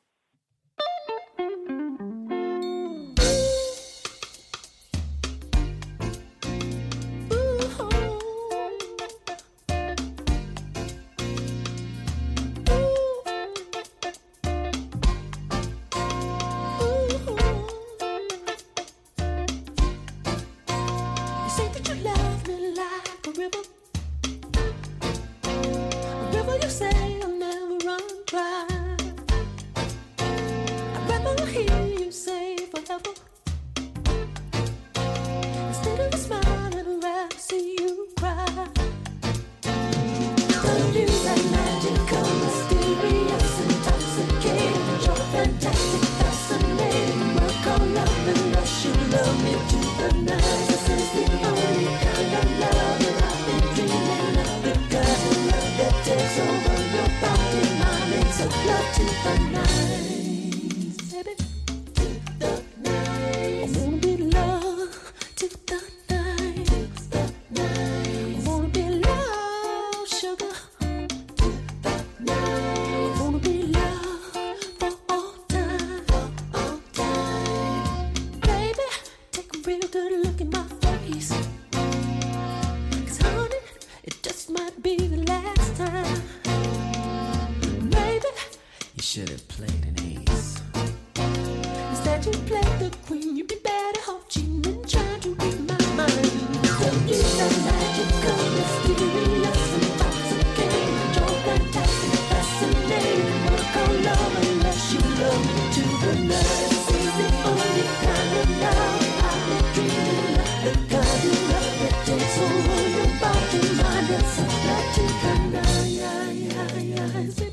So love to the night, baby. To the night. I wanna be loved to the night. To the night. I wanna be loved, sugar. To the night. I wanna be loved for all time. For all time. Baby, take a real good look in my face. 'Cause honey, it just might be the last time. Maybe You should have played an ace. instead you played the queen. You'd be better off cheating and trying to read my mind. Don't need that magical, mysterious, intoxicating, joy fantastic, fascinating. Work on love unless you love me to the night. This is the only kind of love I've been dreaming of. The kind of love that takes over your body, mind, and soul. Love to the night, baby.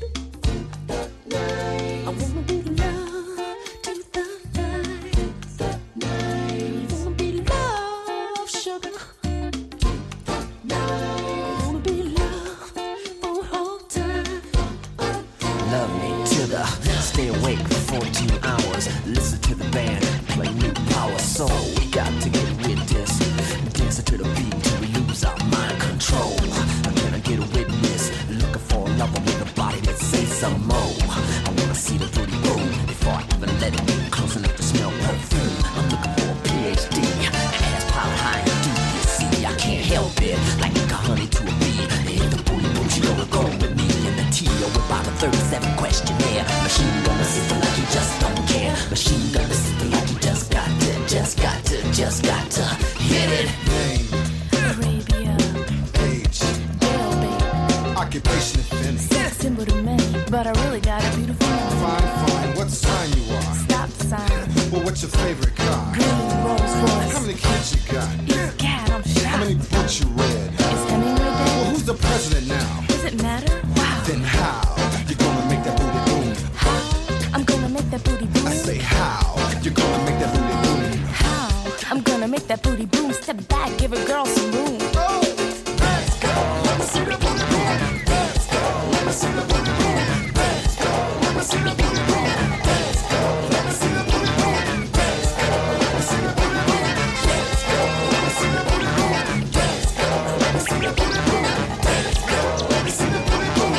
I wanna be loved to the night, night. Wanna be loved, sugar. Night. Wanna be loved for all time. Love me to the stay awake for fourteen hours. Listen to the band, play new power. So we got to get with this. Dancing to the beat till we lose our mind control. I'm gonna get a witness, looking for a lover with a body that says some more. I wanna see the booty boom before I even let it in close enough to smell perfume. I'm looking for a P H D, ass pilot high and deep. You see, I can't help it, like a honey to a bee. Hit the booty boom, she gonna go with me in the T O about a thirty-seven questionnaire. Machine gun assistant like you just don't care. Machine gun assistant like you just got to, just got to, just got to hit it. Name, Arabia, age, girl, baby. occupation, if any. Sex symbol to many, but I really got a beautiful name. Fine, fine. What sign you are? Stop sign, Well, what's your favorite car? green Rolls How Royce. many kids you got? Eat cat, I'm How many shocked. books you read? Is Hemingway Well, dead? who's the president now? Does it matter? Wow. Then how you gonna make that booty boom? How? I'm gonna make that booty boom. I say how you gonna make that booty boom? How? I'm gonna make that booty boom. Step back, give a girl some room. Oh, let's go. Let me see the booty boom. Let's go. Let me see the booty boom. Let's go. Let me see the booty boom. Let's go. Let me see the booty boom. Let's go. Let me see the booty boom. Let's go. Let me see the booty boom. Let's go. Let me see the booty boom. Let's go. Let me see the booty boom.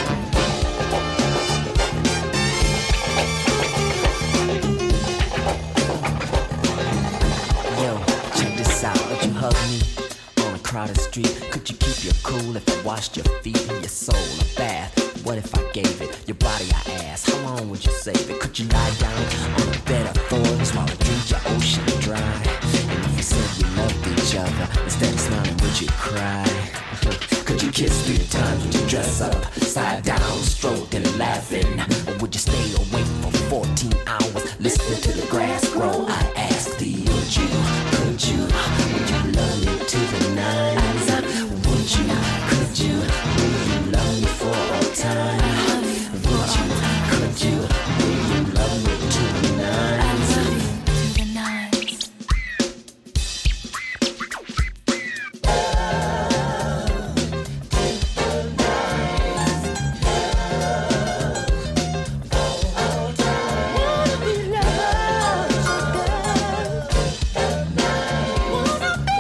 Yo, check this out, would you hug me on a crowded street? Could you keep your cool if I washed your feet and your soul a bath? What if I gave it your body I asked? How long would you save it? Could you lie down on a bed of thorns while I drink your ocean dry? And if you said you loved each other, instead of smiling, would you cry? Could you kiss three times? Would you dress up, side down, stroking and laughing? Or would you stay awake for fourteen hours, listening to the grass grow? I ask thee, would you, could you, would you love me to the night? Would you, could you, will you love me for all time? Would you, could you, will you love me to the night? To the night. Wanna be loved, sugar. Wanna be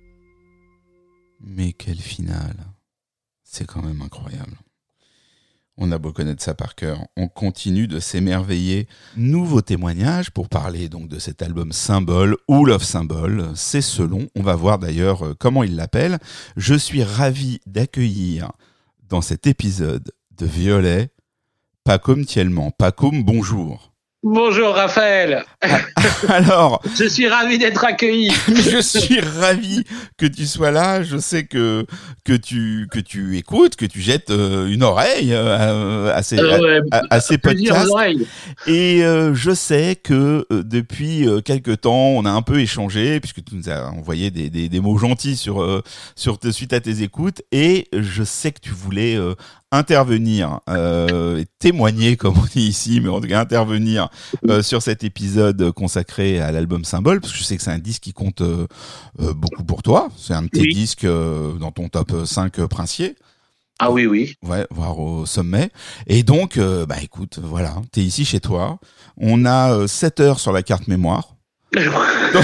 Mais quelle finale. C'est quand même incroyable. On a beau connaître ça par cœur, on continue de s'émerveiller. Nouveau témoignage pour parler donc de cet album Symbole ou Love Symbol, c'est selon. On va voir d'ailleurs euh, comment il l'appelle. Je suis ravi d'accueillir dans cet épisode de Violet Pacôme Thielman. Pacôme, bonjour. Bonjour Raphaël. Alors, je suis ravi d'être accueilli. Je suis ravi que tu sois là. Je sais que que tu que tu écoutes, que tu jettes euh, une oreille euh, à ces euh, ouais, à, à ces podcasts. Et euh, je sais que euh, depuis euh, quelque temps, on a un peu échangé puisque tu nous as envoyé des des, des mots gentils sur euh, sur te, suite à tes écoutes, et je sais que tu voulais euh, intervenir, euh, témoigner comme on dit ici, mais en tout cas intervenir euh, sur cet épisode consacré à l'album Symbole, parce que je sais que c'est un disque qui compte euh, euh, beaucoup pour toi. C'est un de tes oui. disques euh, dans ton top cinq euh, princiers. Ah oui, oui. Ouais, voire au sommet. Et donc, euh, bah écoute, voilà, t'es ici chez toi. On a euh, sept heures sur la carte mémoire. donc,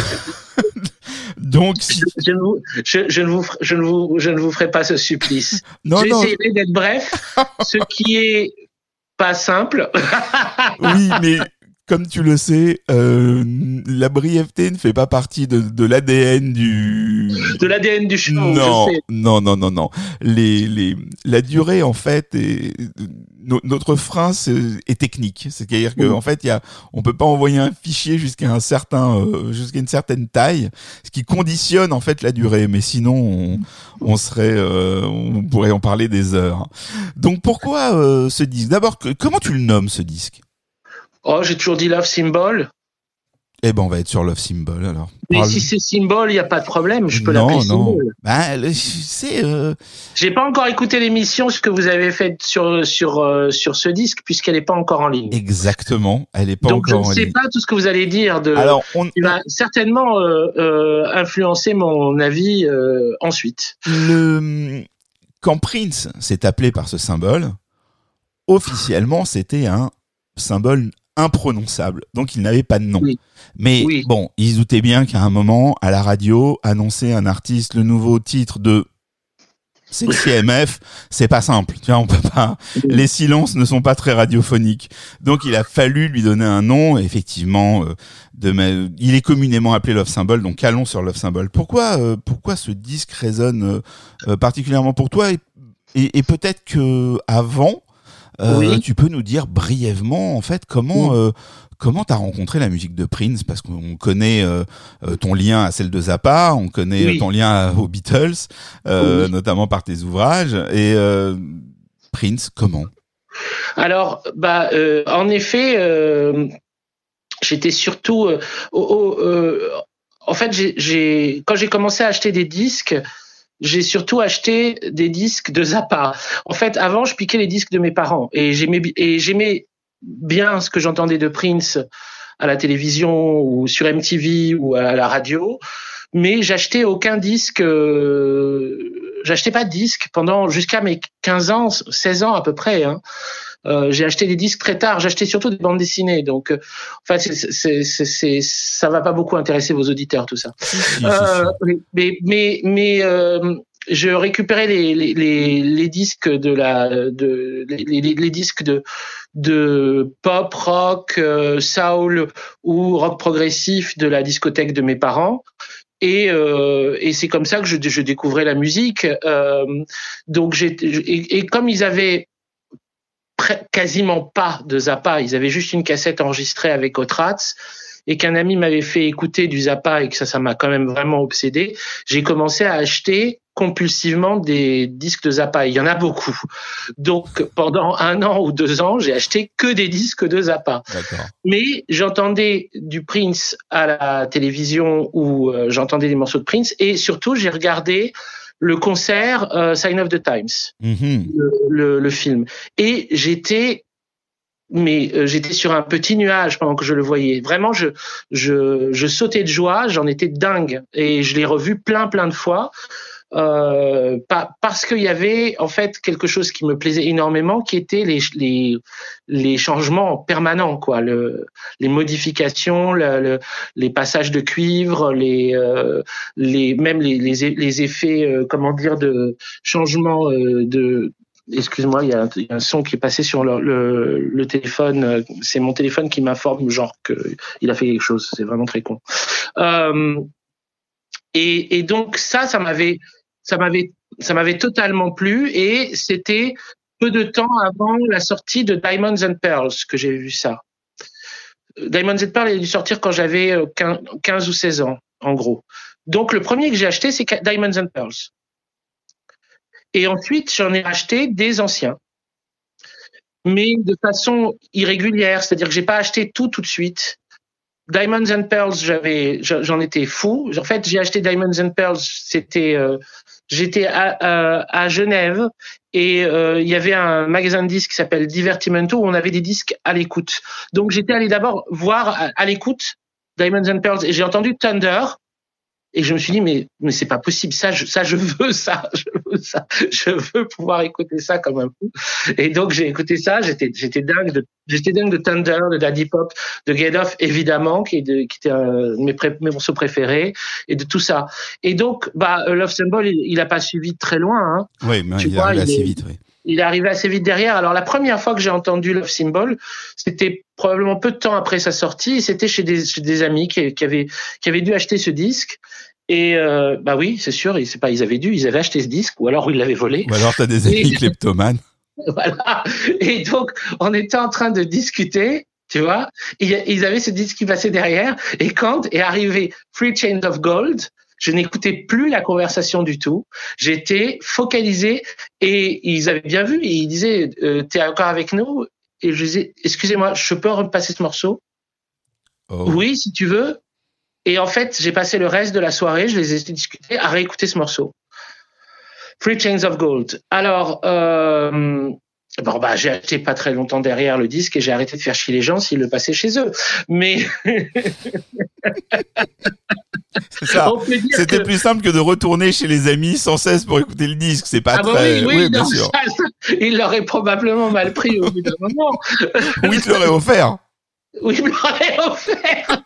donc si... je, je, ne vous, je, je, ne vous, je, ne vous, je ne vous ferai pas ce supplice. non, non. J'essaierai d'être bref, ce qui est pas simple. Oui, mais comme tu le sais, euh, la brièveté ne fait pas partie de, de l'A D N du... De l'A D N du show, non, je sais. Non, non, non, non. Les, les, la durée, en fait, est, no, notre frein c'est, est technique. C'est-à-dire que, en fait, il y a, on peut pas envoyer un fichier jusqu'à un certain, euh, jusqu'à une certaine taille, ce qui conditionne, en fait, la durée. Mais sinon, on, on serait, euh, on pourrait en parler des heures. Donc, pourquoi euh, ce disque? D'abord, que, comment tu le nommes, ce disque? Oh, j'ai toujours dit Love Symbol. Eh ben, on va être sur Love Symbol, alors. Mais Parle... si c'est Symbol, il n'y a pas de problème. Je peux non, l'appeler non. Symbol. Ben, le, c'est. Euh... J'ai pas encore écouté l'émission ce que vous avez faite sur sur euh, sur ce disque, puisqu'elle n'est pas encore en ligne. Exactement, elle n'est pas Donc encore en ligne. Donc je ne sais pas tout ce que vous allez dire. De. Alors, on. Il va certainement euh, euh, influencer mon avis euh, ensuite. Le quand Prince s'est appelé par ce symbole, officiellement, c'était un symbole imprononçable, donc il n'avait pas de nom. Oui. Mais oui. bon, ils se doutaient bien qu'à un moment, à la radio, annoncer un artiste le nouveau titre de Sexy M F, c'est pas simple. Tu vois, on peut pas. Oui. Les silences ne sont pas très radiophoniques. Donc, il a fallu lui donner un nom. Et effectivement, euh, de ma... il est communément appelé Love Symbol. Donc, allons sur Love Symbol. Pourquoi, euh, pourquoi ce disque résonne euh, particulièrement pour toi, et, et, et peut-être que avant. Euh, oui. Tu peux nous dire brièvement, en fait, comment oui. euh, comment t'as rencontré la musique de Prince? Parce qu'on connaît euh, ton lien à celle de Zappa, on connaît oui. ton lien aux Beatles, euh, oui. notamment par tes ouvrages. Et euh, Prince, comment? Alors, bah, euh, en effet, euh, j'étais surtout, euh, au, euh, en fait, j'ai, j'ai, quand j'ai commencé à acheter des disques. J'ai surtout acheté des disques de Zappa. En fait, avant, je piquais les disques de mes parents et j'aimais, et j'aimais bien ce que j'entendais de Prince à la télévision ou sur M T V ou à la radio, mais j'achetais aucun disque, euh, j'achetais pas de disques pendant jusqu'à mes quinze ans, seize ans à peu près, hein. Euh, j'ai acheté des disques très tard. J'achetais surtout des bandes dessinées. Donc, euh, enfin, c'est, c'est, c'est, c'est, ça va pas beaucoup intéresser vos auditeurs, tout ça. euh, mais, mais, mais euh, je récupérais les, les, les, les disques de la, de, les, les, les disques de, de pop, rock, euh, soul ou rock progressif de la discothèque de mes parents. Et, euh, et c'est comme ça que je, je découvrais la musique. Euh, donc, j'ai, et, et comme ils avaient quasiment pas de Zappa, ils avaient juste une cassette enregistrée avec Otrats, et qu'un ami m'avait fait écouter du Zappa et que ça, ça m'a quand même vraiment obsédé, j'ai commencé à acheter compulsivement des disques de Zappa. Il y en a beaucoup. Donc, pendant un an ou deux ans, j'ai acheté que des disques de Zappa. D'accord. Mais j'entendais du Prince à la télévision ou euh, j'entendais des morceaux de Prince, et surtout, j'ai regardé le concert euh, Sign of the Times, mm-hmm. le, le, le film. Et j'étais, mais euh, j'étais sur un petit nuage pendant que je le voyais. Vraiment, je, je, je sautais de joie, j'en étais dingue. Et je l'ai revu plein, plein de fois. Euh, pas, parce qu'il y avait en fait quelque chose qui me plaisait énormément, qui était les les les changements permanents, quoi, le, les modifications, le, le, les passages de cuivre, les euh, les même les les, les effets euh, comment dire de changement euh, de excuse-moi, il y, a un- il y a un son qui est passé sur le, le, le téléphone. euh, C'est mon téléphone qui m'informe, genre que il a fait quelque chose. C'est vraiment très con. Euh, et, et donc ça, ça m'avait, ça m'avait, ça m'avait totalement plu. Et c'était peu de temps avant la sortie de Diamonds and Pearls que j'ai vu ça. Diamonds and Pearls il a dû sortir quand j'avais euh, quinze, quinze ou seize ans, en gros. Donc le premier que j'ai acheté, c'est Diamonds and Pearls. Et ensuite, j'en ai acheté des anciens, mais de façon irrégulière, c'est-à-dire que j'ai pas acheté tout tout de suite. Diamonds and Pearls, j'avais, j'en étais fou. En fait, j'ai acheté Diamonds and Pearls, c'était, euh, j'étais à, à, à Genève et euh, il y avait un magasin de disques qui s'appelle Divertimento où on avait des disques à l'écoute. Donc j'étais allé d'abord voir à, à l'écoute Diamonds and Pearls et j'ai entendu Thunder. Et je me suis dit, mais, mais c'est pas possible, ça, je, ça, je veux ça, je veux ça, je veux pouvoir écouter ça comme un fou. Et donc, j'ai écouté ça, j'étais, j'étais dingue de, j'étais dingue de Thunder, de Daddy Pop, de Get Off, évidemment, qui, est de, qui était un de mes, pré, mes morceaux préférés, et de tout ça. Et donc, bah, Love Symbol, il, il a pas suivi très loin, hein. Oui, mais Tu il est vois, arrivé il assez est- vite, oui. Il est arrivé assez vite derrière. Alors la première fois que j'ai entendu Love Symbol, c'était probablement peu de temps après sa sortie. C'était chez des, chez des amis qui, qui avaient qui avaient dû acheter ce disque. Et euh, bah oui, c'est sûr. Et c'est pas ils avaient dû, ils avaient acheté ce disque ou alors ils l'avaient volé. Ou alors t'as des amis Et- kleptomanes. Voilà. Et donc on était en train de discuter. Tu vois, ils ils avaient ce disque qui passait derrière. Et quand est arrivé Three Chains of Gold, je n'écoutais plus la conversation du tout. J'étais focalisé et ils avaient bien vu. Et ils disaient, euh, t'es encore avec nous? Et je disais, excusez-moi, je peux repasser ce morceau? Oh. Oui, si tu veux. Et en fait, j'ai passé le reste de la soirée, je les ai discutés à réécouter ce morceau. Three Chains of Gold. Alors, euh, bon, bah, j'ai acheté pas très longtemps derrière le disque et j'ai arrêté de faire chier les gens s'ils le passaient chez eux. Mais C'est ça. on peut dire C'était que- plus simple que de retourner chez les amis sans cesse pour écouter le disque. C'est pas Ah bah très. oui, oui, bien non, sûr. ça, ça, il l'aurait probablement mal pris au bout d'un moment. Oui, tu l'aurais offert. Oui, il me l'aurait offert.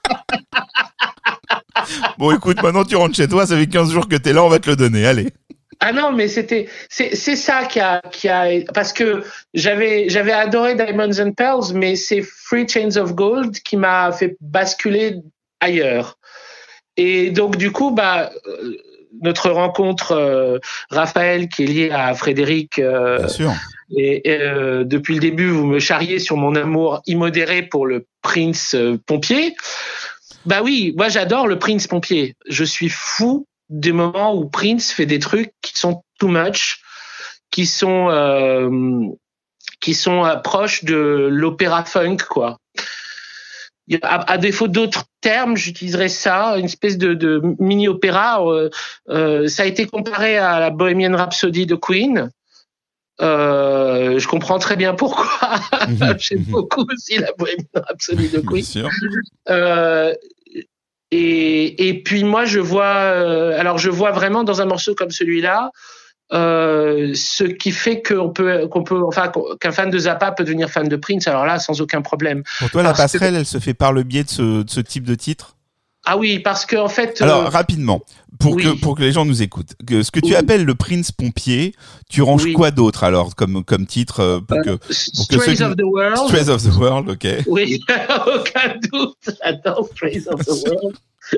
Bon, écoute, maintenant tu rentres chez toi, ça fait quinze jours que t'es là, on va te le donner. Allez. Ah non, mais c'était, c'est, c'est ça qui a, qui a, parce que j'avais, j'avais adoré Diamonds and Pearls, mais c'est Three Chains of Gold qui m'a fait basculer ailleurs. Et donc, du coup, bah, euh, notre rencontre, euh, Raphaël, qui est lié à Frédéric, euh, Bien sûr. et, et, euh, depuis le début, vous me charriez sur mon amour immodéré pour le Prince euh, pompier. Bah oui, moi j'adore le Prince pompier. Je suis fou des moments où Prince fait des trucs qui sont too much, qui sont euh, qui sont euh, proches de l'opéra funk, quoi. Il y a- À, à défaut d'autres termes, j'utiliserais ça, une espèce de, de mini-opéra. Euh, euh, ça a été comparé à la Bohemian Rhapsody de Queen. Euh, je comprends très bien pourquoi. J'aime beaucoup aussi la Bohemian Rhapsody de Bien Queen. sûr. Euh, et, et puis moi je vois, euh, alors je vois vraiment dans un morceau comme celui-là, euh, ce qui fait qu'on peut, qu'on peut, enfin qu'un fan de Zappa peut devenir fan de Prince. Alors là, sans aucun problème. Pour toi, la Parce que- passerelle, elle se fait par le biais de ce, de ce type de titre. Ah oui, parce que en fait. Alors, euh, rapidement, pour, oui. que, pour que les gens nous écoutent, que ce que tu Oui. appelles le Prince pompier, tu ranges Oui. quoi d'autre alors comme, comme titre euh, pour que, pour que ceux Strays qui- of the World. Strays of the World, ok. Oui, aucun doute. J'adore Strays of the World.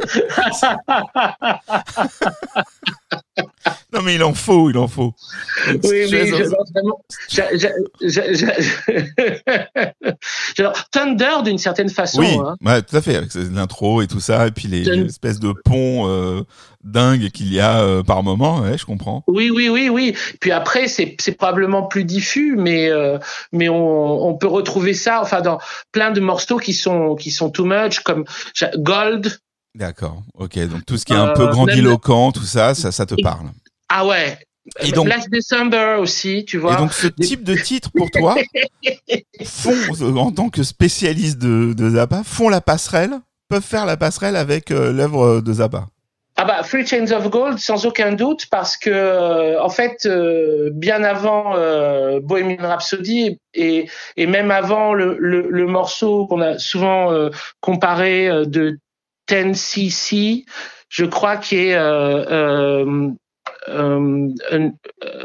Non mais il en faut, il en faut. Donc, Oui, Strays mais of je the- pense vraiment. j'a- j'a- j'a- j'a- J'adore Thunder d'une certaine façon. Oui, hein. ouais, tout à fait, avec l'intro et tout ça, et puis les, Thun- les espèces de ponts euh, dingues qu'il y a euh, par moment, ouais, je comprends. Oui, oui, oui, oui. Puis après, c'est c'est probablement plus diffus, mais euh, mais on, on peut retrouver ça, enfin, dans plein de morceaux qui sont qui sont too much, comme j'a- Gold. D'accord, ok, donc tout ce qui est un Euh, peu même- grandiloquent, tout ça, ça, ça te parle. Ah ouais. Et donc- Black December aussi, tu vois. Et donc ce type de titre pour toi font, en tant que spécialiste de, de Zappa, font la passerelle, peuvent faire la passerelle avec euh, l'œuvre de Zappa. Ah bah Three Chains of Gold, sans aucun doute, parce que euh, en fait, euh, bien avant euh, Bohemian Rhapsody et, et même avant le, le, le morceau qu'on a souvent euh, comparé euh, de ten C C, je crois qui est euh, euh, um, an,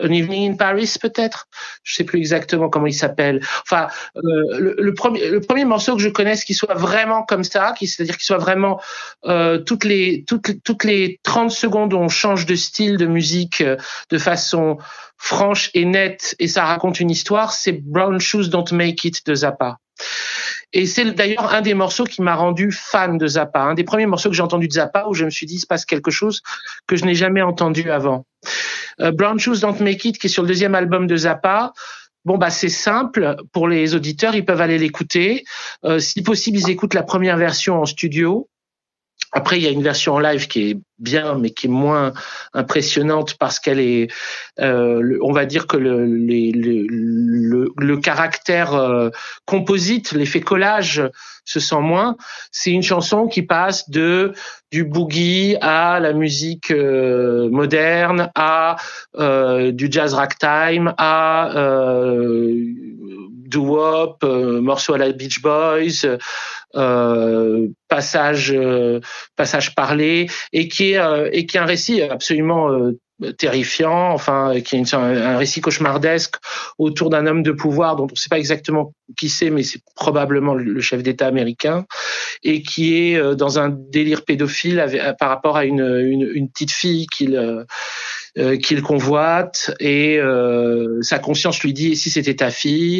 An Evening in Paris peut-être, je sais plus exactement comment il s'appelle. Enfin, euh, le, le premier le premier morceau que je connaisse qui soit vraiment comme ça, qui c'est-à-dire qu'il soit vraiment euh, toutes les toutes toutes les trente secondes on change de style de musique euh, de façon franche et nette et ça raconte une histoire, c'est Brown Shoes Don't Make It de Zappa. Et c'est d'ailleurs un des morceaux qui m'a rendu fan de Zappa, un des premiers morceaux que j'ai entendu de Zappa où je me suis dit il se passe quelque chose que je n'ai jamais entendu avant. Euh, Brown Shoes Don't Make It, qui est sur le deuxième album de Zappa. Bon bah c'est simple pour les auditeurs, ils peuvent aller l'écouter. Euh, si possible, ils écoutent la première version en studio. Après, il y a une version en live qui est bien, mais qui est moins impressionnante parce qu'elle est, euh, le, on va dire que le, les, le, le, le caractère euh, composite, l'effet collage se sent moins. C'est une chanson qui passe de du boogie à la musique euh, moderne, à euh, du jazz ragtime, à euh, doo-wop, euh, morceau à la Beach Boys. Euh, passage euh, passage parlé et qui est euh, et qui est un récit absolument euh, terrifiant, enfin qui est une, un, un récit cauchemardesque autour d'un homme de pouvoir dont on ne sait pas exactement qui c'est, mais c'est probablement le chef d'État américain et qui est euh, dans un délire pédophile avec, par rapport à une une, une petite fille qu'il euh, euh, qu'il convoite et euh, sa conscience lui dit et si c'était ta fille.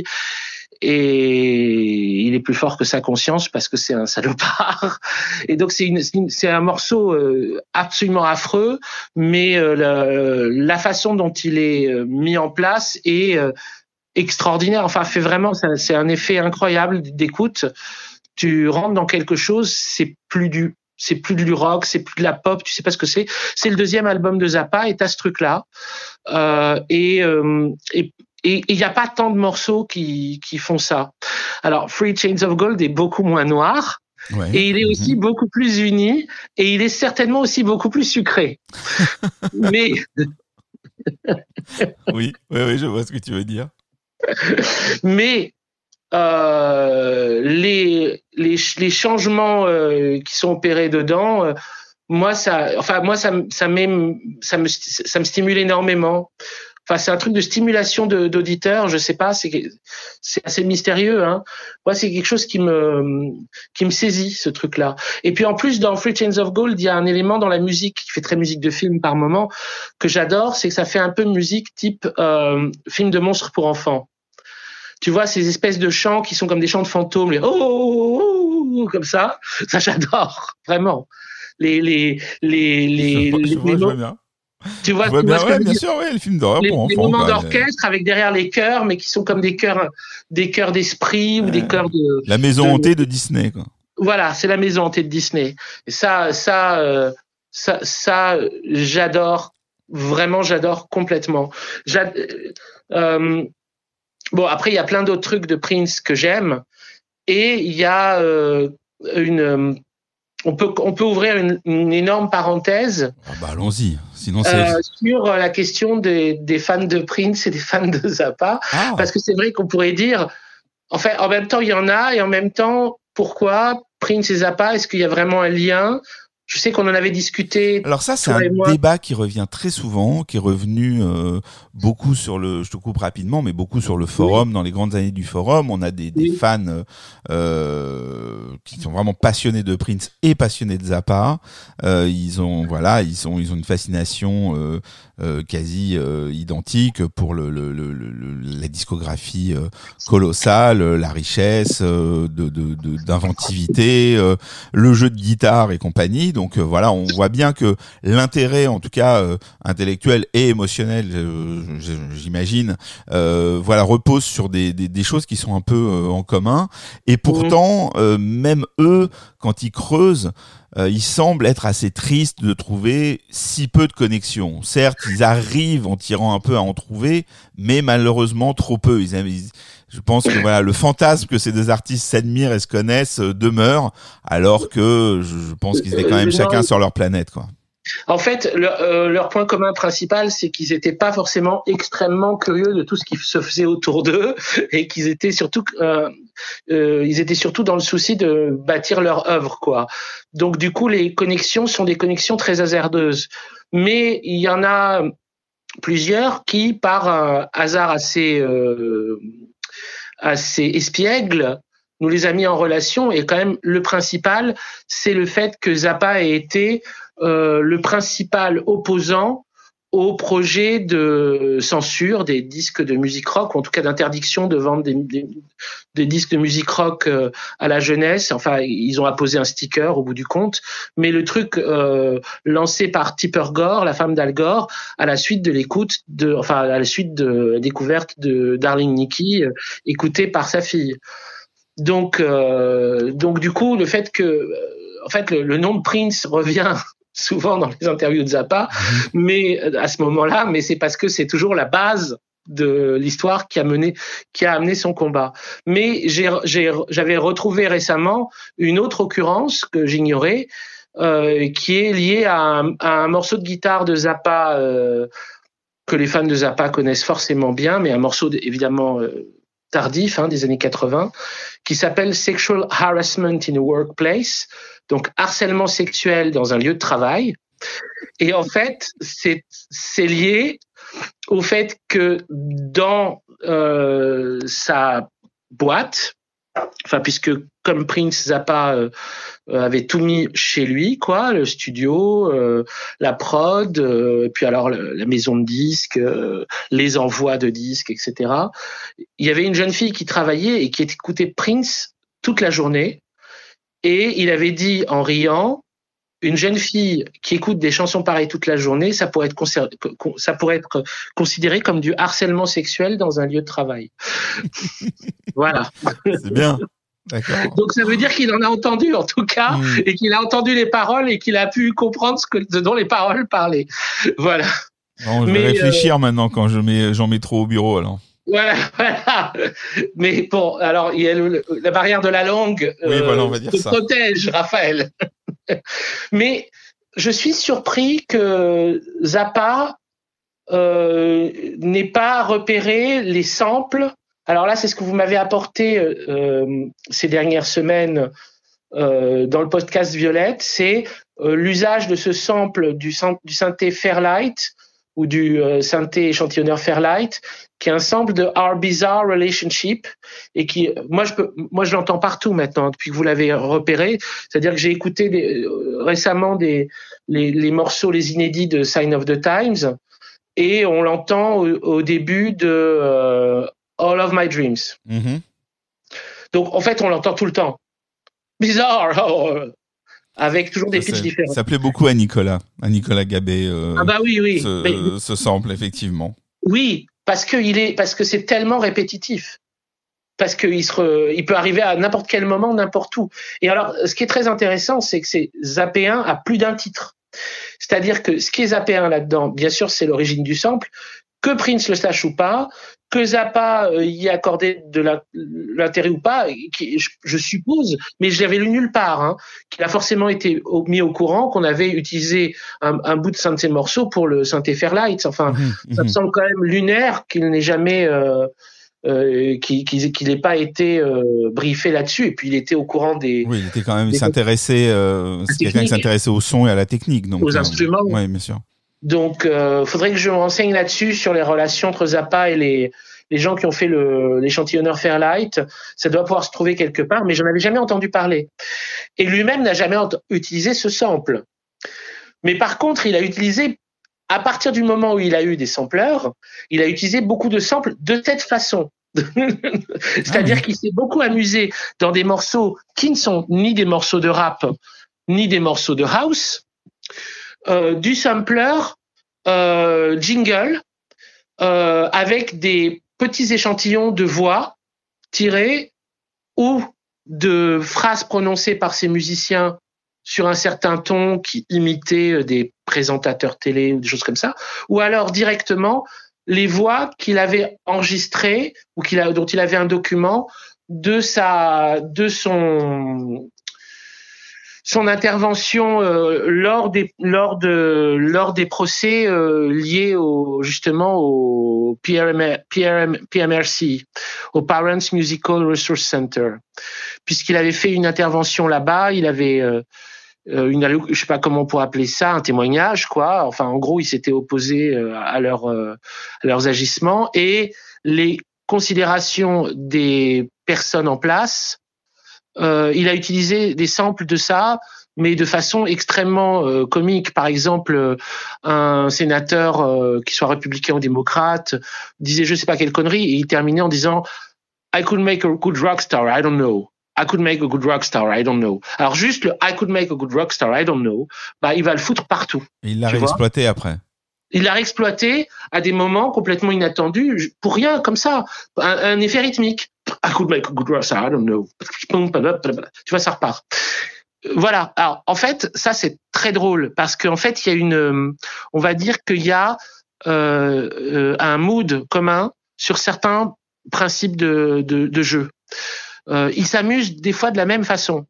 Et il est plus fort que sa conscience parce que c'est un salopard. Et donc c'est une, c'est un morceau euh, absolument affreux, mais euh, la, la façon dont il est euh, mis en place est euh, extraordinaire. Enfin, fait vraiment, c'est, c'est un effet incroyable d'écoute. Tu rentres dans quelque chose, c'est plus du c'est plus du rock, c'est plus de la pop, tu sais pas ce que c'est. C'est le deuxième album de Zappa et t'as ce truc-là. Euh, et, euh, et Et il n'y a pas tant de morceaux qui, qui font ça. Alors, Three Chains of Gold est beaucoup moins noir. Ouais. Et il est aussi mmh. beaucoup plus uni. Et il est certainement aussi beaucoup plus sucré. Mais. oui, oui, oui, je vois ce que tu veux dire. Mais. Euh, les, les, les changements euh, qui sont opérés dedans, euh, moi, ça, enfin, moi, ça, ça, ça, me, ça me stimule énormément. Enfin, c'est un truc de stimulation de, d'auditeurs, je sais pas, c'est, c'est assez mystérieux, hein. Moi, c'est quelque chose qui me, qui me saisit, ce truc-là. Et puis, en plus, dans Three Chains of Gold, il y a un élément dans la musique qui fait très musique de film par moment, que j'adore, c'est que ça fait un peu musique type, euh, film de monstres pour enfants. Tu vois, ces espèces de chants qui sont comme des chants de fantômes, les oh, oh, oh, oh comme ça, ça j'adore, vraiment. Les, les, les, les, je vois, les, je vois, les je vois bien. Tu vois, je vois tu bien, vois ouais, bien sûr, ouais, le film d'horreur les, pour enfants. Les moments quoi, d'orchestre avec derrière les chœurs, mais qui sont comme des chœurs, des chœurs d'esprit ouais. ou des chœurs de. La maison de, hantée de Disney, quoi. Voilà, c'est la maison hantée de Disney. Et ça, ça, euh, ça, ça, j'adore. Vraiment, j'adore complètement. J'ad... Euh, bon, après, il y a plein d'autres trucs de Prince que j'aime. Et il y a euh, une. On peut, on peut ouvrir une, une énorme parenthèse. Ah bah allons-y. Sinon c'est... Euh, sur la question des, des fans de Prince et des fans de Zappa. Ah. Parce que c'est vrai qu'on pourrait dire, en fait, en même temps, il y en a, et en même temps, pourquoi Prince et Zappa? Est-ce qu'il y a vraiment un lien? Je sais qu'on en avait discuté. Alors ça, c'est un débat qui revient très souvent, qui est revenu euh, beaucoup sur le, je te coupe rapidement, mais beaucoup sur le forum, oui. Dans les grandes années du forum. On a des, des oui. fans euh, qui sont vraiment passionnés de Prince et passionnés de Zappa. Euh, ils ont, voilà, ils ont, ils ont une fascination euh, euh, quasi euh, identique pour le, le, le, le, la discographie euh, colossale, la richesse euh, de, de, de, d'inventivité, euh, le jeu de guitare et compagnie. Donc euh, voilà, on voit bien que l'intérêt, en tout cas euh, intellectuel et émotionnel, euh, j'imagine, euh, voilà, repose sur des, des, des choses qui sont un peu euh, en commun. Et pourtant, euh, même eux, quand ils creusent, euh, ils semblent être assez tristes de trouver si peu de connexions. Certes, ils arrivent en tirant un peu à en trouver, mais malheureusement trop peu. Ils, ils Je pense que voilà, le fantasme que ces deux artistes s'admirent et se connaissent euh, demeure, alors que je, je pense qu'ils étaient quand même chacun sur leur planète, quoi. En fait, le, euh, leur point commun principal, c'est qu'ils n'étaient pas forcément extrêmement curieux de tout ce qui se faisait autour d'eux, et qu'ils étaient surtout, euh, euh, ils étaient surtout dans le souci de bâtir leur œuvre, quoi. Donc du coup, les connexions sont des connexions très hasardeuses. Mais il y en a. plusieurs qui, par un hasard assez, euh, assez espiègle, nous les a mis en relation. Et quand même, le principal, c'est le fait que Zappa ait été euh, le principal opposant au projet de censure des disques de musique rock, ou en tout cas d'interdiction de vendre des, des, des disques de musique rock euh, à la jeunesse. Enfin, ils ont apposé un sticker au bout du compte. Mais le truc euh, lancé par Tipper Gore, la femme d'Al Gore, à la suite de l'écoute, de, enfin à la suite de la découverte de Darling Nikki, euh, écoutée par sa fille. Donc, euh, donc du coup, le fait que, euh, en fait, le, le nom de Prince revient souvent dans les interviews de Zappa, mais à ce moment-là, mais c'est parce que c'est toujours la base de l'histoire qui a mené, qui a amené son combat. Mais j'ai, j'ai, j'avais retrouvé récemment une autre occurrence que j'ignorais, euh, qui est liée à un, à un morceau de guitare de Zappa euh, que les fans de Zappa connaissent forcément bien, mais un morceau de, évidemment euh, tardif, hein, des années quatre-vingts, qui s'appelle Sexual Harassment in a Workplace, donc harcèlement sexuel dans un lieu de travail. Et en fait, c'est, c'est lié au fait que dans euh, sa boîte, enfin puisque comme Prince, Zappa euh, avait tout mis chez lui, quoi, le studio, euh, la prod, euh, puis alors le, la maison de disques, euh, les envois de disques, et cetera. Il y avait une jeune fille qui travaillait et qui écoutait Prince toute la journée, et il avait dit en riant, une jeune fille qui écoute des chansons pareilles toute la journée, ça pourrait être, conser- ça pourrait être considéré comme du harcèlement sexuel dans un lieu de travail. Voilà. C'est bien. D'accord. Donc ça veut dire qu'il en a entendu en tout cas, mmh. et qu'il a entendu les paroles et qu'il a pu comprendre ce que, ce dont les paroles parlaient. Voilà. Bon, je vais Mais réfléchir euh... maintenant quand je mets, j'en mets trop au bureau alors. Voilà, voilà. Mais bon, alors il y a le, la barrière de la langue oui, euh, voilà, on va dire te ça. protège, Raphaël. Mais je suis surpris que Zappa euh, n'ait pas repéré les samples. Alors là, c'est ce que vous m'avez apporté euh, ces dernières semaines euh, dans le podcast Violette, c'est euh, l'usage de ce sample du, du synthé Fairlight ou du euh, synthé échantillonneur Fairlight, qui est un sample de Our Bizarre Relationship et qui, moi je peux, moi je l'entends partout maintenant depuis que vous l'avez repéré. C'est-à-dire que j'ai écouté des, euh, récemment des les, les morceaux, les inédits de Sign of the Times, et on l'entend au, au début de euh, All of My Dreams. Mm-hmm. Donc en fait on l'entend tout le temps. Bizarre. Oh, avec toujours des ça, pitchs différents. Ça plaît beaucoup à Nicolas, à Nicolas Gabé. Euh, ah bah oui, oui. Ce, Mais, ce sample, effectivement. Oui, parce que il est, parce que c'est tellement répétitif. Parce qu'il se, re, il peut arriver à n'importe quel moment, n'importe où. Et alors, ce qui est très intéressant, c'est que c'est zappéen à plus d'un titre. C'est-à-dire que ce qui est zappéen là-dedans, bien sûr, c'est l'origine du sample. Que Prince le sache ou pas, que Zappa euh, y accordait de la, l'intérêt ou pas, qui, je, je suppose, mais je l'avais lu nulle part, hein, qu'il a forcément été au, mis au courant qu'on avait utilisé un, un bout de synthé morceau pour le synthé Fairlight. Enfin, mmh, ça mmh. me semble quand même lunaire qu'il n'ait jamais, euh, euh, qu'il, qu'il, qu'il n'ait pas été euh, briefé là-dessus. Et puis il était au courant des. Oui, il était quand même s'intéressé. Euh, c'est quelqu'un qui s'intéressait au son et à la technique, donc. Aux euh, instruments. Oui, bien sûr. Donc, il euh, faudrait que je me renseigne là-dessus sur les relations entre Zappa et les, les gens qui ont fait le, l'échantillonneur Fairlight. Ça doit pouvoir se trouver quelque part, mais j'en avais jamais entendu parler. Et lui-même n'a jamais ent- utilisé ce sample. Mais par contre, il a utilisé, à partir du moment où il a eu des sampleurs, il a utilisé beaucoup de samples de cette façon. C'est-à-dire ah oui. qu'il s'est beaucoup amusé dans des morceaux qui ne sont ni des morceaux de rap, ni des morceaux de house, Euh, du sampler euh, jingle euh, avec des petits échantillons de voix tirées ou de phrases prononcées par ces musiciens sur un certain ton qui imitait des présentateurs télé ou des choses comme ça, ou alors directement les voix qu'il avait enregistrées ou qu'il a, dont il avait un document de sa, de son son intervention euh, lors des lors de lors des procès euh, liés au justement au P R M, P R M, P M R C, au Parents Musical Resource Center, puisqu'il avait fait une intervention là-bas, il avait euh, euh, une allo- je sais pas comment on pourrait appeler ça, un témoignage, quoi. Enfin, en gros, ils s'étaient opposés euh, à, leur, euh, à leurs agissements et les considérations des personnes en place. Euh, il a utilisé des samples de ça, mais de façon extrêmement euh, comique. Par exemple, euh, un sénateur, euh, qui soit républicain ou démocrate, disait je sais pas quelle connerie, et il terminait en disant I could make a good rock star, I don't know. I could make a good rock star, I don't know. Alors juste le I could make a good rock star, I don't know, bah il va le foutre partout. Et il l'a Tu vois. réexploité après. Il l'a réexploité à des moments complètement inattendus, pour rien, comme ça, un, un effet rythmique. I could make a good rock star, I don't know. Tu vois, ça repart. Voilà. Alors, en fait, ça c'est très drôle parce qu'en fait, il y a une, on va dire qu'il y a euh, euh, un mood commun sur certains principes de, de, de jeu. Euh, ils s'amusent des fois de la même façon.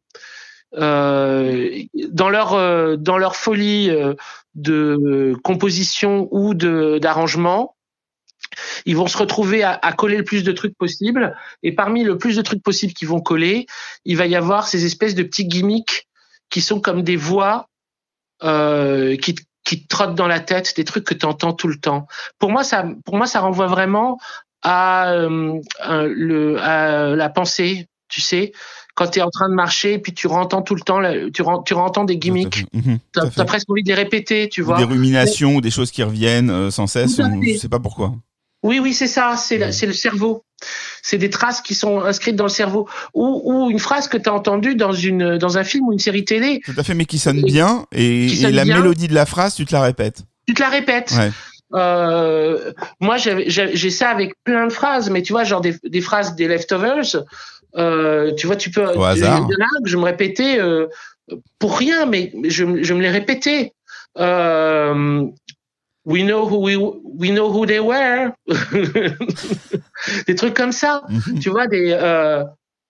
Euh, dans leur euh, dans leur folie euh, de composition ou de d'arrangement, ils vont se retrouver à, à coller le plus de trucs possible. Et parmi le plus de trucs possibles qu'ils vont coller, il va y avoir ces espèces de petits gimmicks qui sont comme des voix euh, qui qui te trottent dans la tête, des trucs que tu entends tout le temps. Pour moi, ça pour moi ça renvoie vraiment à, euh, le, à la pensée, tu sais, quand tu es en train de marcher et puis tu entends tout le temps, tu, tu entends des gimmicks, mmh, tu as presque envie de les répéter, tu ou vois. des ruminations, ou des choses qui reviennent euh, sans cesse, on, fait. je sais pas pourquoi. Oui, oui, c'est ça, c'est, la, c'est le cerveau. C'est des traces qui sont inscrites dans le cerveau. Ou, ou une phrase que tu as entendue dans, une, dans un film ou une série télé. Tout à fait, mais qui sonne bien, et, sonne et la bien. mélodie de la phrase, tu te la répètes. Tu te la répètes. Ouais. Euh, moi, j'ai, j'ai, j'ai ça avec plein de phrases, mais tu vois, genre des, des phrases des Leftovers, euh, tu vois, tu peux. Au hasard. Il y en a que je me répétais euh, pour rien, mais je, je me les répétais. Euh, we know who we, we know who they were. Des trucs comme ça. Mm-hmm. Tu vois, des. Euh,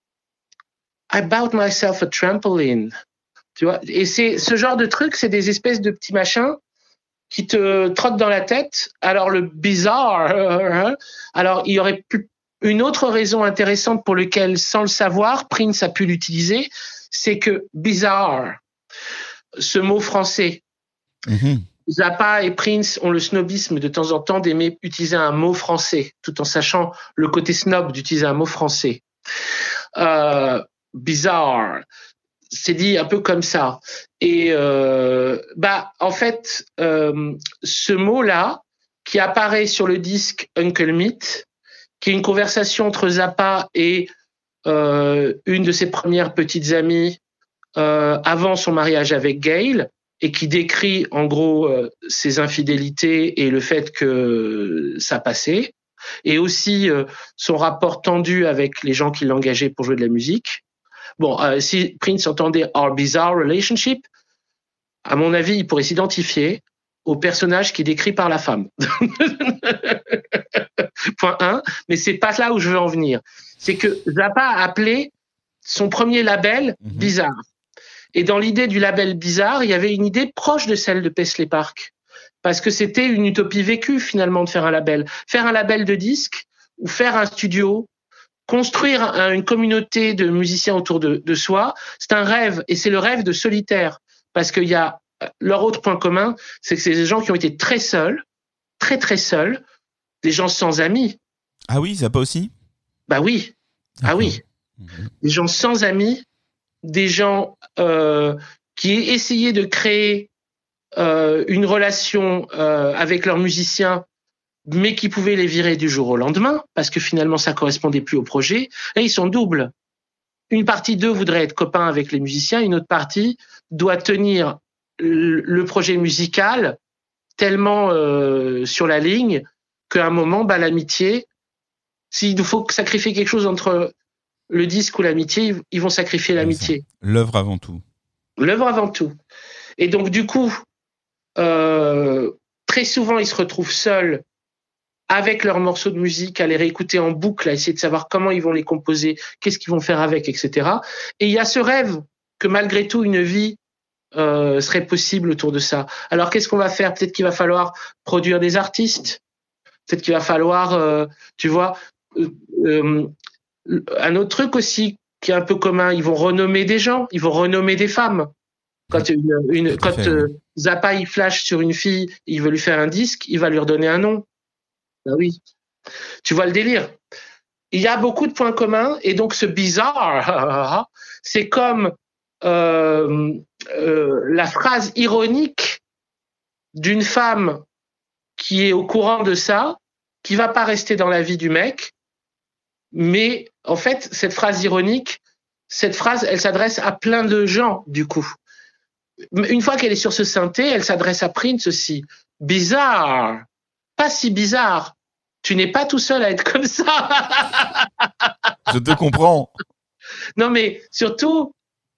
I bought myself a trampoline. Tu vois, et c'est ce genre de trucs, c'est des espèces de petits machins qui te trottent dans la tête. Alors le bizarre, euh, alors il y aurait pu une autre raison intéressante pour laquelle, sans le savoir, Prince a pu l'utiliser, c'est que bizarre, ce mot français, mm-hmm. Zappa et Prince ont le snobisme de temps en temps d'aimer utiliser un mot français, tout en sachant le côté snob d'utiliser un mot français. Euh, bizarre. C'est dit un peu comme ça. Et euh, bah en fait, euh, ce mot-là qui apparaît sur le disque Uncle Meat, qui est une conversation entre Zappa et euh, une de ses premières petites amies euh, avant son mariage avec Gail, et qui décrit en gros euh, ses infidélités et le fait que ça passait, et aussi euh, son rapport tendu avec les gens qui l'engageaient pour jouer de la musique. Bon, euh, si Prince entendait Our Bizarre Relationship, à mon avis, il pourrait s'identifier au personnage qui est décrit par la femme. Point un, mais c'est pas là où je veux en venir. C'est que Zappa a appelé son premier label mm-hmm. Bizarre. Et dans l'idée du label Bizarre, il y avait une idée proche de celle de Paisley Park. Parce que c'était une utopie vécue, finalement, de faire un label. Faire un label de disques ou faire un studio, construire un, une communauté de musiciens autour de, de soi, c'est un rêve, et c'est le rêve de solitaire, parce qu'il y a leur autre point commun, c'est que c'est des gens qui ont été très seuls, très très seuls, des gens sans amis. Ah oui, ça pas aussi. Bah oui, ah oui, des gens sans amis, des gens euh, qui essayaient de créer euh, une relation euh, avec leurs musiciens, mais qui pouvaient les virer du jour au lendemain, parce que finalement ça correspondait plus au projet. Et ils sont doubles. Une partie d'eux voudrait être copains avec les musiciens, une autre partie doit tenir le projet musical tellement euh, sur la ligne qu'à un moment, bah, l'amitié, s'il faut sacrifier quelque chose entre le disque ou l'amitié, ils vont sacrifier l'amitié. L'œuvre avant tout. L'œuvre avant tout. Et donc du coup, euh, très souvent, ils se retrouvent seuls avec leurs morceaux de musique, à les réécouter en boucle, à essayer de savoir comment ils vont les composer, qu'est-ce qu'ils vont faire avec, et cetera. Et il y a ce rêve que malgré tout, une vie euh, serait possible autour de ça. Alors qu'est-ce qu'on va faire ? Peut-être qu'il va falloir produire des artistes. Peut-être qu'il va falloir, euh, tu vois, euh, euh, un autre truc aussi qui est un peu commun, ils vont renommer des gens, ils vont renommer des femmes. Quand, une, une, Tout à quand fait, euh, oui. Zappa il flash sur une fille, il veut lui faire un disque, il va lui redonner un nom. Bah oui. Tu vois le délire. Il y a beaucoup de points communs et donc ce bizarre, c'est comme euh, euh, la phrase ironique d'une femme qui est au courant de ça, qui va pas rester dans la vie du mec, mais en fait cette phrase ironique, cette phrase, elle s'adresse à plein de gens du coup. Une fois qu'elle est sur ce synthé, elle s'adresse à Prince aussi. Bizarre, pas si bizarre. Tu n'es pas tout seul à être comme ça. Je te comprends. Non, mais surtout,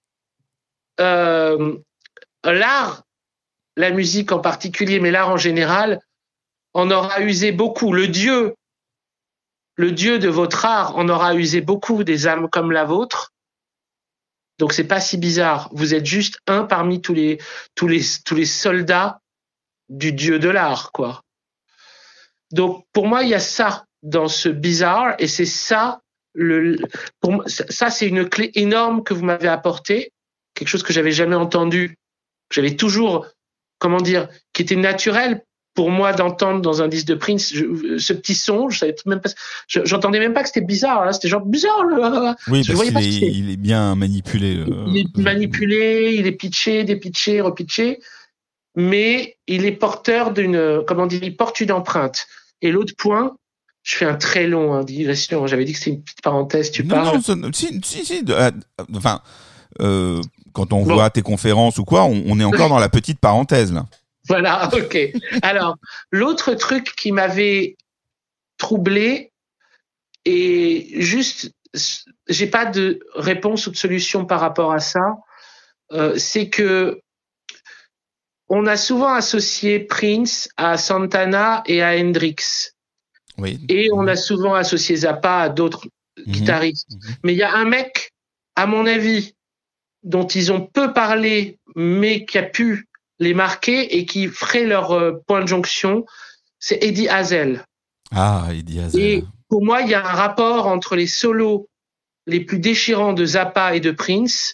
euh, l'art, la musique en particulier, mais l'art en général, en aura usé beaucoup. Le Dieu, le Dieu de votre art en aura usé beaucoup des âmes comme la vôtre. Donc c'est pas si bizarre. Vous êtes juste un parmi tous les tous les tous les soldats du Dieu de l'art, quoi. Donc pour moi, il y a ça dans ce bizarre, et c'est ça le pour moi, ça c'est une clé énorme que vous m'avez apportée, quelque chose que j'avais jamais entendu, que j'avais toujours, comment dire, qui était naturel pour moi d'entendre dans un disque de Prince, je, ce petit son, je savais même pas, je, j'entendais même pas que c'était bizarre, là, c'était genre bizarre. Là. Oui, Je parce voyais qu'il pas est, ce que c'était. il est bien manipulé. euh, Il est manipulé, il est pitché, dépitché, repitché, mais il est porteur d'une, comment dire, il porte une empreinte. Et l'autre point, je fais un très long hein, digression. J'avais dit que c'était une petite parenthèse. Tu Non, parles. non, ça- si, si, si. de- euh, Enfin, euh, quand on Bon. voit tes conférences ou quoi, on, on est encore dans la petite parenthèse là. Voilà, ok. Alors, l'autre truc qui m'avait troublé, et juste, j'ai pas de réponse ou de solution par rapport à ça, euh, c'est que on a souvent associé Prince à Santana et à Hendrix. Oui. Et on a souvent associé Zappa à d'autres Mhm. guitaristes. Mhm. Mais il y a un mec, à mon avis, dont ils ont peu parlé, mais qui a pu les marquer et qui ferait leur euh, point de jonction, c'est Eddie Hazel. Ah, Eddie Hazel. Et pour moi, il y a un rapport entre les solos les plus déchirants de Zappa et de Prince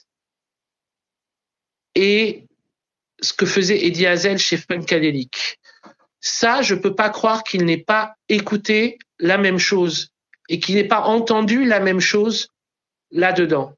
et ce que faisait Eddie Hazel chez Funkadelic. Ça, je peux pas croire qu'il n'ait pas écouté la même chose et qu'il n'ait pas entendu la même chose là-dedans.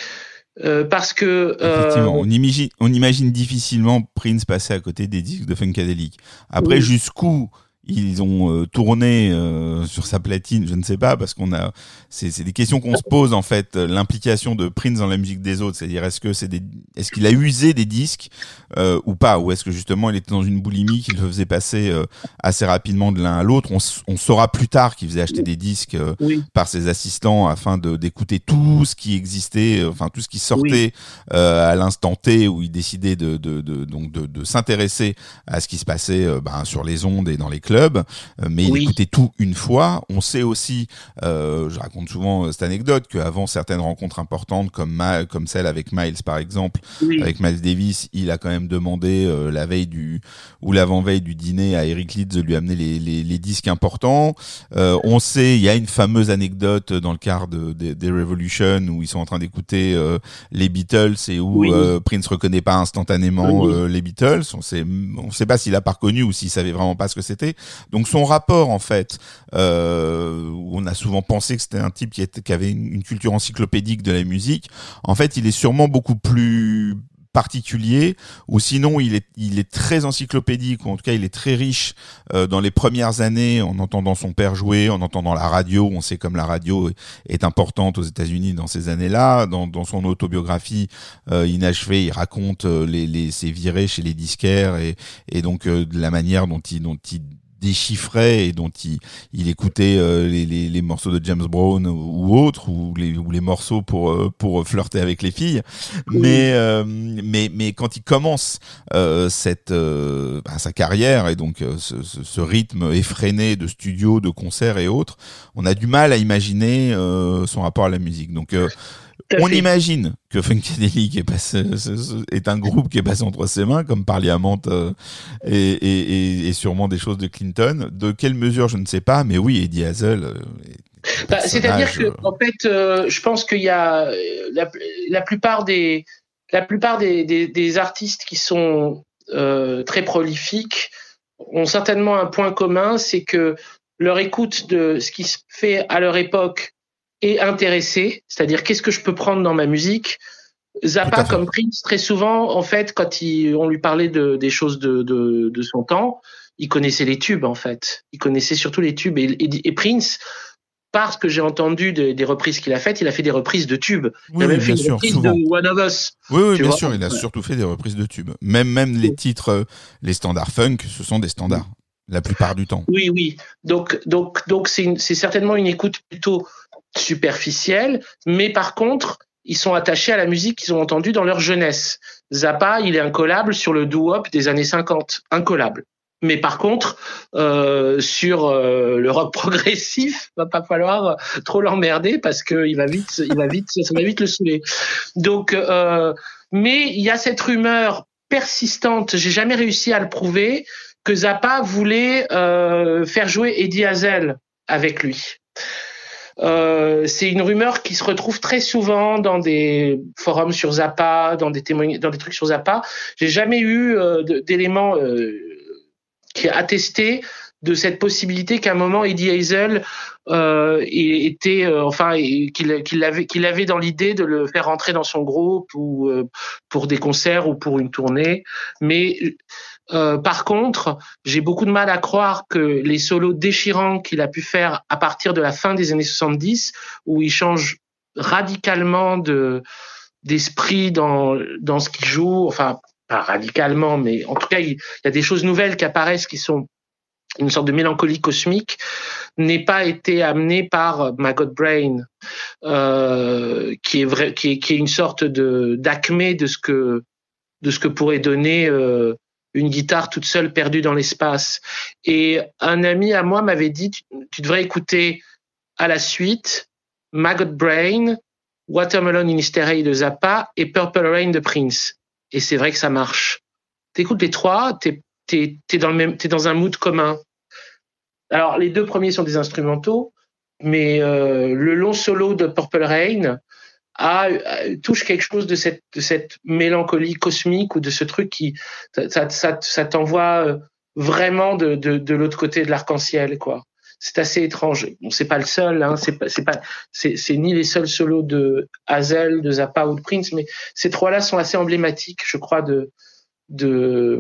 Euh, parce que euh, Effectivement, on imagine, on imagine difficilement Prince passer à côté des disques de Funkadelic. Après, Oui. jusqu'où ils ont euh, tourné euh, sur sa platine, je ne sais pas, parce qu'on a, c'est, c'est des questions qu'on se pose en fait. euh, L'implication de Prince dans la musique des autres, c'est-à-dire est-ce que c'est des, est-ce qu'il a usé des disques euh, ou pas, ou est-ce que justement il était dans une boulimie qui le faisait passer euh, assez rapidement de l'un à l'autre. On, s- on saura plus tard qu'il faisait acheter des disques euh, oui, par ses assistants afin de d'écouter tout ce qui existait, euh, enfin tout ce qui sortait euh, à l'instant T où il décidait de de, de donc de, de s'intéresser à ce qui se passait euh, ben, sur les ondes et dans les clubs. Euh, mais il Oui. écoutait tout une fois. On sait aussi, euh, je raconte souvent euh, cette anecdote, qu'avant certaines rencontres importantes comme Ma- comme celle avec Miles par exemple, oui, avec Miles Davis, il a quand même demandé euh, la veille du ou l'avant-veille du dîner à Eric Leeds de lui amener les, les, les disques importants. Euh, on sait, il y a une fameuse anecdote dans le cadre de, de- des Revolution où ils sont en train d'écouter euh, les Beatles et où Oui. euh, Prince reconnaît pas instantanément Oui. euh, les Beatles. On sait, on sait pas s'il a pas reconnu ou s'il savait vraiment pas ce que c'était. Donc son rapport en fait, euh, où on a souvent pensé que c'était un type qui, était, qui avait une, une culture encyclopédique de la musique. En fait, il est sûrement beaucoup plus particulier, ou sinon il est il est très encyclopédique, ou en tout cas il est très riche euh, dans les premières années en entendant son père jouer, en entendant la radio. On sait comme la radio est importante aux États-Unis dans ces années-là. Dans, dans son autobiographie euh, inachevée, il raconte euh, les, les ses virées chez les disquaires et et donc euh, de la manière dont il dont il déchiffrait et dont il, il écoutait euh, les, les, les morceaux de James Brown ou, ou autres, ou les, ou les morceaux pour, euh, pour flirter avec les filles. Oui. Mais, euh, mais, mais quand il commence euh, cette, euh, bah, sa carrière et donc euh, ce, ce, ce rythme effréné de studio, de concerts et autres, on a du mal à imaginer euh, son rapport à la musique. Donc euh, tout à on fait. imagine que Funkadelic est passé, est un groupe qui est passé entre ses mains, comme Parliament euh, et, et, et, et sûrement des choses de Clinton. De quelle mesure, je ne sais pas, mais oui, Eddie Hazel. euh, est un Bah, c'est-à-dire personnage, que, en fait, euh, je pense qu'il y a euh, la, la plupart des, la plupart des, des, des artistes qui sont euh, très prolifiques ont certainement un point commun, c'est que leur écoute de ce qui se fait à leur époque est intéressée, c'est-à-dire qu'est-ce que je peux prendre dans ma musique. Zappa, comme Prince, très souvent, en fait, quand il, on lui parlait de, des choses de, de, de son temps, il connaissait les tubes, en fait. Il connaissait surtout les tubes. Et, et, et Prince, parce que j'ai entendu de, des reprises qu'il a faites, il a fait des reprises de tubes. Oui, il a même oui, fait bien une sûr, reprise souvent. de One of Us. Oui, oui, tu bien vois. sûr, il a surtout fait des reprises de tubes. Même, même les titres, euh, les standards funk, ce sont des standards, la plupart du temps. Oui, oui. Donc, donc, donc, c'est, une, c'est certainement une écoute plutôt superficielle, mais par contre, ils sont attachés à la musique qu'ils ont entendue dans leur jeunesse. Zappa, il est incollable sur le doo-wop des années cinquante, incollable. Mais par contre, euh, sur euh, le rock progressif, va pas falloir trop l'emmerder parce que il va vite, il va vite, ça va vite le saouler. Donc, euh, mais il y a cette rumeur persistante. J'ai jamais réussi à le prouver que Zappa voulait euh, faire jouer Eddie Hazel avec lui. Euh, c'est une rumeur qui se retrouve très souvent dans des forums sur Zappa, dans des témoignages, dans des trucs sur Zappa. J'ai jamais eu euh, de, d'éléments euh, qui attestaient de cette possibilité qu'à un moment Eddie Hazel euh, était, euh, enfin, qu'il, qu'il avait, qu'il avait dans l'idée de le faire rentrer dans son groupe ou euh, pour des concerts ou pour une tournée. Mais Euh, par contre, j'ai beaucoup de mal à croire que les solos déchirants qu'il a pu faire à partir de la fin des années soixante-dix, où il change radicalement de, d'esprit dans, dans ce qu'il joue, enfin, pas radicalement, mais en tout cas, il, il y a des choses nouvelles qui apparaissent qui sont une sorte de mélancolie cosmique, n'ait pas été amené par Maggot Brain, euh, qui est vrai, qui est, qui est une sorte de, d'acmé de ce que, de ce que pourrait donner, euh, une guitare toute seule perdue dans l'espace. Et un ami à moi m'avait dit, tu, tu devrais écouter à la suite Maggot Brain, Watermelon in Hysteria de Zappa et Purple Rain de Prince. Et c'est vrai que ça marche. T'écoutes les trois, t'es, t'es, t'es dans le même, t'es dans un mood commun. Alors, les deux premiers sont des instrumentaux, mais euh, le long solo de Purple Rain A, a, touche quelque chose de cette, de cette mélancolie cosmique ou de ce truc qui, ça, ça, ça t'envoie vraiment de, de, de l'autre côté de l'arc-en-ciel, quoi. C'est assez étrange. Bon, c'est pas le seul, hein. C'est pas, c'est pas, c'est, c'est ni les seuls solos de Hazel, de Zappa ou de Prince, mais ces trois-là sont assez emblématiques, je crois, de, de,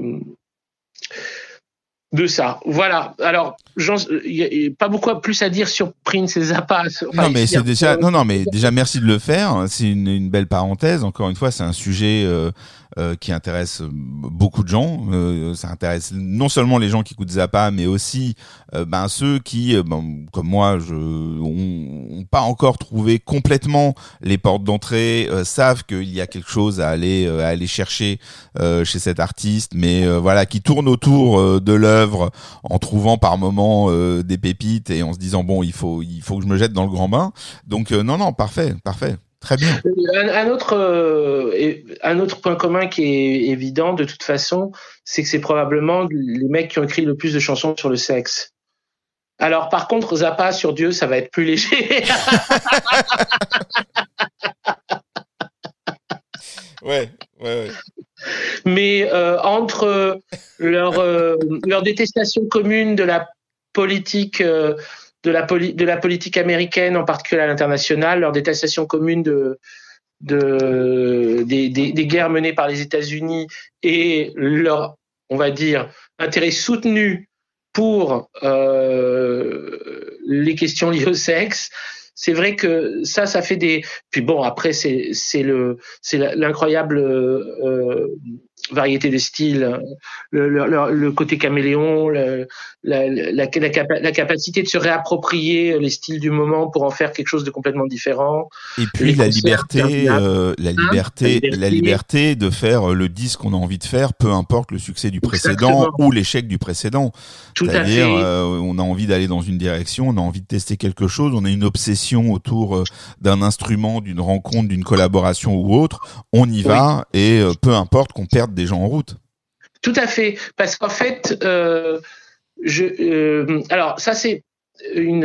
de ça. Voilà. Alors, il y a pas beaucoup plus à dire sur Prince et Zappa. Enfin, non, mais c'est déjà, non, non, mais déjà, merci de le faire. C'est une, une belle parenthèse. Encore une fois, c'est un sujet, euh, euh, qui intéresse beaucoup de gens. Euh, ça intéresse non seulement les gens qui écoutent Zappa, mais aussi, euh, ben, ceux qui, euh, ben, comme moi, je, ont, ont pas encore trouvé complètement les portes d'entrée, euh, savent qu'il y a quelque chose à aller, euh, à aller chercher, euh, chez cet artiste, mais, euh, voilà, qui tourne autour, euh, de l'œuvre en trouvant par moments, euh, des pépites et en se disant bon, il faut, il faut que je me jette dans le grand bain. Donc, euh, non, non, parfait, parfait. Très bien. Un, un autre, euh, un autre point commun qui est évident de toute façon, c'est que c'est probablement les mecs qui ont écrit le plus de chansons sur le sexe. Alors par contre, Zappa sur Dieu, ça va être plus léger. Ouais, ouais, ouais. Mais euh, entre leur, euh, leur détestation commune de la politique. Euh, de la, poli- de la politique américaine, en particulier à l'international, leur détestation commune de, de, des, des, des guerres menées par les États-Unis et leur, on va dire, intérêt soutenu pour euh, les questions liées au sexe. C'est vrai que ça, ça fait des. Puis bon, après, c'est c'est le c'est l'incroyable euh, variété des styles, le, le, le côté caméléon, le, la, la, la, capa- la capacité de se réapproprier les styles du moment pour en faire quelque chose de complètement différent. Et puis la liberté, euh, la liberté, hein, la liberté de faire le disque qu'on a envie de faire, peu importe le succès du précédent Exactement. Ou l'échec du précédent. Tout C'est-à-dire, à fait. Euh, on a envie d'aller dans une direction, on a envie de tester quelque chose, on a une obsession autour d'un instrument, d'une rencontre, d'une collaboration ou autre. On y va oui. et euh, peu importe qu'on perde des gens en route. Tout à fait, parce qu'en fait, euh, je, euh, alors ça c'est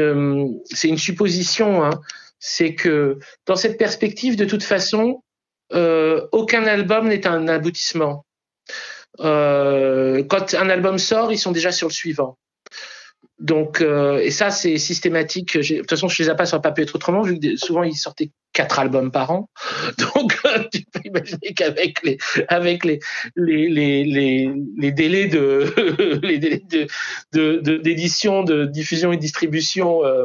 une, c'est une supposition, hein, c'est que dans cette perspective, de toute façon, euh, aucun album n'est un aboutissement. Euh, quand un album sort, ils sont déjà sur le suivant. Donc, euh, et ça, c'est systématique. J'ai, de toute façon, je les ai pas, ça aurait pas pu être autrement, vu que souvent, ils sortaient quatre albums par an. Donc, tu peux imaginer qu'avec les, avec les, les, les, les, les délais de, les délais de, de, de, d'édition, de diffusion et distribution, euh,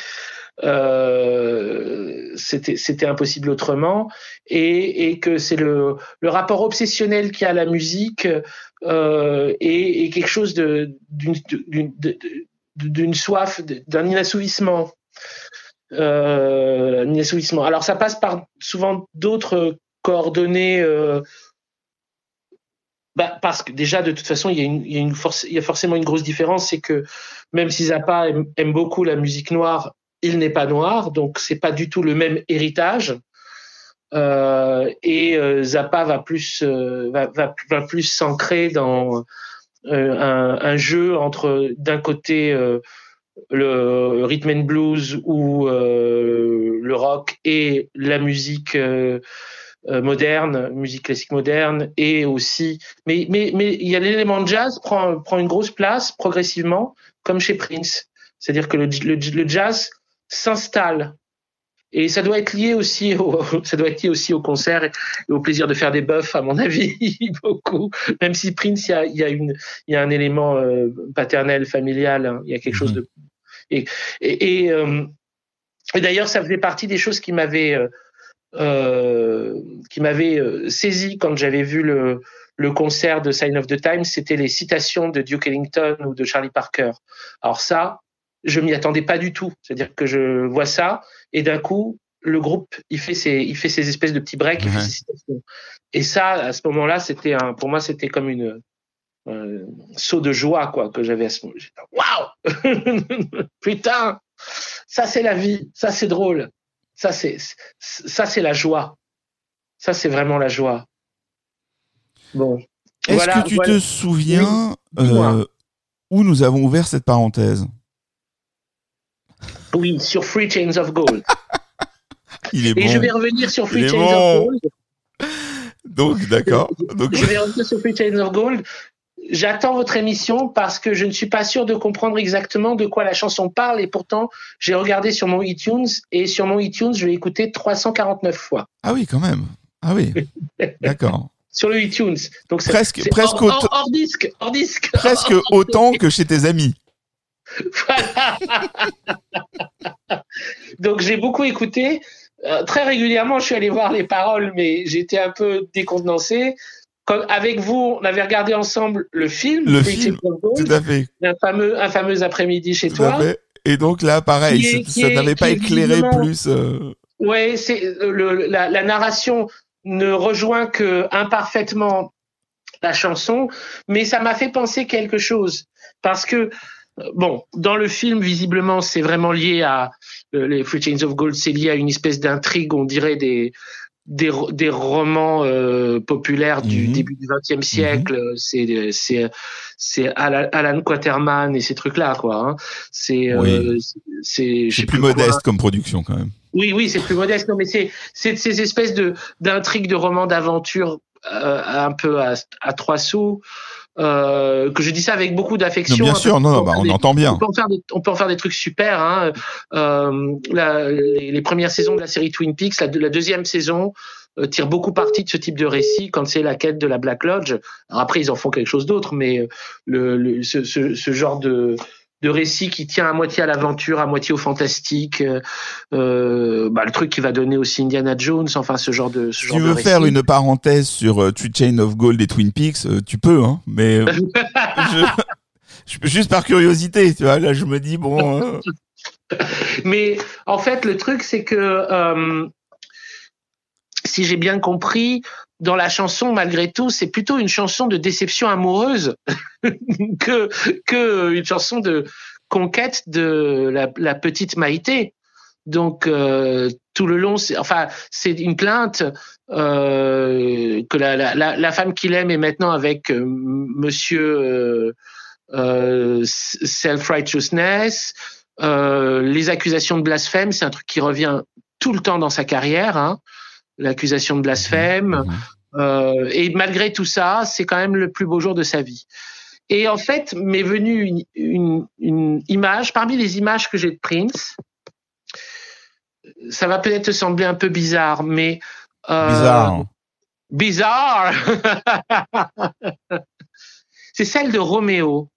euh, c'était, c'était impossible autrement. Et, et que c'est le, le rapport obsessionnel qu'il y a à la musique, euh, et, et quelque chose de, d'une, d'une, de, d'une soif, d'un inassouvissement. Euh, un inassouvissement. Alors ça passe par souvent d'autres coordonnées, euh, bah, parce que déjà de toute façon il y a une, il y a une force, il y a forcément une grosse différence, c'est que même si Zappa aime, aime beaucoup la musique noire, il n'est pas noir, donc c'est pas du tout le même héritage. Euh, et euh, Zappa va plus, euh, va, va, va plus s'ancrer dans euh, un, un jeu entre d'un côté euh, le rhythm and blues ou euh, le rock et la musique euh, euh, moderne, musique classique moderne, et aussi, mais mais mais il y a l'élément jazz prend prend une grosse place progressivement, comme chez Prince. C'est-à-dire que le le, le jazz s'installe. Et ça doit être lié aussi au, ça doit être lié aussi au concert et au plaisir de faire des buffs, à mon avis, beaucoup. Même si Prince, il y a, il y a une, il y a un élément euh, paternel, familial, hein, il y a quelque chose de, et, et, et, euh, et d'ailleurs, ça faisait partie des choses qui m'avaient, euh, euh, qui m'avaient euh, saisi quand j'avais vu le, le concert de Sign of the Times, c'était les citations de Duke Ellington ou de Charlie Parker. Alors ça, je m'y attendais pas du tout. C'est-à-dire que je vois ça et d'un coup, le groupe, il fait ses, il fait ses espèces de petits breaks, il fait ses citations. Et ça, à ce moment-là, c'était un, pour moi, c'était comme une, un saut de joie, quoi, que j'avais à ce moment. Waouh! Putain! Ça, c'est la vie. Ça, c'est drôle. Ça, c'est, ça, c'est la joie. Ça, c'est vraiment la joie. Bon. Est-ce voilà, que tu voilà. te souviens Oui, euh, où nous avons ouvert cette parenthèse? Oui, sur Free Chains of Gold. Il est Et bon. je vais revenir sur Free Il est Chains bon. of Gold. Donc, d'accord. Donc, Je vais revenir sur Free Chains of Gold. J'attends votre émission parce que je ne suis pas sûr de comprendre exactement de quoi la chanson parle, et pourtant j'ai regardé sur mon iTunes, et sur mon iTunes je l'ai écouté trois cent quarante-neuf fois. Ah oui, quand même. Ah oui. D'accord. Sur le iTunes. Donc c'est, Presque- c'est presque hors, autant- hors, hors disque, hors disque. Presque autant que chez tes amis. Voilà. Donc j'ai beaucoup écouté. Euh, très régulièrement, je suis allé voir les paroles, mais j'étais un peu décontenancé. Comme avec vous, on avait regardé ensemble le film, Le Free film, Chains of Gold, tout à fait. un fameux, un fameux après-midi chez Tout à toi. fait. Et donc là, pareil, Qui est- c'est- qui ça est- n'avait qui pas est éclairé visiblement- plus. euh, Ouais, c'est euh, le, la, la narration ne rejoint que imparfaitement la chanson, mais ça m'a fait penser quelque chose parce que euh, bon, dans le film, visiblement, c'est vraiment lié à euh, les Free Chains of Gold, c'est lié à une espèce d'intrigue, on dirait des des, ro- des romans euh, populaires du Mhm. début du vingtième siècle. C'est c'est c'est Alan, Alan Quaterman et ces trucs-là, quoi. Hein. C'est euh, Oui. c'est- c'est je C'est sais plus quoi. modeste comme production, quand même. Oui, oui, c'est plus modeste. Non, mais c'est c'est de ces espèces de d'intrigues de romans d'aventure euh, un peu à, à trois sous. Euh, que je dis ça avec beaucoup d'affection. Non, bien hein, sûr, parce non, qu'on non, peut bah, faire on des- entend bien. On peut en faire des, on peut en faire des trucs super. Hein. Euh, la- les, les premières saisons de la série Twin Peaks, la, la deuxième saison euh, tire beaucoup parti de ce type de récit quand c'est la quête de la Black Lodge. Alors après, ils en font quelque chose d'autre, mais euh, le, le, ce, ce, ce genre de de récit qui tient à moitié à l'aventure, à moitié au fantastique, euh, euh, bah, le truc qui va donner aussi Indiana Jones, enfin ce genre de ce Si genre tu de veux récit. faire une parenthèse sur euh, Three Chains of Gold et Twin Peaks, euh, tu peux, hein, mais euh, je, je- juste par curiosité, tu vois, là je me dis, bon... euh, Mais en fait, le truc, c'est que euh, si j'ai bien compris, dans la chanson, malgré tout, c'est plutôt une chanson de déception amoureuse que que une chanson de conquête de la, la petite Maïté. Donc euh, tout le long, c'est enfin c'est une plainte euh, que la, la, la, la femme qu'il aime est maintenant avec euh, Monsieur euh, euh, self-righteousness. Euh, les accusations de blasphème, c'est un truc qui revient tout le temps dans sa carrière. Hein. l'accusation de blasphème. Mhm. Euh, et malgré tout ça, c'est quand même le plus beau jour de sa vie. Et en fait, m'est venue une, une, une image, parmi les images que j'ai de Prince, ça va peut-être te sembler un peu bizarre, mais... Euh, Bizarre. Bizarre. C'est celle de Roméo.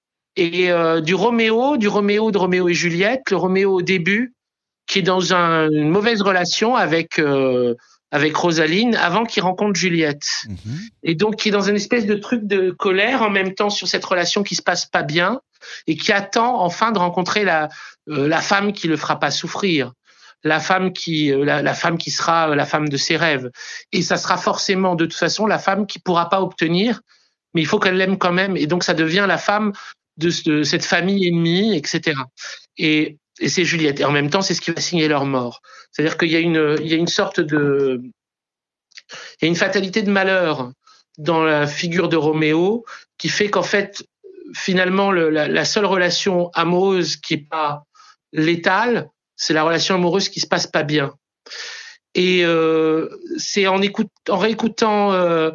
Et euh, du Roméo, du Roméo de Roméo et Juliette, le Roméo au début, qui est dans un, une mauvaise relation avec euh, avec Rosaline avant qu'il rencontre Juliette. Mhm. Et donc qui est dans une espèce de truc de colère en même temps sur cette relation qui se passe pas bien et qui attend enfin de rencontrer la euh, la femme qui le fera pas souffrir, la femme qui euh, la, la femme qui sera la femme de ses rêves. Et ça sera forcément de toute façon la femme qui pourra pas obtenir, mais il faut qu'elle l'aime quand même. Et donc ça devient la femme de, de cette famille ennemie, et cetera. Et, et c'est Juliette. Et en même temps, c'est ce qui va signer leur mort. C'est-à-dire qu'il y a une, il y a une sorte de, il y a une fatalité de malheur dans la figure de Roméo qui fait qu'en fait, finalement, le, la, la seule relation amoureuse qui est pas létale, c'est la relation amoureuse qui se passe pas bien. Et euh, c'est en écoute, en réécoutant euh,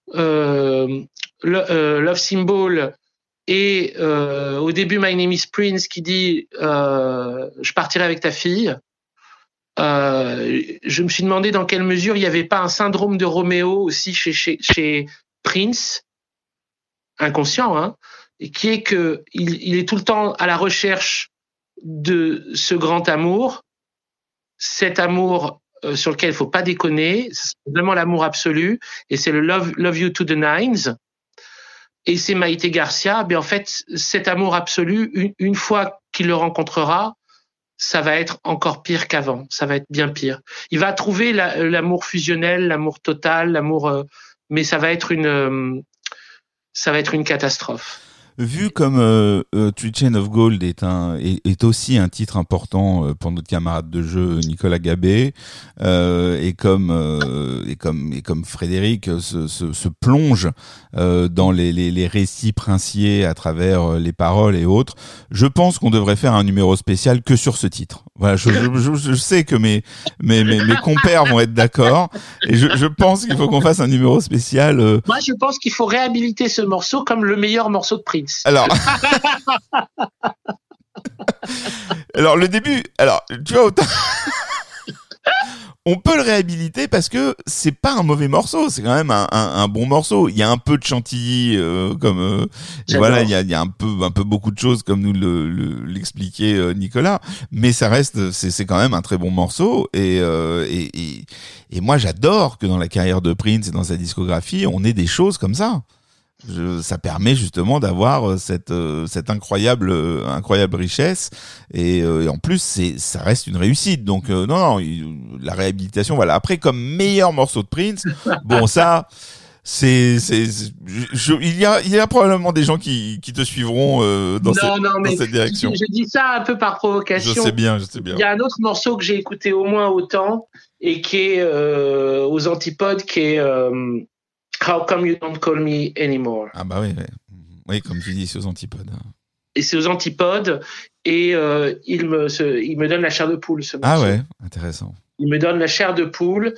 euh, le, euh, Love Symbol. Et euh, au début, My Name is Prince qui dit euh, « Je partirai avec ta fille euh, », je me suis demandé dans quelle mesure il n'y avait pas un syndrome de Roméo aussi chez, chez, chez Prince, inconscient, hein, et qui est que il, il est tout le temps à la recherche de ce grand amour, cet amour euh, sur lequel il ne faut pas déconner, c'est vraiment l'amour absolu, et c'est le love, love you to the nines. Et c'est Maïté Garcia, mais en fait, cet amour absolu, une, une fois qu'il le rencontrera, ça va être encore pire qu'avant. Ça va être bien pire. Il va trouver la, l'amour fusionnel, l'amour total, l'amour, euh, mais ça va être une, euh, ça va être une catastrophe. Vu comme euh, euh, Three Chains of Gold est un est, est aussi un titre important euh, pour notre camarade de jeu Nicolas Gabé, euh, et comme euh, et comme et comme Frédéric se, se, se plonge euh, dans les, les les récits princiers à travers euh, les paroles et autres, je pense qu'on devrait faire un numéro spécial que sur ce titre. Voilà, je je, je, je sais que mes mes mes, mes compères vont être d'accord, et je je pense qu'il faut qu'on fasse un numéro spécial. Euh... Moi, je pense qu'il faut réhabiliter ce morceau comme le meilleur morceau de Prince. Alors, alors le début, alors tu vois, autant... on peut le réhabiliter parce que c'est pas un mauvais morceau, c'est quand même un, un, un bon morceau. Il y a un peu de chantilly, euh, comme euh, voilà, il y a, il y a un peu, un peu beaucoup de choses comme nous le, le, l'expliquait euh, Nicolas, mais ça reste, c'est, c'est quand même un très bon morceau. Et, euh, et, et, et moi, j'adore que dans la carrière de Prince et dans sa discographie, on ait des choses comme ça. Je, ça permet justement d'avoir cette euh, cette incroyable euh, incroyable richesse, et, euh, et en plus c'est ça reste une réussite. Donc euh, non non il, la réhabilitation, voilà. Après, comme meilleur morceau de Prince, bon ça c'est c'est, c'est je, il y a il y a probablement des gens qui qui te suivront euh, dans, non, cette, non, mais dans cette direction. Je, je dis ça un peu par provocation. Je sais bien, je sais bien. Il y a un autre morceau que j'ai écouté au moins autant et qui est euh, aux antipodes, qui est euh, How Come You Don't Call Me Anymore. Ah bah oui, oui, oui, comme tu dis, c'est aux antipodes. Et c'est aux antipodes, et euh, il me ce, il me donne la chair de poule, ce morceau. Ah ouais, intéressant. Il me donne la chair de poule.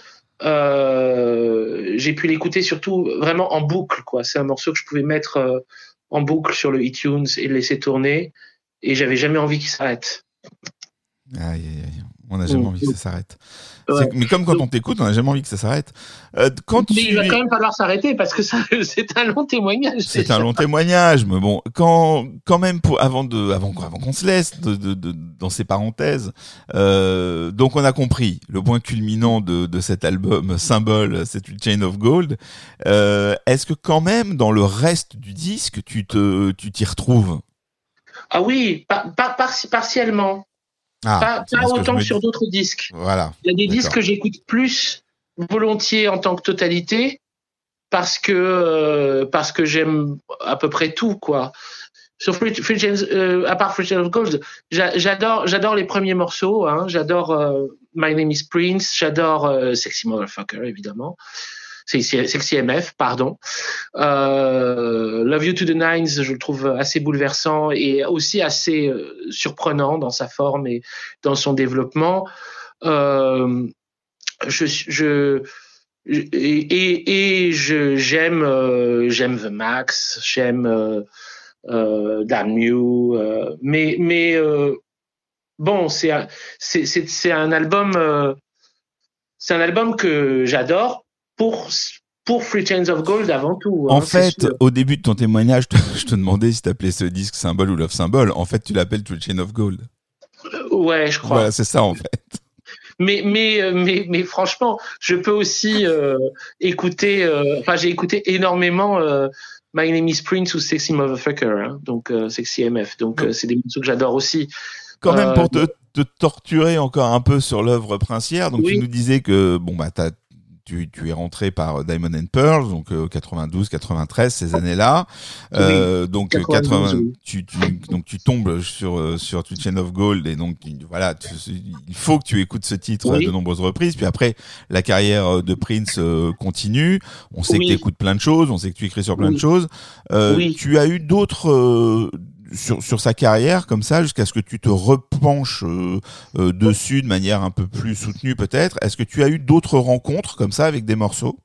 Euh, j'ai pu l'écouter surtout vraiment en boucle, quoi. C'est un morceau que je pouvais mettre euh, en boucle sur le iTunes et le laisser tourner, et j'avais jamais envie qu'il s'arrête. Aïe, aïe, aïe. On n'a jamais Mmh. envie que ça s'arrête. Ouais. C'est, mais comme quand on t'écoute, on n'a jamais envie que ça s'arrête. Euh, quand Mais tu... il va quand même falloir s'arrêter parce que ça, c'est un long témoignage. C'est déjà. un long témoignage, mais bon, quand, quand même, pour, avant de, avant, avant qu'on se laisse de, de, de, dans ces parenthèses, euh, donc on a compris le point culminant de, de cet album symbole, c'est une Chain of Gold. Euh, est-ce que quand même, dans le reste du disque, tu te, tu t'y retrouves? Ah oui, par, par, par, partiellement. Ah, pas c'est pas parce que je autant me que dis- sur d'autres disques. Voilà. Il y a des D'accord. disques que j'écoute plus volontiers en tant que totalité parce que euh, parce que j'aime à peu près tout, quoi. Sur Free, Free Chains, euh, à part Free Chains of Gold, j'a- j'adore j'adore les premiers morceaux. Hein, j'adore euh, My Name is Prince, j'adore euh, Sexy Motherfucker évidemment. C'est c'est c'est le C M F, pardon. Euh, Love You to the Nines, je le trouve assez bouleversant et aussi assez euh, surprenant dans sa forme et dans son développement. Euh, je, je, je et, et, et je j'aime euh, j'aime The Max, j'aime euh, euh, Damn You, euh, mais mais euh, bon, c'est un, c'est c'est c'est un album euh, c'est un album que j'adore pour pour Three Chains of Gold avant tout. En hein, c'est fait, sûr. au début de ton témoignage, je te, je te demandais si t'appelais ce disque Symbol ou Love Symbol. En fait, tu l'appelles Three Chains of Gold. Ouais, je crois. Voilà, c'est ça en fait. Mais mais euh, mais mais franchement, je peux aussi euh, écouter. euh, Enfin, j'ai écouté énormément euh, My Name Is Prince ou Sexy Motherfucker, hein, donc euh, Sexy M F. Donc euh, c'est des morceaux que j'adore aussi. Quand même Euh, pour te, te torturer encore un peu sur l'œuvre princière. Donc Oui. tu nous disais que bon bah t'as Tu, tu es rentré par Diamond and Pearl, donc euh, quatre-vingt-douze, quatre-vingt-treize, ces années-là. Euh, donc quatre-vingt-douze, quatre-vingts, oui. tu, tu, donc tu tombes sur euh, sur Three Chains of Gold et donc tu- voilà, tu- il faut que tu écoutes ce titre Oui. à de nombreuses reprises. Puis après, la carrière de Prince euh, continue. On sait Oui. que tu écoutes plein de choses, on sait que tu écris sur plein Oui. de choses. Euh, Oui. Tu as eu d'autres euh, sur, sur sa carrière comme ça jusqu'à ce que tu te repenches euh, euh, dessus de manière un peu plus soutenue peut-être. Est-ce que tu as eu d'autres rencontres comme ça avec des morceaux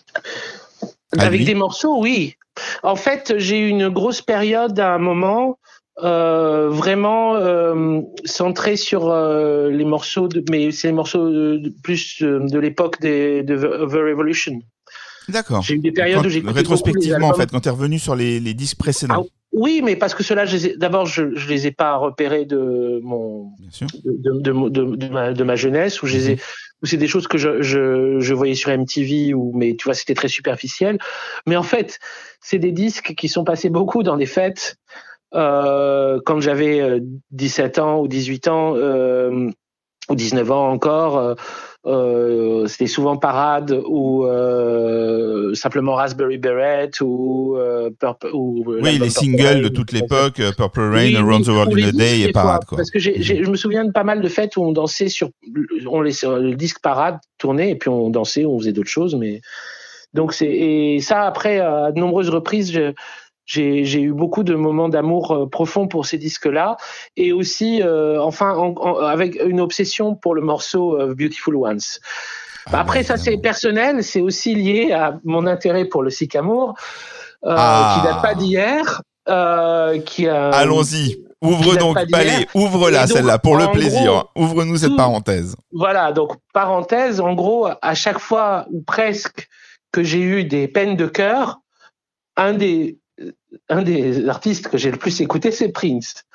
à Avec lui des morceaux, oui. En fait, j'ai eu une grosse période à un moment euh, vraiment euh, centrée sur euh, les morceaux, de, mais c'est les morceaux de, de- plus euh, de l'époque des, de The, The Revolution. D'accord. J'ai eu des périodes Quand- où j'écoutais rétrospectivement beaucoup les en fait, albums. quand tu es revenu sur les, les disques précédents. Ah, oui, mais parce que ceux-là, je les ai- d'abord, je, je les ai pas repérés de mon Bien sûr. de, de, de, de ma, de ma jeunesse, où je les ai, où c'est des choses que je, je, je voyais sur M T V, ou mais tu vois, c'était très superficiel. Mais en fait, c'est des disques qui sont passés beaucoup dans des fêtes euh, quand j'avais euh, dix-sept ans ou dix-huit ans euh, ou dix-neuf ans encore. Euh, euh, c'était souvent Parade ou euh, simplement Raspberry Beret ou, euh, Purple, ou Oui, l'album les Purple singles Rain, de toute tout ça. l'époque, euh, Purple Rain, Oui, Around oui, the World ou in les a Day disques, et des fois, Parade quoi. parce que j'ai, j'ai, je me souviens de pas mal de fêtes où on dansait sur, on laissait le disque Parade tourner et puis on dansait, on faisait d'autres choses, mais donc c'est, et ça après à de nombreuses reprises, je, j'ai, j'ai eu beaucoup de moments d'amour euh, profond pour ces disques-là et aussi, euh, enfin, en, en, avec une obsession pour le morceau euh, Beautiful Ones. Bah, Ah après, ouais, ça c'est évidemment. personnel, c'est aussi lié à mon intérêt pour le Sycamore, euh, Ah. qui date pas d'hier, euh, qui a. Allons-y. Ouvre qui date donc, pas d'hier. allez, ouvre-la Et donc, celle-là pour le en plaisir. gros, Ouvre-nous cette tout- parenthèse. Voilà, donc parenthèse, en gros, à chaque fois ou presque que j'ai eu des peines de cœur, un des un des artistes que j'ai le plus écouté, c'est Prince.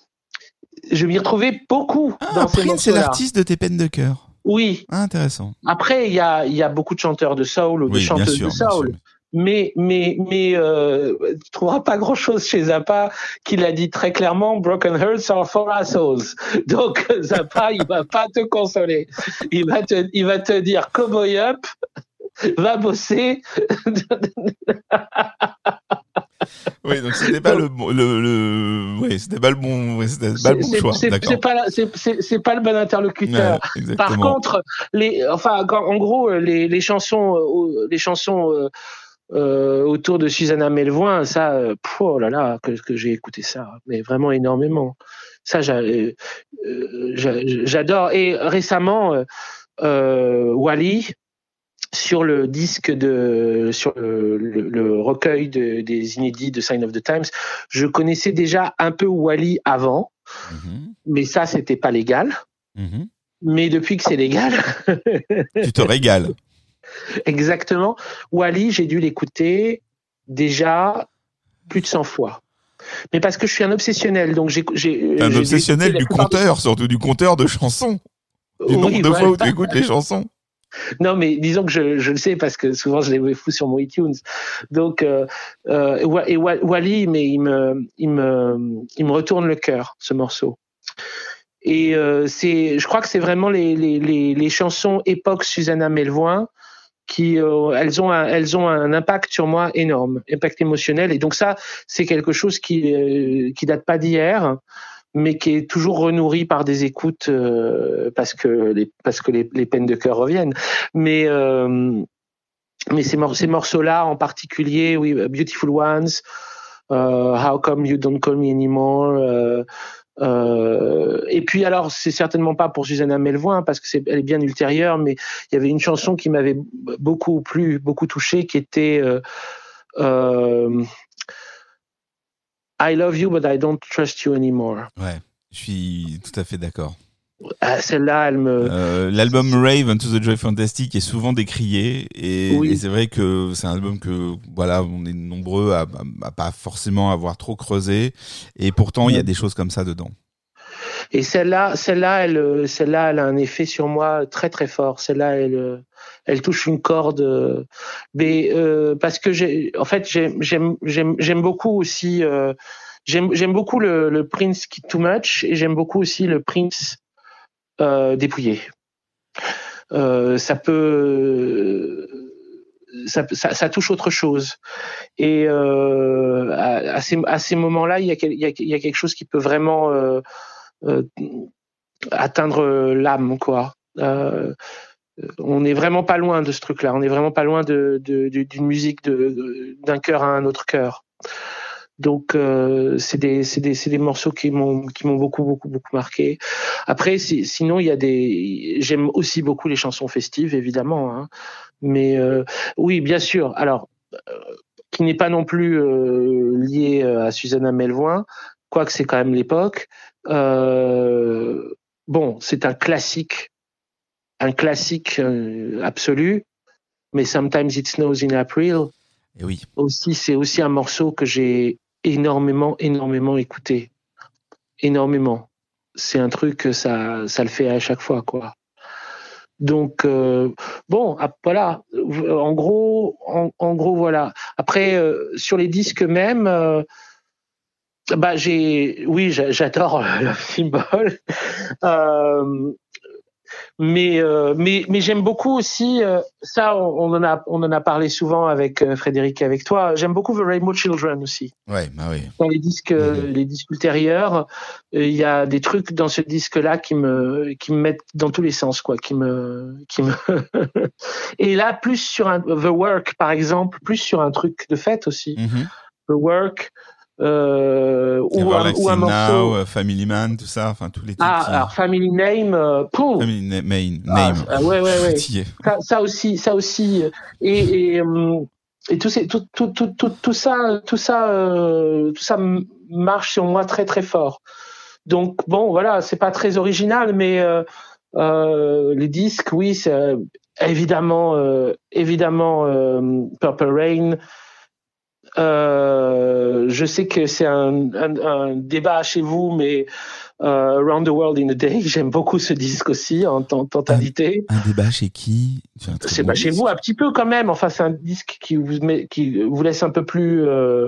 Je m'y retrouvais beaucoup Ah, dans ces Prince, c'est morceaux-là. l'artiste de tes peines de cœur. Oui. Ah, intéressant. Après, il y a il y a beaucoup de chanteurs de soul ou de Oui, bien chanteuses sûr, de bien soul. sûr. Mais mais mais euh, tu trouveras pas grand chose chez Zappa qui l'a dit très clairement. Broken hearts are for assholes. Donc Zappa, il va pas te consoler. Il va te il va te dire cowboy up, va bosser. Oui, donc c'était pas le bon, le, le, oui, c'était pas le bon, oui, c'était pas le bon C'est- choix. c'est- D'accord. C'est pas la- c'est c'est c'est pas le bon interlocuteur. Ouais, exactement. Par contre, les enfin quand- en gros les les chansons euh, les chansons euh, euh, autour de Susanna Melvoin, ça, euh, pff, oh là là, que, que j'ai écouté ça, mais vraiment énormément. Ça, j'a- euh, euh, j'a- j'adore. Et récemment, euh, euh, Wally, sur le disque de, sur le, le, le recueil de, des inédits de Sign of the Times, je connaissais déjà un peu Wally avant, Mhm, mais ça, c'était pas légal. mhm. Mais depuis que c'est légal, Tu te régales. exactement. Wally, j'ai dû l'écouter déjà plus de cent fois. Mais parce que je suis un obsessionnel, donc j'ai. j'ai T'es un j'ai dû obsessionnel écouter la du plupart des- compteur, surtout du compteur de chansons. Du nombre Oui, de fois voilà. où tu écoutes les chansons. Non, mais disons que je, je le sais parce que souvent je les fous sur mon iTunes. Donc, euh, euh, et Wa- et Wa- Wally, mais il me, il me, il me retourne le cœur, ce morceau. Et euh, c'est, je crois que c'est vraiment les, les, les, les chansons époque Susanna Melvoin qui, euh, elles ont, un, elles ont un impact sur moi énorme, impact émotionnel. Et donc ça, c'est quelque chose qui, euh, qui date pas d'hier, mais qui est toujours renourri par des écoutes euh, parce que les parce que les, les peines de cœur reviennent. Mais euh, mais ces, mor- ces morceaux-là en particulier, oui, Beautiful Ones, euh, How Come You Don't Call Me Anymore, euh, Euh, et puis alors, c'est certainement pas pour Susanna Melvoin parce que c'est, elle est bien ultérieure, mais il y avait une chanson qui m'avait beaucoup plu, beaucoup touché, qui était euh, euh, I love you but I don't trust you anymore. Ouais, je suis tout à fait d'accord. Ah, celle-là, elle me. Euh, l'album Rave Into the Joy Fantastic est souvent décrié et, Oui. et c'est vrai que c'est un album que voilà, on est nombreux à, à, à pas forcément avoir trop creusé et pourtant il y a des choses comme ça dedans. Et celle-là, celle-là, elle, celle-là, elle a un effet sur moi très très fort. Celle-là, elle, elle touche une corde. Mais euh, parce que j'ai, en fait, j'aime, j'aime, j'aime, j'aime beaucoup aussi. Euh, j'aime, j'aime beaucoup le, le Prince qui Too Much et j'aime beaucoup aussi le Prince euh, dépouillé. Euh, ça peut, ça, ça, ça touche autre chose. Et euh, à, à ces, à ces moments-là, il y a, il y a, il y a quelque chose qui peut vraiment euh, euh, atteindre l'âme, quoi. Euh, on n'est vraiment pas loin de ce truc-là. On n'est vraiment pas loin de, de, de, d'une musique de, de, d'un cœur à un autre cœur. Donc euh, c'est des c'est des c'est des morceaux qui m'ont qui m'ont beaucoup beaucoup beaucoup marqué. Après si, sinon il y a des j'aime aussi beaucoup les chansons festives évidemment hein. Mais euh, oui bien sûr. Alors euh, qui n'est pas non plus euh, lié à Susanna Melvoin, quoique c'est quand même l'époque. Euh, bon, c'est un classique un classique euh, absolu, mais Sometimes It Snows in April. Et oui. Aussi, c'est aussi un morceau que j'ai énormément, énormément écouté. Énormément. C'est un truc, ça, ça le fait à chaque fois, quoi. Donc, euh, bon, ah, voilà. En gros, en, en gros, voilà. Après, euh, sur les disques même, euh, bah, j'ai, oui, j'adore le Symbol. Euh, Mais, euh, mais, mais j'aime beaucoup aussi, euh, ça on, on, en a, on en a parlé souvent avec euh, Frédéric et avec toi, j'aime beaucoup The Rainbow Children aussi. Ouais, bah oui. Dans les disques, mmh. les disques ultérieurs, il euh, y a des trucs dans ce disque-là qui me, qui me mettent dans tous les sens, quoi, qui me, qui me. Et là, plus sur un, The Work par exemple, plus sur un truc de fête aussi. Mm-hmm. The Work. Euh, ou, un, ou un morceau Now, Family Man, tout ça, enfin tous les titres. Ah, qui... alors Family Name, euh, pouf. Family na- main, ah, Name. Ah, ouais, ouais, ouais. Ça, ça aussi, ça aussi, et et, et tout, tout, tout, tout, tout, tout ça, tout ça, euh, tout ça marche sur moi très très fort. Donc bon, voilà, c'est pas très original, mais euh, euh, les disques, oui, c'est euh, évidemment, euh, évidemment, euh, Purple Rain. Euh, je sais que c'est un, un, un débat chez vous, mais euh, Around the World in a Day, j'aime beaucoup ce disque aussi en totalité. Un, un débat chez qui? C'est pas chez vous, un petit peu quand même. Enfin, c'est un disque qui vous met, qui vous laisse un peu plus euh,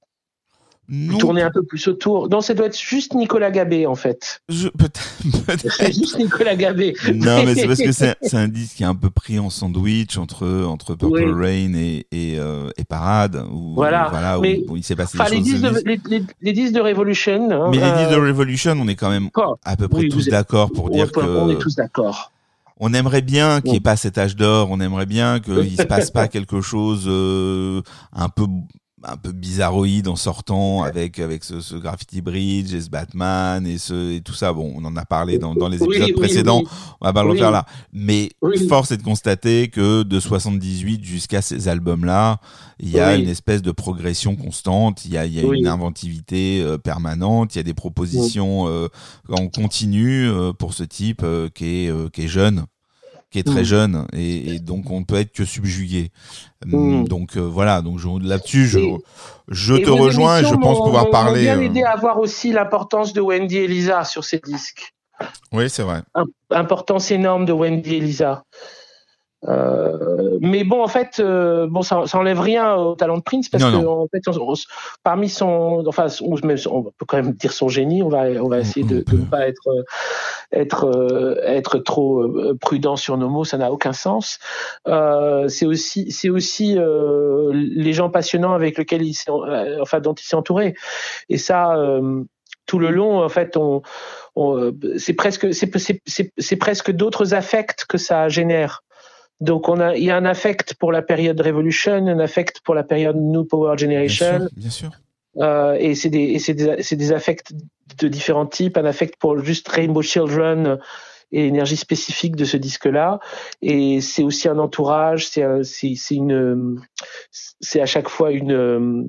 tourner un peu plus autour. Non, ça doit être juste Nicolas Gabé en fait. Je, peut-être, peut-être. C'est juste Nicolas Gabé. Non, mais c'est parce que c'est, c'est un disque qui est un peu pris en sandwich entre entre Purple oui. Rain et et, euh, et Parade. Où, voilà. voilà où, mais, où il s'est passé des les les choses. Disques de, les, les, les disques de Revolution. Hein, mais euh, les disques de Revolution, on est quand même oh, à peu près oui, tous êtes, d'accord pour dire on, que. On est tous d'accord. On aimerait bien qu'il n'y ait pas cet âge d'or. On aimerait bien qu'il se passe pas quelque chose euh, un peu un peu bizarroïde en sortant avec avec ce, ce Graffiti Bridge et ce Batman et ce et tout ça. Bon, on en a parlé dans dans les épisodes oui, précédents. Oui, oui. On va pas le oui. refaire là. Mais oui. force est de constater que de soixante-dix-huit jusqu'à ces albums-là, il y a oui. une espèce de progression constante. Il y a il y a oui. une inventivité euh, permanente. Il y a des propositions euh, en continu euh, pour ce type euh, qui est euh, qui est jeune. qui est très mmh. jeune et, et donc on peut être que subjugué. Mmh. Donc euh, voilà, donc je, là-dessus je et, je te rejoins et je pense pouvoir m'ont, parler. M'ont bien aidé à voir aussi l'importance de Wendy et Lisa sur ces disques. Oui, c'est vrai. Importance énorme de Wendy et Lisa. Euh, mais bon, en fait, euh, bon, ça, ça enlève rien au talent de Prince parce non, que non. en fait, on, on, parmi son, enfin, on, même, on peut quand même dire son génie. On va, on va essayer de ne pas être, être, être trop prudent sur nos mots. Ça n'a aucun sens. Euh, c'est aussi, c'est aussi euh, les gens passionnants avec lesquels il s'est, enfin, dont il s'est entouré. Et ça, euh, tout le long, en fait, on, on c'est presque, c'est, c'est, c'est, c'est presque d'autres affects que ça génère. Donc, on a, il y a un affect pour la période Revolution, un affect pour la période New Power Generation. Bien sûr. Bien sûr. Euh, et c'est des, et c'est des, c'est des affects de différents types. Un affect pour juste Rainbow Children et l'énergie spécifique de ce disque-là. Et c'est aussi un entourage. C'est, un, c'est, c'est une, c'est à chaque fois une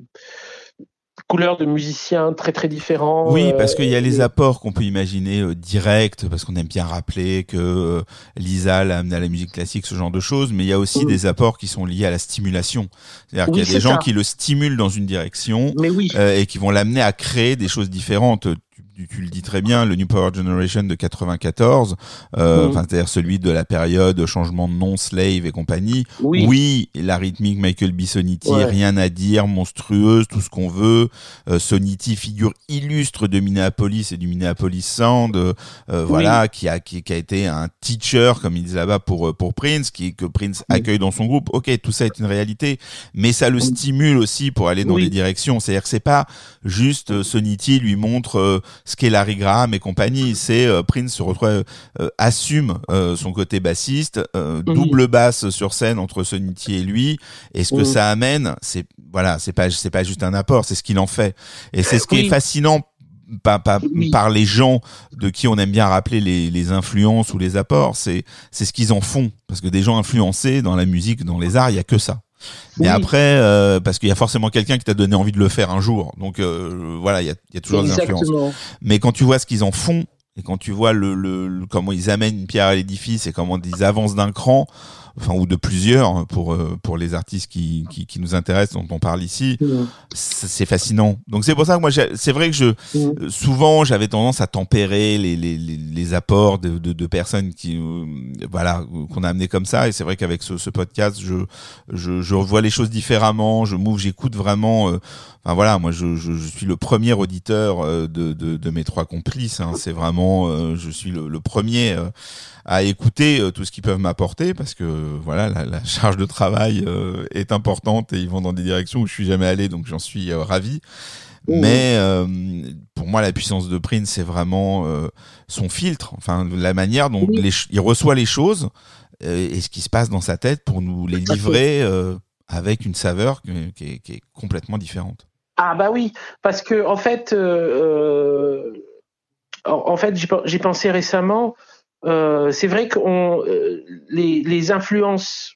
couleur de musiciens très très différents. Oui, parce qu'il y a euh, les et- apports qu'on peut imaginer euh, directs, parce qu'on aime bien rappeler que euh, Lisa l'a amené à la musique classique, ce genre de choses, mais il y a aussi Mm. des apports qui sont liés à la stimulation. C'est-à-dire Oui, qu'il y a c'est des gens ça. qui le stimulent dans une direction Mais oui. euh, et qui vont l'amener à créer des choses différentes. Tu, tu le dis très bien, le New Power Generation de quatre-vingt-quatorze, euh, Mm. enfin, c'est-à-dire celui de la période changement de nom, Slave et compagnie. Oui. Oui, la rythmique Michael Bissoniti, Ouais. rien à dire, monstrueuse, tout ce qu'on veut. Euh, Soniti, figure illustre de Minneapolis et du Minneapolis Sound, euh, euh, voilà, qui a qui, qui a été un teacher, comme ils disent là-bas, pour euh, pour Prince, qui que Prince Oui. accueille dans son groupe. Ok, tout ça est une réalité, mais ça le Oui. stimule aussi pour aller dans Oui. des directions. C'est-à-dire que c'est pas juste euh, Soniti lui montre euh, ce qu'est Larry Graham et compagnie. C'est euh, Prince se retrouve euh, euh, assume euh, son côté bassiste, euh, Mhm. double basse sur scène entre Soniti et lui. Et ce que Mhm. ça amène, c'est voilà, c'est pas c'est pas juste un apport, c'est ce qu'il en fait. Et c'est ce qui Oui. est fascinant par, par, Oui. par les gens de qui on aime bien rappeler les, les influences ou les apports, c'est c'est ce qu'ils en font. Parce que des gens influencés dans la musique, dans les arts, il y a que ça. Mais Oui. après, euh, parce qu'il y a forcément quelqu'un qui t'a donné envie de le faire un jour. Donc euh, voilà, il y a, il y a toujours des influences. Exactement. Mais quand tu vois ce qu'ils en font et quand tu vois le, le, le- comment ils amènent une pierre à l'édifice et comment ils avancent d'un cran, enfin ou de plusieurs pour euh, pour les artistes qui, qui qui nous intéressent dont on parle ici, Mm. c'est c'est fascinant. Donc c'est pour ça que moi j'ai- c'est vrai que je Mm. euh, souvent j'avais tendance à tempérer les les les, les apports de, de de personnes qui euh, voilà qu'on a amené comme ça, et c'est vrai qu'avec ce ce podcast je je je revois les choses différemment, je m'ouvre, j'écoute vraiment euh, enfin voilà, moi je, je je suis le premier auditeur euh, de de de mes trois complices, hein. C'est vraiment euh, je suis le, le premier euh, à écouter euh, tout ce qu'ils peuvent m'apporter, parce que euh, voilà la, la charge de travail euh, est importante et ils vont dans des directions où je suis jamais allé, donc j'en suis euh, ravi. Mmh. Mais euh, pour moi la puissance de Prince c'est vraiment euh, son filtre, enfin la manière dont Oui. les ch- il reçoit les choses euh, et ce qui se passe dans sa tête pour nous les Tout à fait. livrer euh, avec une saveur qui, qui est, qui est complètement différente. Ah bah oui, parce que en fait, euh, euh, en, en fait, j'y pen- j'ai pensé récemment. Euh, c'est vrai que euh, les, les influences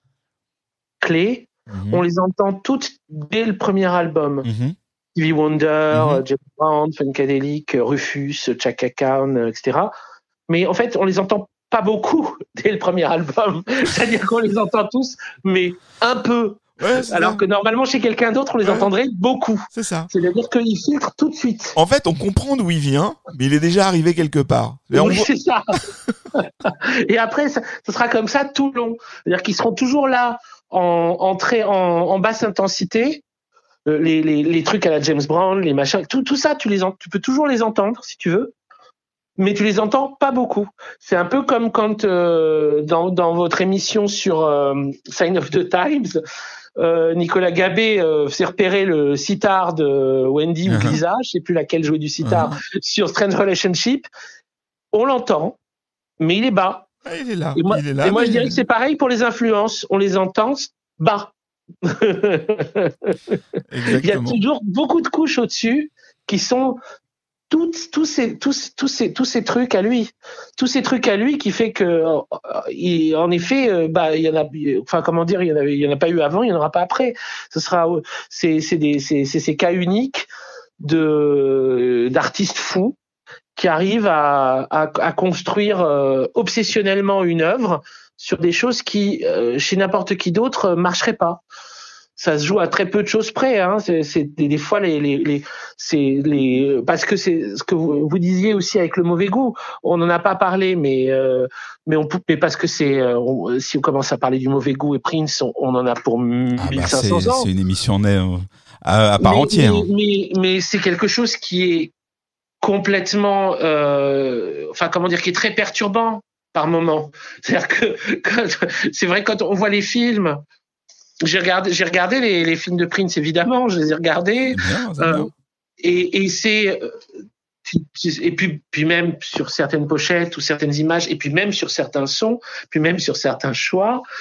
clés, Mhm. on les entend toutes dès le premier album. Mhm. Stevie Wonder, Mhm. euh, James Brown, Funkadelic, euh, Rufus, euh, Chaka Khan, euh, et cetera. Mais en fait, on les entend pas beaucoup dès le premier album. C'est-à-dire qu'on les entend tous, mais un peu. Ouais, c'est Alors ça. que normalement, chez quelqu'un d'autre, on les Ouais. entendrait beaucoup. C'est ça. C'est-à-dire qu'il filtre tout de suite. En fait, on comprend d'où il vient, mais il est déjà arrivé quelque part. Et on Oui, voit- c'est ça. Et après, ça, ce sera comme ça tout le long. C'est-à-dire qu'ils seront toujours là en, en, très, en, en basse intensité. Euh, Les, les, les trucs à la James Brown, les machins, tout, tout ça, tu, les en, tu peux toujours les entendre si tu veux, mais tu les entends pas beaucoup. C'est un peu comme quand euh, dans, dans votre émission sur euh, Sign of the Times, euh, Nicolas Gabé euh, s'est repéré le sitar de Wendy ou Uh-huh. Lisa, je sais plus laquelle jouait du sitar, sur Strange Relationship. On l'entend, mais il est bas. Ah, il est là. Et moi, il est là. et moi mais- je dirais que c'est pareil pour les influences. On les entend bas. Il y a Exactement. toujours beaucoup de couches au-dessus qui sont toutes, tous ces, tous, tous ces, tous ces trucs à lui, tous ces trucs à lui qui fait que, euh, il, en effet, euh, bah, il y en a, enfin, comment dire, il y en a, il y en a pas eu avant, il y en aura pas après. Ce sera, c'est, c'est des, c'est, c'est ces cas uniques de, d'artistes fous qui arrivent à, à, à construire euh, obsessionnellement une œuvre sur des choses qui, euh, chez n'importe qui d'autre, euh, marcheraient pas. Ça se joue à très peu de choses près. Hein. C'est, c'est des, des fois les, les, les, c'est les, parce que c'est ce que vous, vous disiez aussi avec le mauvais goût. On n'en a pas parlé, mais euh, mais on peut, mais parce que c'est, euh, on, si on commence à parler du mauvais goût et Prince, on, on en a pour Ah bah, mille cinq c'est, cents ans. c'est une émission euh, à, à part mais, entière. Mais, mais, mais c'est quelque chose qui est complètement, euh, enfin comment dire, qui est très perturbant par moment. C'est-à-dire que quand, c'est vrai quand on voit les films. J'ai regardé, j'ai regardé les, les films de Prince, évidemment, je les ai regardés. C'est bien, c'est Euh, bien. et, et c'est, et puis, puis même sur certaines pochettes ou certaines images, et puis même sur certains sons, puis même sur certains choix,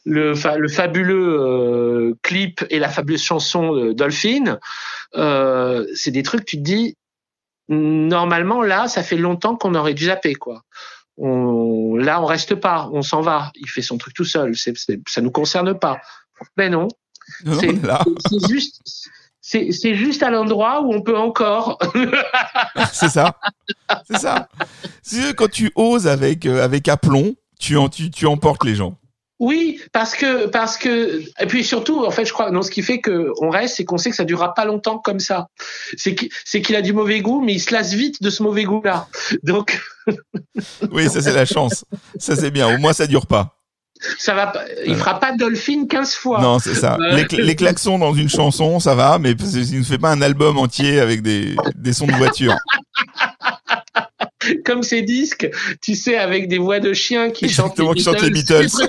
le, fa- le fabuleux euh, clip et la fabuleuse chanson de Dolphin, euh, c'est des trucs, tu te dis, normalement, là, ça fait longtemps qu'on aurait dû zapper, quoi. On, là, on reste pas, on s'en va. Il fait son truc tout seul. C'est, c'est, ça nous concerne pas. Mais non. Non, C'est, on est là. c'est, c'est juste, c'est, c'est juste à l'endroit où on peut encore. C'est ça. C'est ça. C'est quand tu oses avec, euh, avec aplomb, tu, en, tu, tu emportes les gens. Oui, parce que parce que et puis surtout, en fait, je crois, non, ce qui fait que on reste, c'est qu'on sait que ça durera pas longtemps comme ça. C'est qu'il, c'est qu'il a du mauvais goût, mais il se lasse vite de ce mauvais goût-là. Donc Oui, ça c'est la chance. Ça c'est bien. Au moins ça dure pas. ça va, pas- il fera pas Dolphin quinze fois. Non, c'est ça. Euh, Les, cl- les klaxons dans une chanson, ça va, mais il ne fait pas un album entier avec des, des sons de voiture. Comme ces disques, tu sais, avec des voix de chiens qui chantent Exactement, les qui chantent les Beatles. Beatles.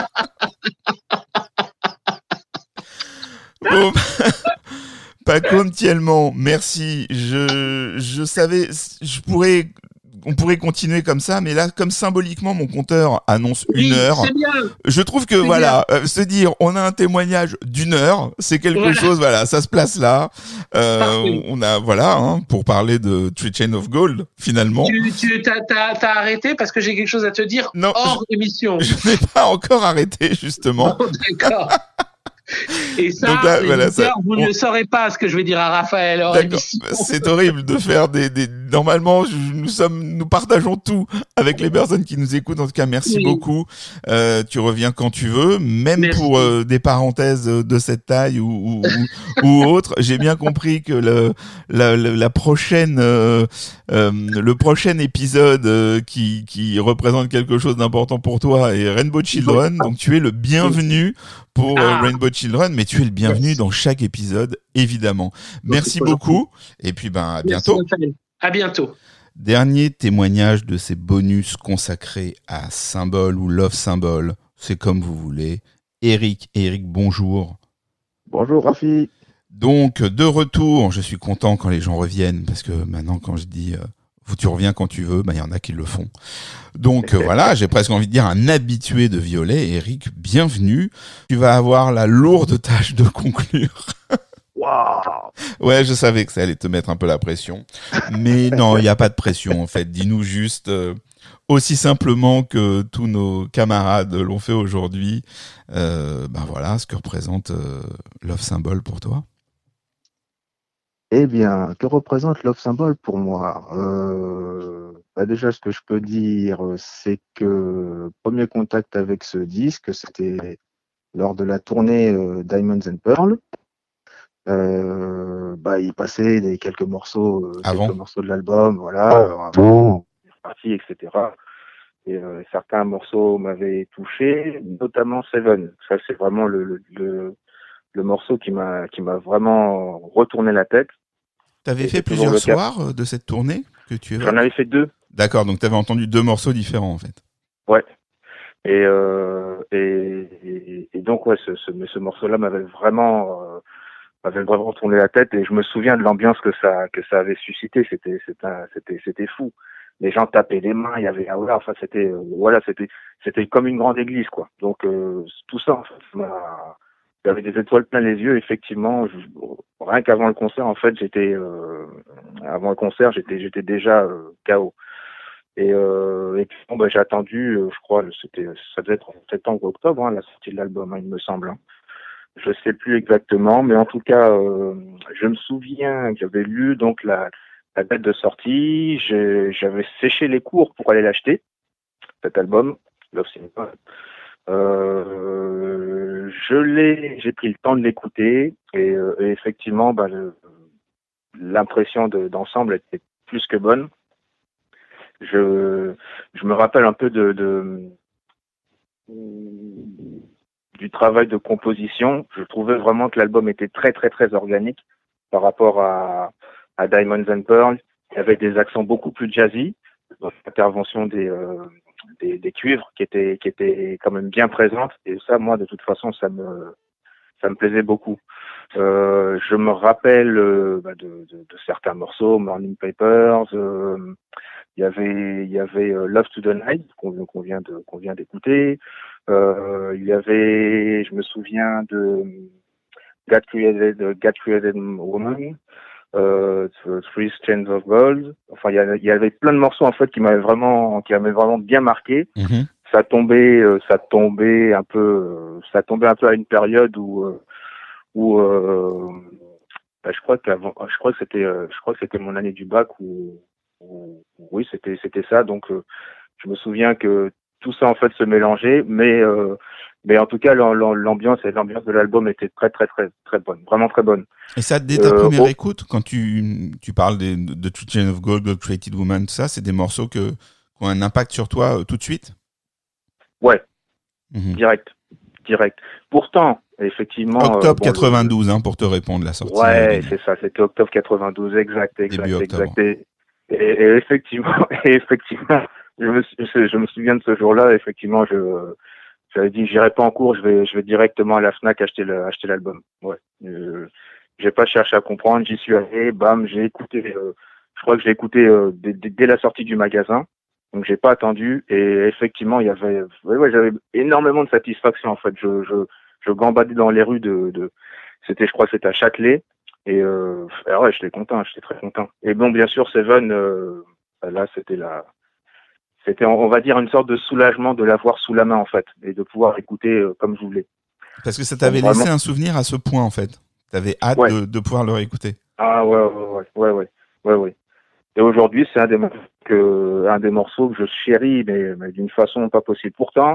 Bon, Paco Mtielman, merci. Je, je savais, je pourrais, on pourrait continuer comme ça, mais là, comme symboliquement, mon compteur annonce Oui, une heure. c'est bien. Je trouve que C'est voilà, euh, se dire on a un témoignage d'une heure, c'est quelque Voilà. chose, voilà, ça se place là. Euh, Parfait. on a voilà, hein, pour parler de Three Chain of Gold, finalement. Tu, tu t'as, t'as, t'as arrêté parce que j'ai quelque chose à te dire Non, hors émission. Je n'ai pas encore arrêté justement. Bon, d'accord. Et ça, Donc là, les voilà, auditeurs, ça- vous on- ne saurez pas ce que je vais dire à Raphaël hors D'accord. émission. C'est horrible de faire des, des... Normalement, je- nous sommes, nous partageons tout avec les personnes qui nous écoutent. En tout cas, merci Oui. beaucoup. Euh, tu reviens quand tu veux, même Merci. pour euh, des parenthèses de cette taille ou ou, ou, ou autre. J'ai bien compris que le la, la, la prochaine euh, euh, le prochain épisode euh, qui qui représente quelque chose d'important pour toi est Rainbow Children. Donc tu es le bienvenu pour euh, Ah. Rainbow Children, mais tu es le bienvenu Yes. dans chaque épisode, évidemment. Merci c'est pas beaucoup. Et puis, ben, à Merci, bientôt. Raphaël. À bientôt. Dernier témoignage de ces bonus consacrés à Symbole ou Love Symbole. C'est comme vous voulez. Eric, Eric, bonjour. Bonjour Rafi. Donc, de retour, je suis content quand les gens reviennent, parce que maintenant, quand je dis euh, vous tu reviens quand tu veux, ben, il y en a qui le font. Donc, euh, voilà, j'ai presque envie de dire un habitué de Violet. Eric, bienvenue. Tu vas avoir la lourde tâche de conclure. Waouh. Ouais, je savais que ça allait te mettre un peu la pression. Mais non, il n'y a pas de pression, en fait. Dis-nous juste, euh, aussi simplement que tous nos camarades l'ont fait aujourd'hui, euh, ben voilà, ce que représente euh, Love Symbole pour toi. Eh bien, que représente Love Symbole pour moi? euh, bah Déjà, ce que je peux dire, euh, c'est que premier contact avec ce disque, c'était lors de la tournée euh, Diamonds and Pearl. Euh, bah, il passait des quelques morceaux, euh, Avant. quelques morceaux de l'album, voilà, euh, avant, partie, et cetera. Et euh, certains morceaux m'avaient touché, notamment Seven. Ça, c'est vraiment le, le, le, le morceau qui m'a qui m'a vraiment retourné la tête. T'avais Et fait c'est toujours plusieurs le cas. soirs euh, de cette tournée que tu J'en avais fait deux. D'accord, donc t'avais entendu deux morceaux différents, en fait. Ouais. Et, euh, et, et, et donc, ouais, ce, ce, mais ce morceau-là m'avait vraiment, euh, m'avait vraiment tourné la tête et je me souviens de l'ambiance que ça, que ça avait suscité. C'était, c'était, c'était, c'était fou. Les gens tapaient les mains, il y avait, ah ouais, enfin, c'était, euh, voilà, c'était, c'était comme une grande église, quoi. Donc, euh, tout ça, en fait, ça m'a, j'avais des étoiles plein les yeux, effectivement. Je, rien qu'avant le concert, en fait, j'étais, euh, avant le concert, j'étais, j'étais déjà euh, K O. Et, euh, et puis bon, bah, j'ai attendu, euh, je crois, c'était, ça devait être en septembre ou octobre, hein, la sortie de l'album, hein, il me semble. Hein. Je sais plus exactement, mais en tout cas, euh, je me souviens que j'avais lu donc la, la date de sortie. J'ai, j'avais séché les cours pour aller l'acheter, cet album, Love Symbole. Euh, je l'ai, j'ai pris le temps de l'écouter et, euh, et effectivement, bah, le, l'impression de, d'ensemble était plus que bonne. Je, je me rappelle un peu de, de du travail de composition. Je trouvais vraiment que l'album était très très très organique par rapport à, à Diamonds and Pearl. Il y avait des accents beaucoup plus jazzy, l'intervention des, euh, des des cuivres qui étaient qui étaient quand même bien présentes. Et ça, moi, de toute façon, ça me ça me plaisait beaucoup. Euh, je me rappelle euh, bah, de, de, de certains morceaux, Morning Papers. Euh, Il y avait, il y avait euh, Love to the Night qu'on qu'on vient de, qu'on vient d'écouter. Euh, il y avait, je me souviens de God Created, God Created Woman, euh, Three Strands of Gold. Enfin, il y, avait, il y avait plein de morceaux en fait qui m'avaient vraiment, qui m'avaient vraiment bien marqué. Mhm. Ça tombait, euh, ça tombait un peu, euh, ça tombait un peu à une période où, euh, où, euh, bah, je crois qu'avant, je crois que c'était, euh, je crois que c'était mon année du bac où, où oui, c'était, c'était ça. Donc, euh, je me souviens que tout ça en fait se mélangeait, mais, euh, mais en tout cas, l'am- l'am- l'ambiance et l'ambiance de l'album était très, très, très, très bonne, vraiment très bonne. Et ça, dès ta Euh, première oh. écoute, quand tu, tu parles des, de Three Chains of Gold, God Created Woman, tout ça, c'est des morceaux que, qui ont un impact sur toi euh, tout de suite? Ouais, Mhm. direct, direct. Pourtant, effectivement. euh, Octobre bon, le- quatre-vingt-douze, hein, pour te répondre, la sortie. Ouais, euh, c'est ça, c'était octobre quatre-vingt-douze, exact, exact, Début octobre. exact. Et, et, et effectivement, et effectivement, je me, suis- je, je me souviens de ce jour-là, effectivement, je, j'avais dit, j'irai pas en cours, je vais, je vais directement à la Fnac acheter le, acheter l'album. Ouais. Euh, j'ai pas cherché à comprendre, j'y suis allé, bam, j'ai écouté, euh, je crois que j'ai écouté euh, dès, dès- dès la sortie du magasin. Donc j'ai pas attendu et effectivement il y avait, ouais, ouais, j'avais énormément de satisfaction en fait. Je, je, je gambadais dans les rues de, de c'était, je crois que c'était à Châtelet et euh, ah ouais, j'étais content, j'étais très content. Et bon, bien sûr, Seven, euh, là c'était la, c'était on va dire une sorte de soulagement de l'avoir sous la main en fait et de pouvoir écouter euh, comme je voulais. Parce que ça t'avait Donc, laissé vraiment- un souvenir à ce point, en fait. T'avais hâte Ouais. de, de pouvoir le réécouter. Ah ouais, ouais, ouais, ouais, ouais, ouais, ouais. Et aujourd'hui, c'est un des morceaux que, un des morceaux que je chéris, mais, mais d'une façon pas possible. Pourtant,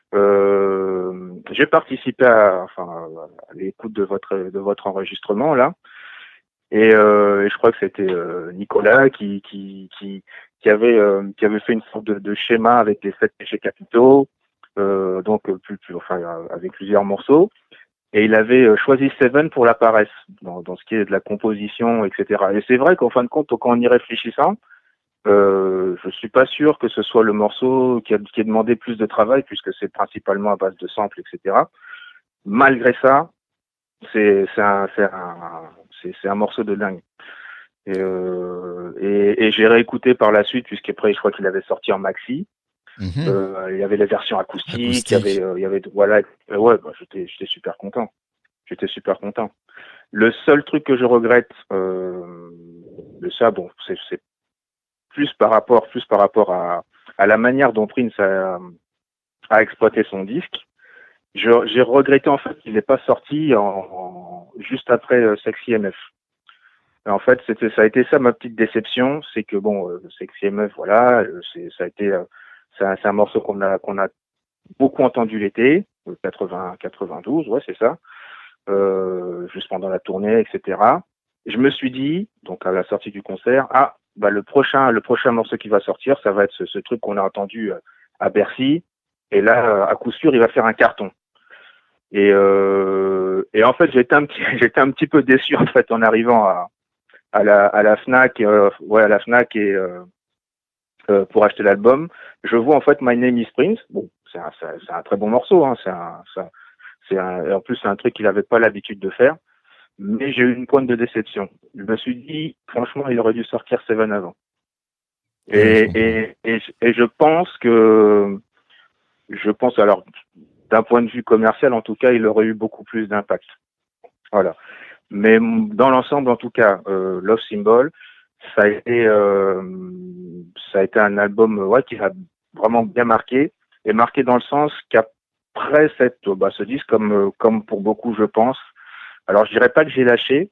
euh, j'ai participé à, enfin, à l'écoute de votre, de votre enregistrement là, et, euh, et je crois que c'était euh, Nicolas qui, qui, qui, qui avait, euh, qui avait fait une sorte de, de schéma avec les sept péchés capitaux, euh, donc plus, plus, enfin, avec plusieurs morceaux. Et il avait euh, choisi Seven pour la paresse, dans, dans ce qui est de la composition, et cetera. Et c'est vrai qu'en fin de compte, quand on y réfléchissant, euh, je suis pas sûr que ce soit le morceau qui a, qui a demandé plus de travail, puisque c'est principalement à base de samples, et cetera. Malgré ça, c'est c'est un c'est un c'est c'est un morceau de dingue. Et, euh, et, et j'ai réécouté par la suite, puisqu'après, je crois qu'il avait sorti en maxi. Mhm. Euh, il y avait les versions acoustiques, Acoustique. il y avait, euh, il y avait, voilà, euh, ouais, bah, j'étais, j'étais super content. J'étais super content. Le seul truc que je regrette euh, de ça, bon, c'est, c'est plus par rapport, plus par rapport à, à la manière dont Prince a, a exploité son disque. Je, j'ai regretté en fait qu'il n'est pas sorti en, en- juste après euh, Sexy M F. Et en fait, c'était, ça a été ça ma petite déception, c'est que bon, euh, Sexy M F, voilà, euh, c'est, ça a été, euh, c'est un, c'est un morceau qu'on a, qu'on a beaucoup entendu l'été, euh, quatre-vingts, quatre-vingt-douze, ouais, c'est ça, euh, juste pendant la tournée, et cetera. Et je me suis dit, donc à la sortie du concert, ah, bah le prochain, le prochain morceau qui va sortir, ça va être ce, ce truc qu'on a entendu euh, à Bercy, et là, euh, à coup sûr, il va faire un carton. Et, euh, et en fait, j'étais un petit, j'étais un petit peu déçu en fait en arrivant à, à la, à la Fnac, euh, ouais, à la Fnac et euh, euh, pour acheter l'album. Je vois en fait My Name is Prince. Bon, c'est un, c'est un, c'est un très bon morceau, hein. C'est un, c'est un, c'est un, en plus c'est un truc qu'il avait pas l'habitude de faire. Mais j'ai eu une pointe de déception. Je me suis dit, franchement, il aurait dû sortir Seven avant. Et, Ouais, je comprends. et, et, et je pense que, je pense alors, d'un point de vue commercial, en tout cas, il aurait eu beaucoup plus d'impact. Voilà. Mais m- dans l'ensemble, en tout cas, euh, Love Symbol, ça a été, euh, ça a été un album, euh, ouais, qui a vraiment bien marqué, et marqué dans le sens qu'après cette, euh, bah, ce disque, comme, euh, comme pour beaucoup, je pense. Alors, je dirais pas que j'ai lâché,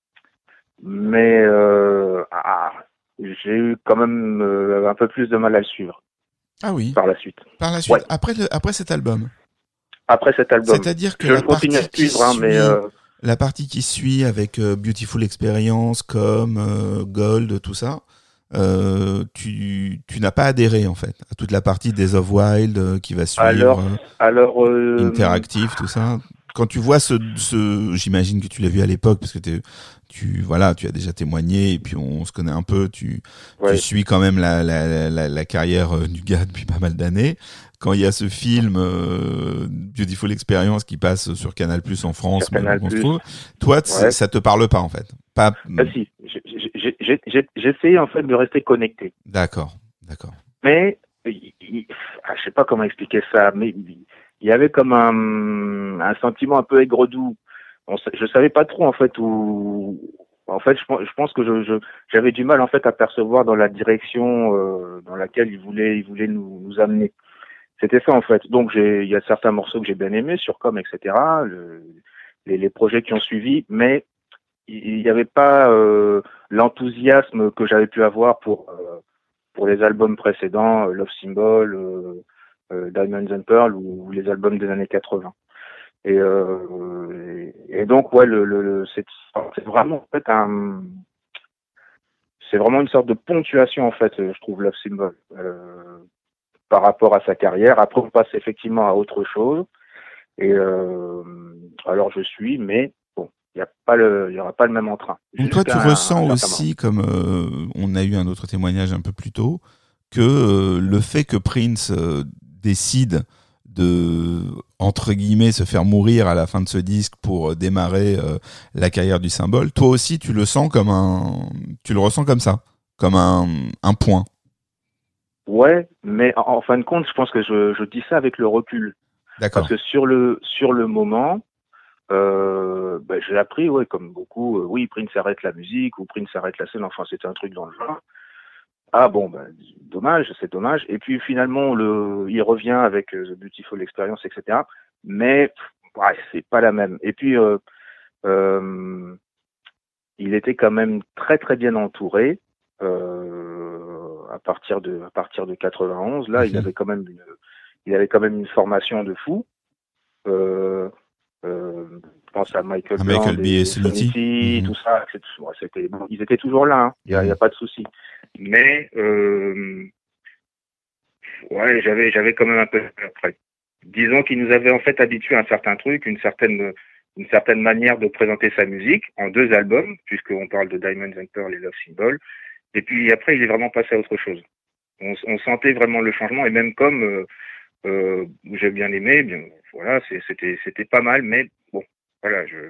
mais euh, ah, j'ai eu quand même euh, un peu plus de mal à le suivre Ah oui, par la suite. par la suite, Ouais. après, le, après cet album. Après cet album, C'est-à-dire que je la continue à partie qui suivre, hein, mais suit- euh, La partie qui suit avec euh, Beautiful Experience, comme euh, Gold, tout ça, euh, tu, tu n'as pas adhéré en fait à toute la partie des of Wild euh, qui va suivre, alors, euh, alors, euh, Interactive, tout ça. Quand tu vois ce, ce j'imagine que tu l'as vu à l'époque parce que t'es, tu, voilà, tu as déjà témoigné et puis on, se connaît un peu. Tu, ouais. tu suis quand même la, la, la, la carrière euh, du gars depuis pas mal d'années. Quand il y a ce film euh, Beautiful Experience qui passe sur Canal Plus en France, Sur Canal+. on se trouve, toi, t- Ouais. ça te parle pas en fait. Pas. Ah si, j'ai- j'ai- j'ai j'ai- j'ai essayé en fait de rester connecté. D'accord. D'accord. Mais il, il, ah, je sais pas comment expliquer ça, mais il y avait comme un, un sentiment un peu aigre-doux. On, sa- je savais pas trop en fait où. En fait, je, pense- je pense que je, je- j'avais du mal en fait à percevoir dans la direction euh, dans laquelle il voulait, il voulait nous, nous amener. C'était ça en fait. Donc j'ai, il y a certains morceaux que j'ai bien aimés, Surcom, et cetera. Le, les, les projets qui ont suivi, mais il n'y avait pas euh, l'enthousiasme que j'avais pu avoir pour euh, pour les albums précédents, euh, Love Symbol, euh, euh, Diamonds and Pearl ou, ou les albums des années quatre-vingts. Et, euh, et, et donc ouais, le, le, le- c'est, c'est vraiment en fait un, c'est vraiment une sorte de ponctuation en fait, je trouve Love Symbol euh, par rapport à sa carrière. Après on passe effectivement à autre chose. Et euh, alors je suis, mais bon, il y a pas le, il y aura pas le même entrain. Donc toi, tu Jusqu'à un- ressens un certain aussi, comme euh, on a eu un autre témoignage un peu plus tôt, que euh, le fait que Prince euh, décide de, entre guillemets, se faire mourir à la fin de ce disque pour euh, démarrer euh, la carrière du Symbole, toi aussi, tu le sens comme un, tu le ressens comme ça, comme un, un point. Ouais, mais en, en fin de compte, je pense que je, je dis ça avec le recul. D'accord. Parce que sur le sur le moment, euh, ben, j'ai appris, ouais, comme beaucoup, euh, oui, Prince arrête la musique ou Prince arrête la scène. Enfin, c'était un truc dans le genre. Ah bon, ben, dommage, c'est dommage. Et puis finalement, le, il revient avec euh, The Beautiful Experience, et cetera. Mais pff, ouais, c'est pas la même. Et puis, euh, euh, il était quand même très très bien entouré. Euh, à partir de à partir de quatre-vingt-onze, là, il Mhm. avait quand même une il avait quand même une formation de fou. Euh, euh, je pense à Michael À Bland Michael B. et Sonity. Sonity, Mhm. tout ça. c'est- ouais, C'était, bon, ils étaient toujours là, hein. Il y a, il y a Mhm. pas de souci. Mais euh, ouais, j'avais j'avais quand même un peu après. Disons qu'il nous avait en fait habitué à un certain truc, une certaine une certaine manière de présenter sa musique en deux albums, puisqu'on parle de Diamonds and Pearl et Love Symbol. Et puis après, il est vraiment passé à autre chose. On, on sentait vraiment le changement, et même comme euh, euh, j'ai bien aimé, bien voilà, c'est- c'était c'était pas mal, mais bon, voilà, je,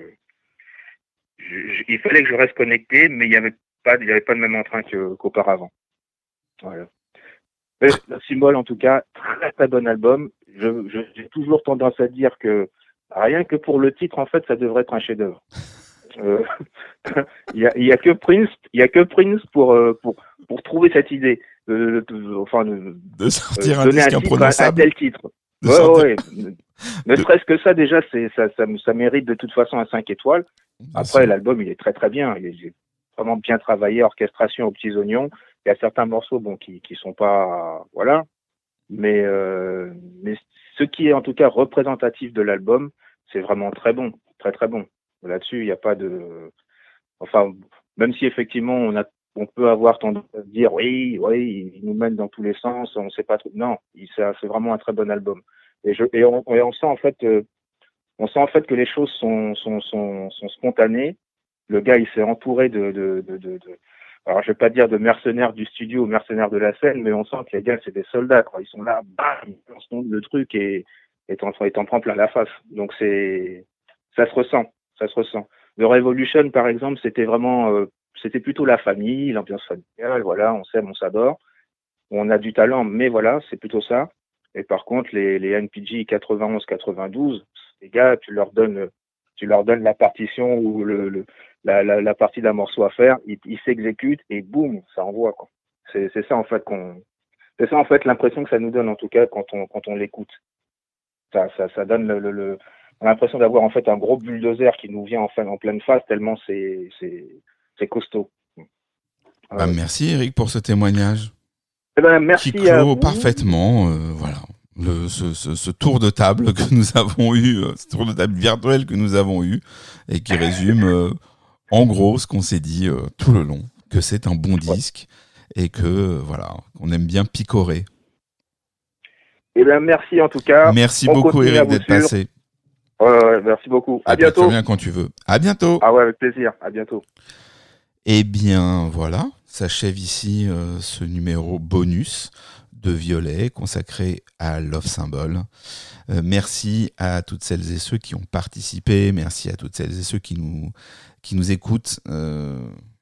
je, je- il fallait que je reste connecté, mais il y avait pas il y avait pas le même entrain que- qu'auparavant. Voilà. Mais le Symbole, en tout cas, très très bon album. Je je- j'ai toujours tendance à dire que rien que pour le titre, en fait, ça devrait être un chef-d'œuvre. Euh, Il y a, il y a que Prince, il y a que Prince pour euh, pour pour trouver cette idée, de, de- de- enfin de, De sortir un donner disque un titre à, à imprononçable. tel titre. De Ouais, sortir- ouais. Ne de- serait-ce que ça, déjà, c'est ça, ça, ça mérite de toute façon un cinq étoiles. Bien Après, sûr. l'album, il est très très bien. Il est, il est vraiment bien travaillé, orchestration aux petits oignons. Il y a certains morceaux, bon, qui qui sont pas, voilà. Mais euh, mais ce qui est en tout cas représentatif de l'album, c'est vraiment très bon, très très bon. Là-dessus, il n'y a pas de, enfin, même si effectivement on a, on peut avoir tendance à se dire oui, oui, il nous mène dans tous les sens, on sait pas trop. Non, il- c'est c'est vraiment un très bon album. Et je et on, et on sent en fait, euh, on sent en fait que les choses sont sont sont, sont spontanées. Le gars, il s'est entouré de de, de de de alors je vais pas dire de mercenaires du studio ou mercenaires de la scène, mais on sent que les gars c'est des soldats, quoi. Ils sont là, bam, ils lancent le truc et et t'en et t'en prends plein la face. Donc c'est, ça se ressent, ça se ressent. The Revolution, par exemple, c'était vraiment, euh, c'était plutôt la famille, l'ambiance familiale, voilà, on s'aime, on s'adore, on a du talent, mais voilà, c'est plutôt ça. Et par contre, les, les N P G quatre-vingt-onze quatre-vingt-douze, les gars, tu leur donnes, tu leur donnes la partition ou le, le la, la, la partie d'un morceau à faire, ils ils s'exécutent et boum, ça envoie, quoi. C'est, c'est ça en fait qu'on, c'est ça en fait l'impression que ça nous donne en tout cas quand on quand on l'écoute. Ça, ça, ça donne le, le, le- on a l'impression d'avoir en fait un gros bulldozer qui nous vient en, fin- en pleine face tellement c'est, c'est, c'est costaud. Bah, Euh, merci Eric pour ce témoignage. eh ben, merci qui à clôt vous. parfaitement, euh, voilà, le, ce, ce, ce tour de table que nous avons eu, euh, ce tour de table virtuel que nous avons eu, et qui résume euh, en gros ce qu'on s'est dit euh, tout le long, que c'est un bon disque et que euh, voilà, qu'on aime bien picorer. Eh ben, merci en tout cas. Merci On beaucoup continue à Eric vous d'être suivre. passé. Ouais, ouais, merci beaucoup. À Et puis, tu bientôt. reviens quand tu veux. À bientôt. Ah ouais, avec plaisir. À bientôt. Eh bien voilà, s'achève ici euh, ce numéro bonus de Violet consacré à Love Symbol. Euh, merci à toutes celles et ceux qui ont participé, merci à toutes celles et ceux qui nous, qui nous écoutent, euh,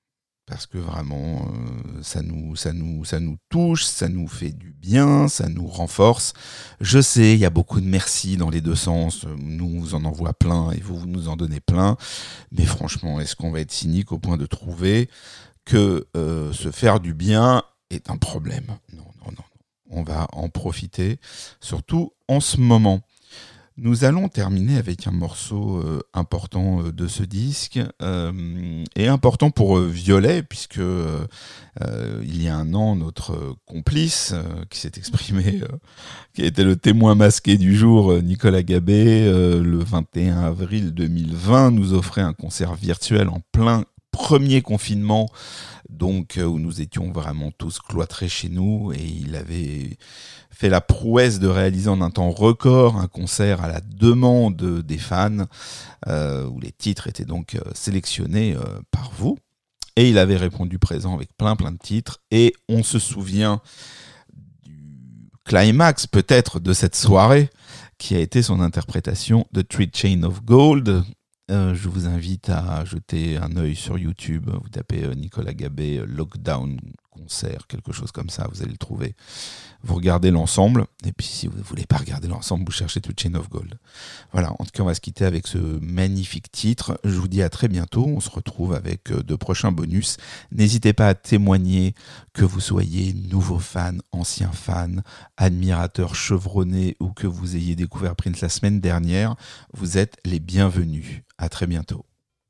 parce que vraiment, euh, ça nous, ça nous, ça nous touche, ça nous fait du bien, ça nous renforce. Je sais, il y a beaucoup de merci dans les deux sens. Nous, on vous en envoie plein et vous, vous nous en donnez plein. Mais franchement, est-ce qu'on va être cynique au point de trouver que euh, se faire du bien est un problème? Non, non, non. On va en profiter, surtout en ce moment. Nous allons terminer avec un morceau euh, important euh, de ce disque, euh, et important pour euh, Violet, puisque euh, euh, il y a un an, notre euh, complice euh, qui s'est exprimé, euh, qui a été le témoin masqué du jour, euh, Nicolas Gabé, euh, le vingt et un avril deux mille vingt, nous offrait un concert virtuel en plein premier confinement, donc euh, où nous étions vraiment tous cloîtrés chez nous, et il avait fait la prouesse de réaliser en un temps record un concert à la demande des fans, euh, où les titres étaient donc euh, sélectionnés euh, par vous, et il avait répondu présent avec plein plein de titres, et on se souvient du climax peut-être de cette soirée, qui a été son interprétation de Three Chain of Gold. Euh, je vous invite à jeter un œil sur YouTube, vous tapez euh, Nicolas Gabé, euh, Lockdown concert, quelque chose comme ça, vous allez le trouver. Vous regardez l'ensemble, et puis si vous ne voulez pas regarder l'ensemble, vous cherchez Two Chain of Gold. Voilà, en tout cas, on va se quitter avec ce magnifique titre. Je vous dis à très bientôt, on se retrouve avec de prochains bonus. N'hésitez pas à témoigner, que vous soyez nouveau fan, ancien fan, admirateur chevronné, ou que vous ayez découvert Prince la semaine dernière, vous êtes les bienvenus. À très bientôt.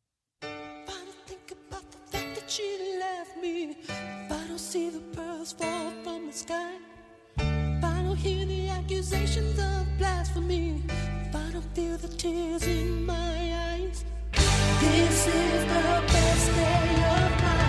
She left me. If I don't see the pearls fall from the sky, if I don't hear the accusations of blasphemy, if I don't feel the tears in my eyes, this is the best day of my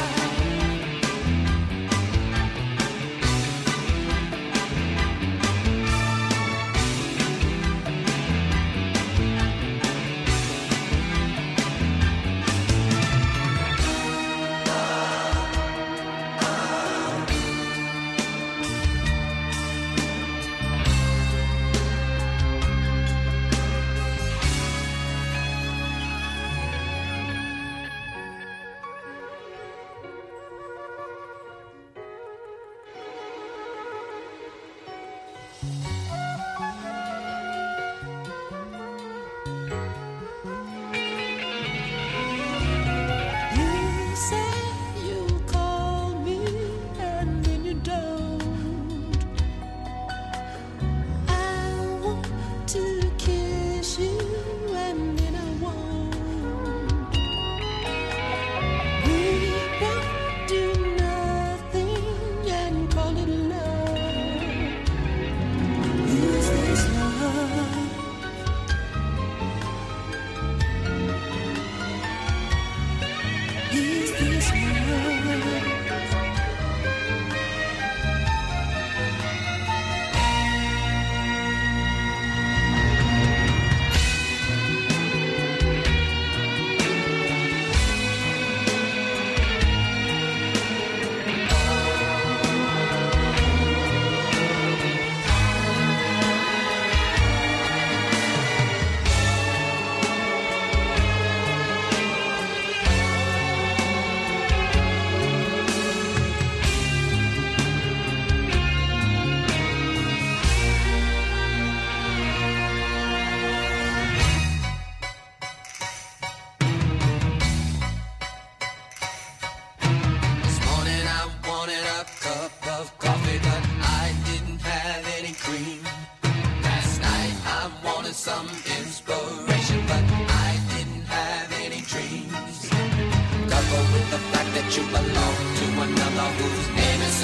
some inspiration, but I didn't have any dreams. Coupled with the fact that you belong to another whose name is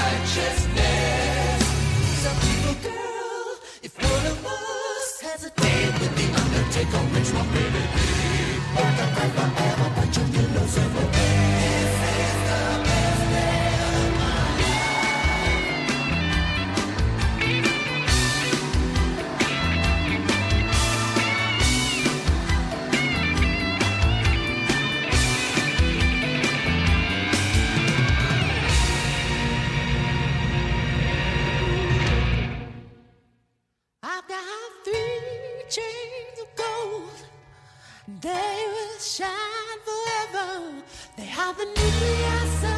self-righteousness. So people, girl, if one of us has a date with the Undertaker, which one will it be? Oh, the forever, but you know so well. This is the best day of my I've got three chains of gold. They will shine forever. They have the nuclear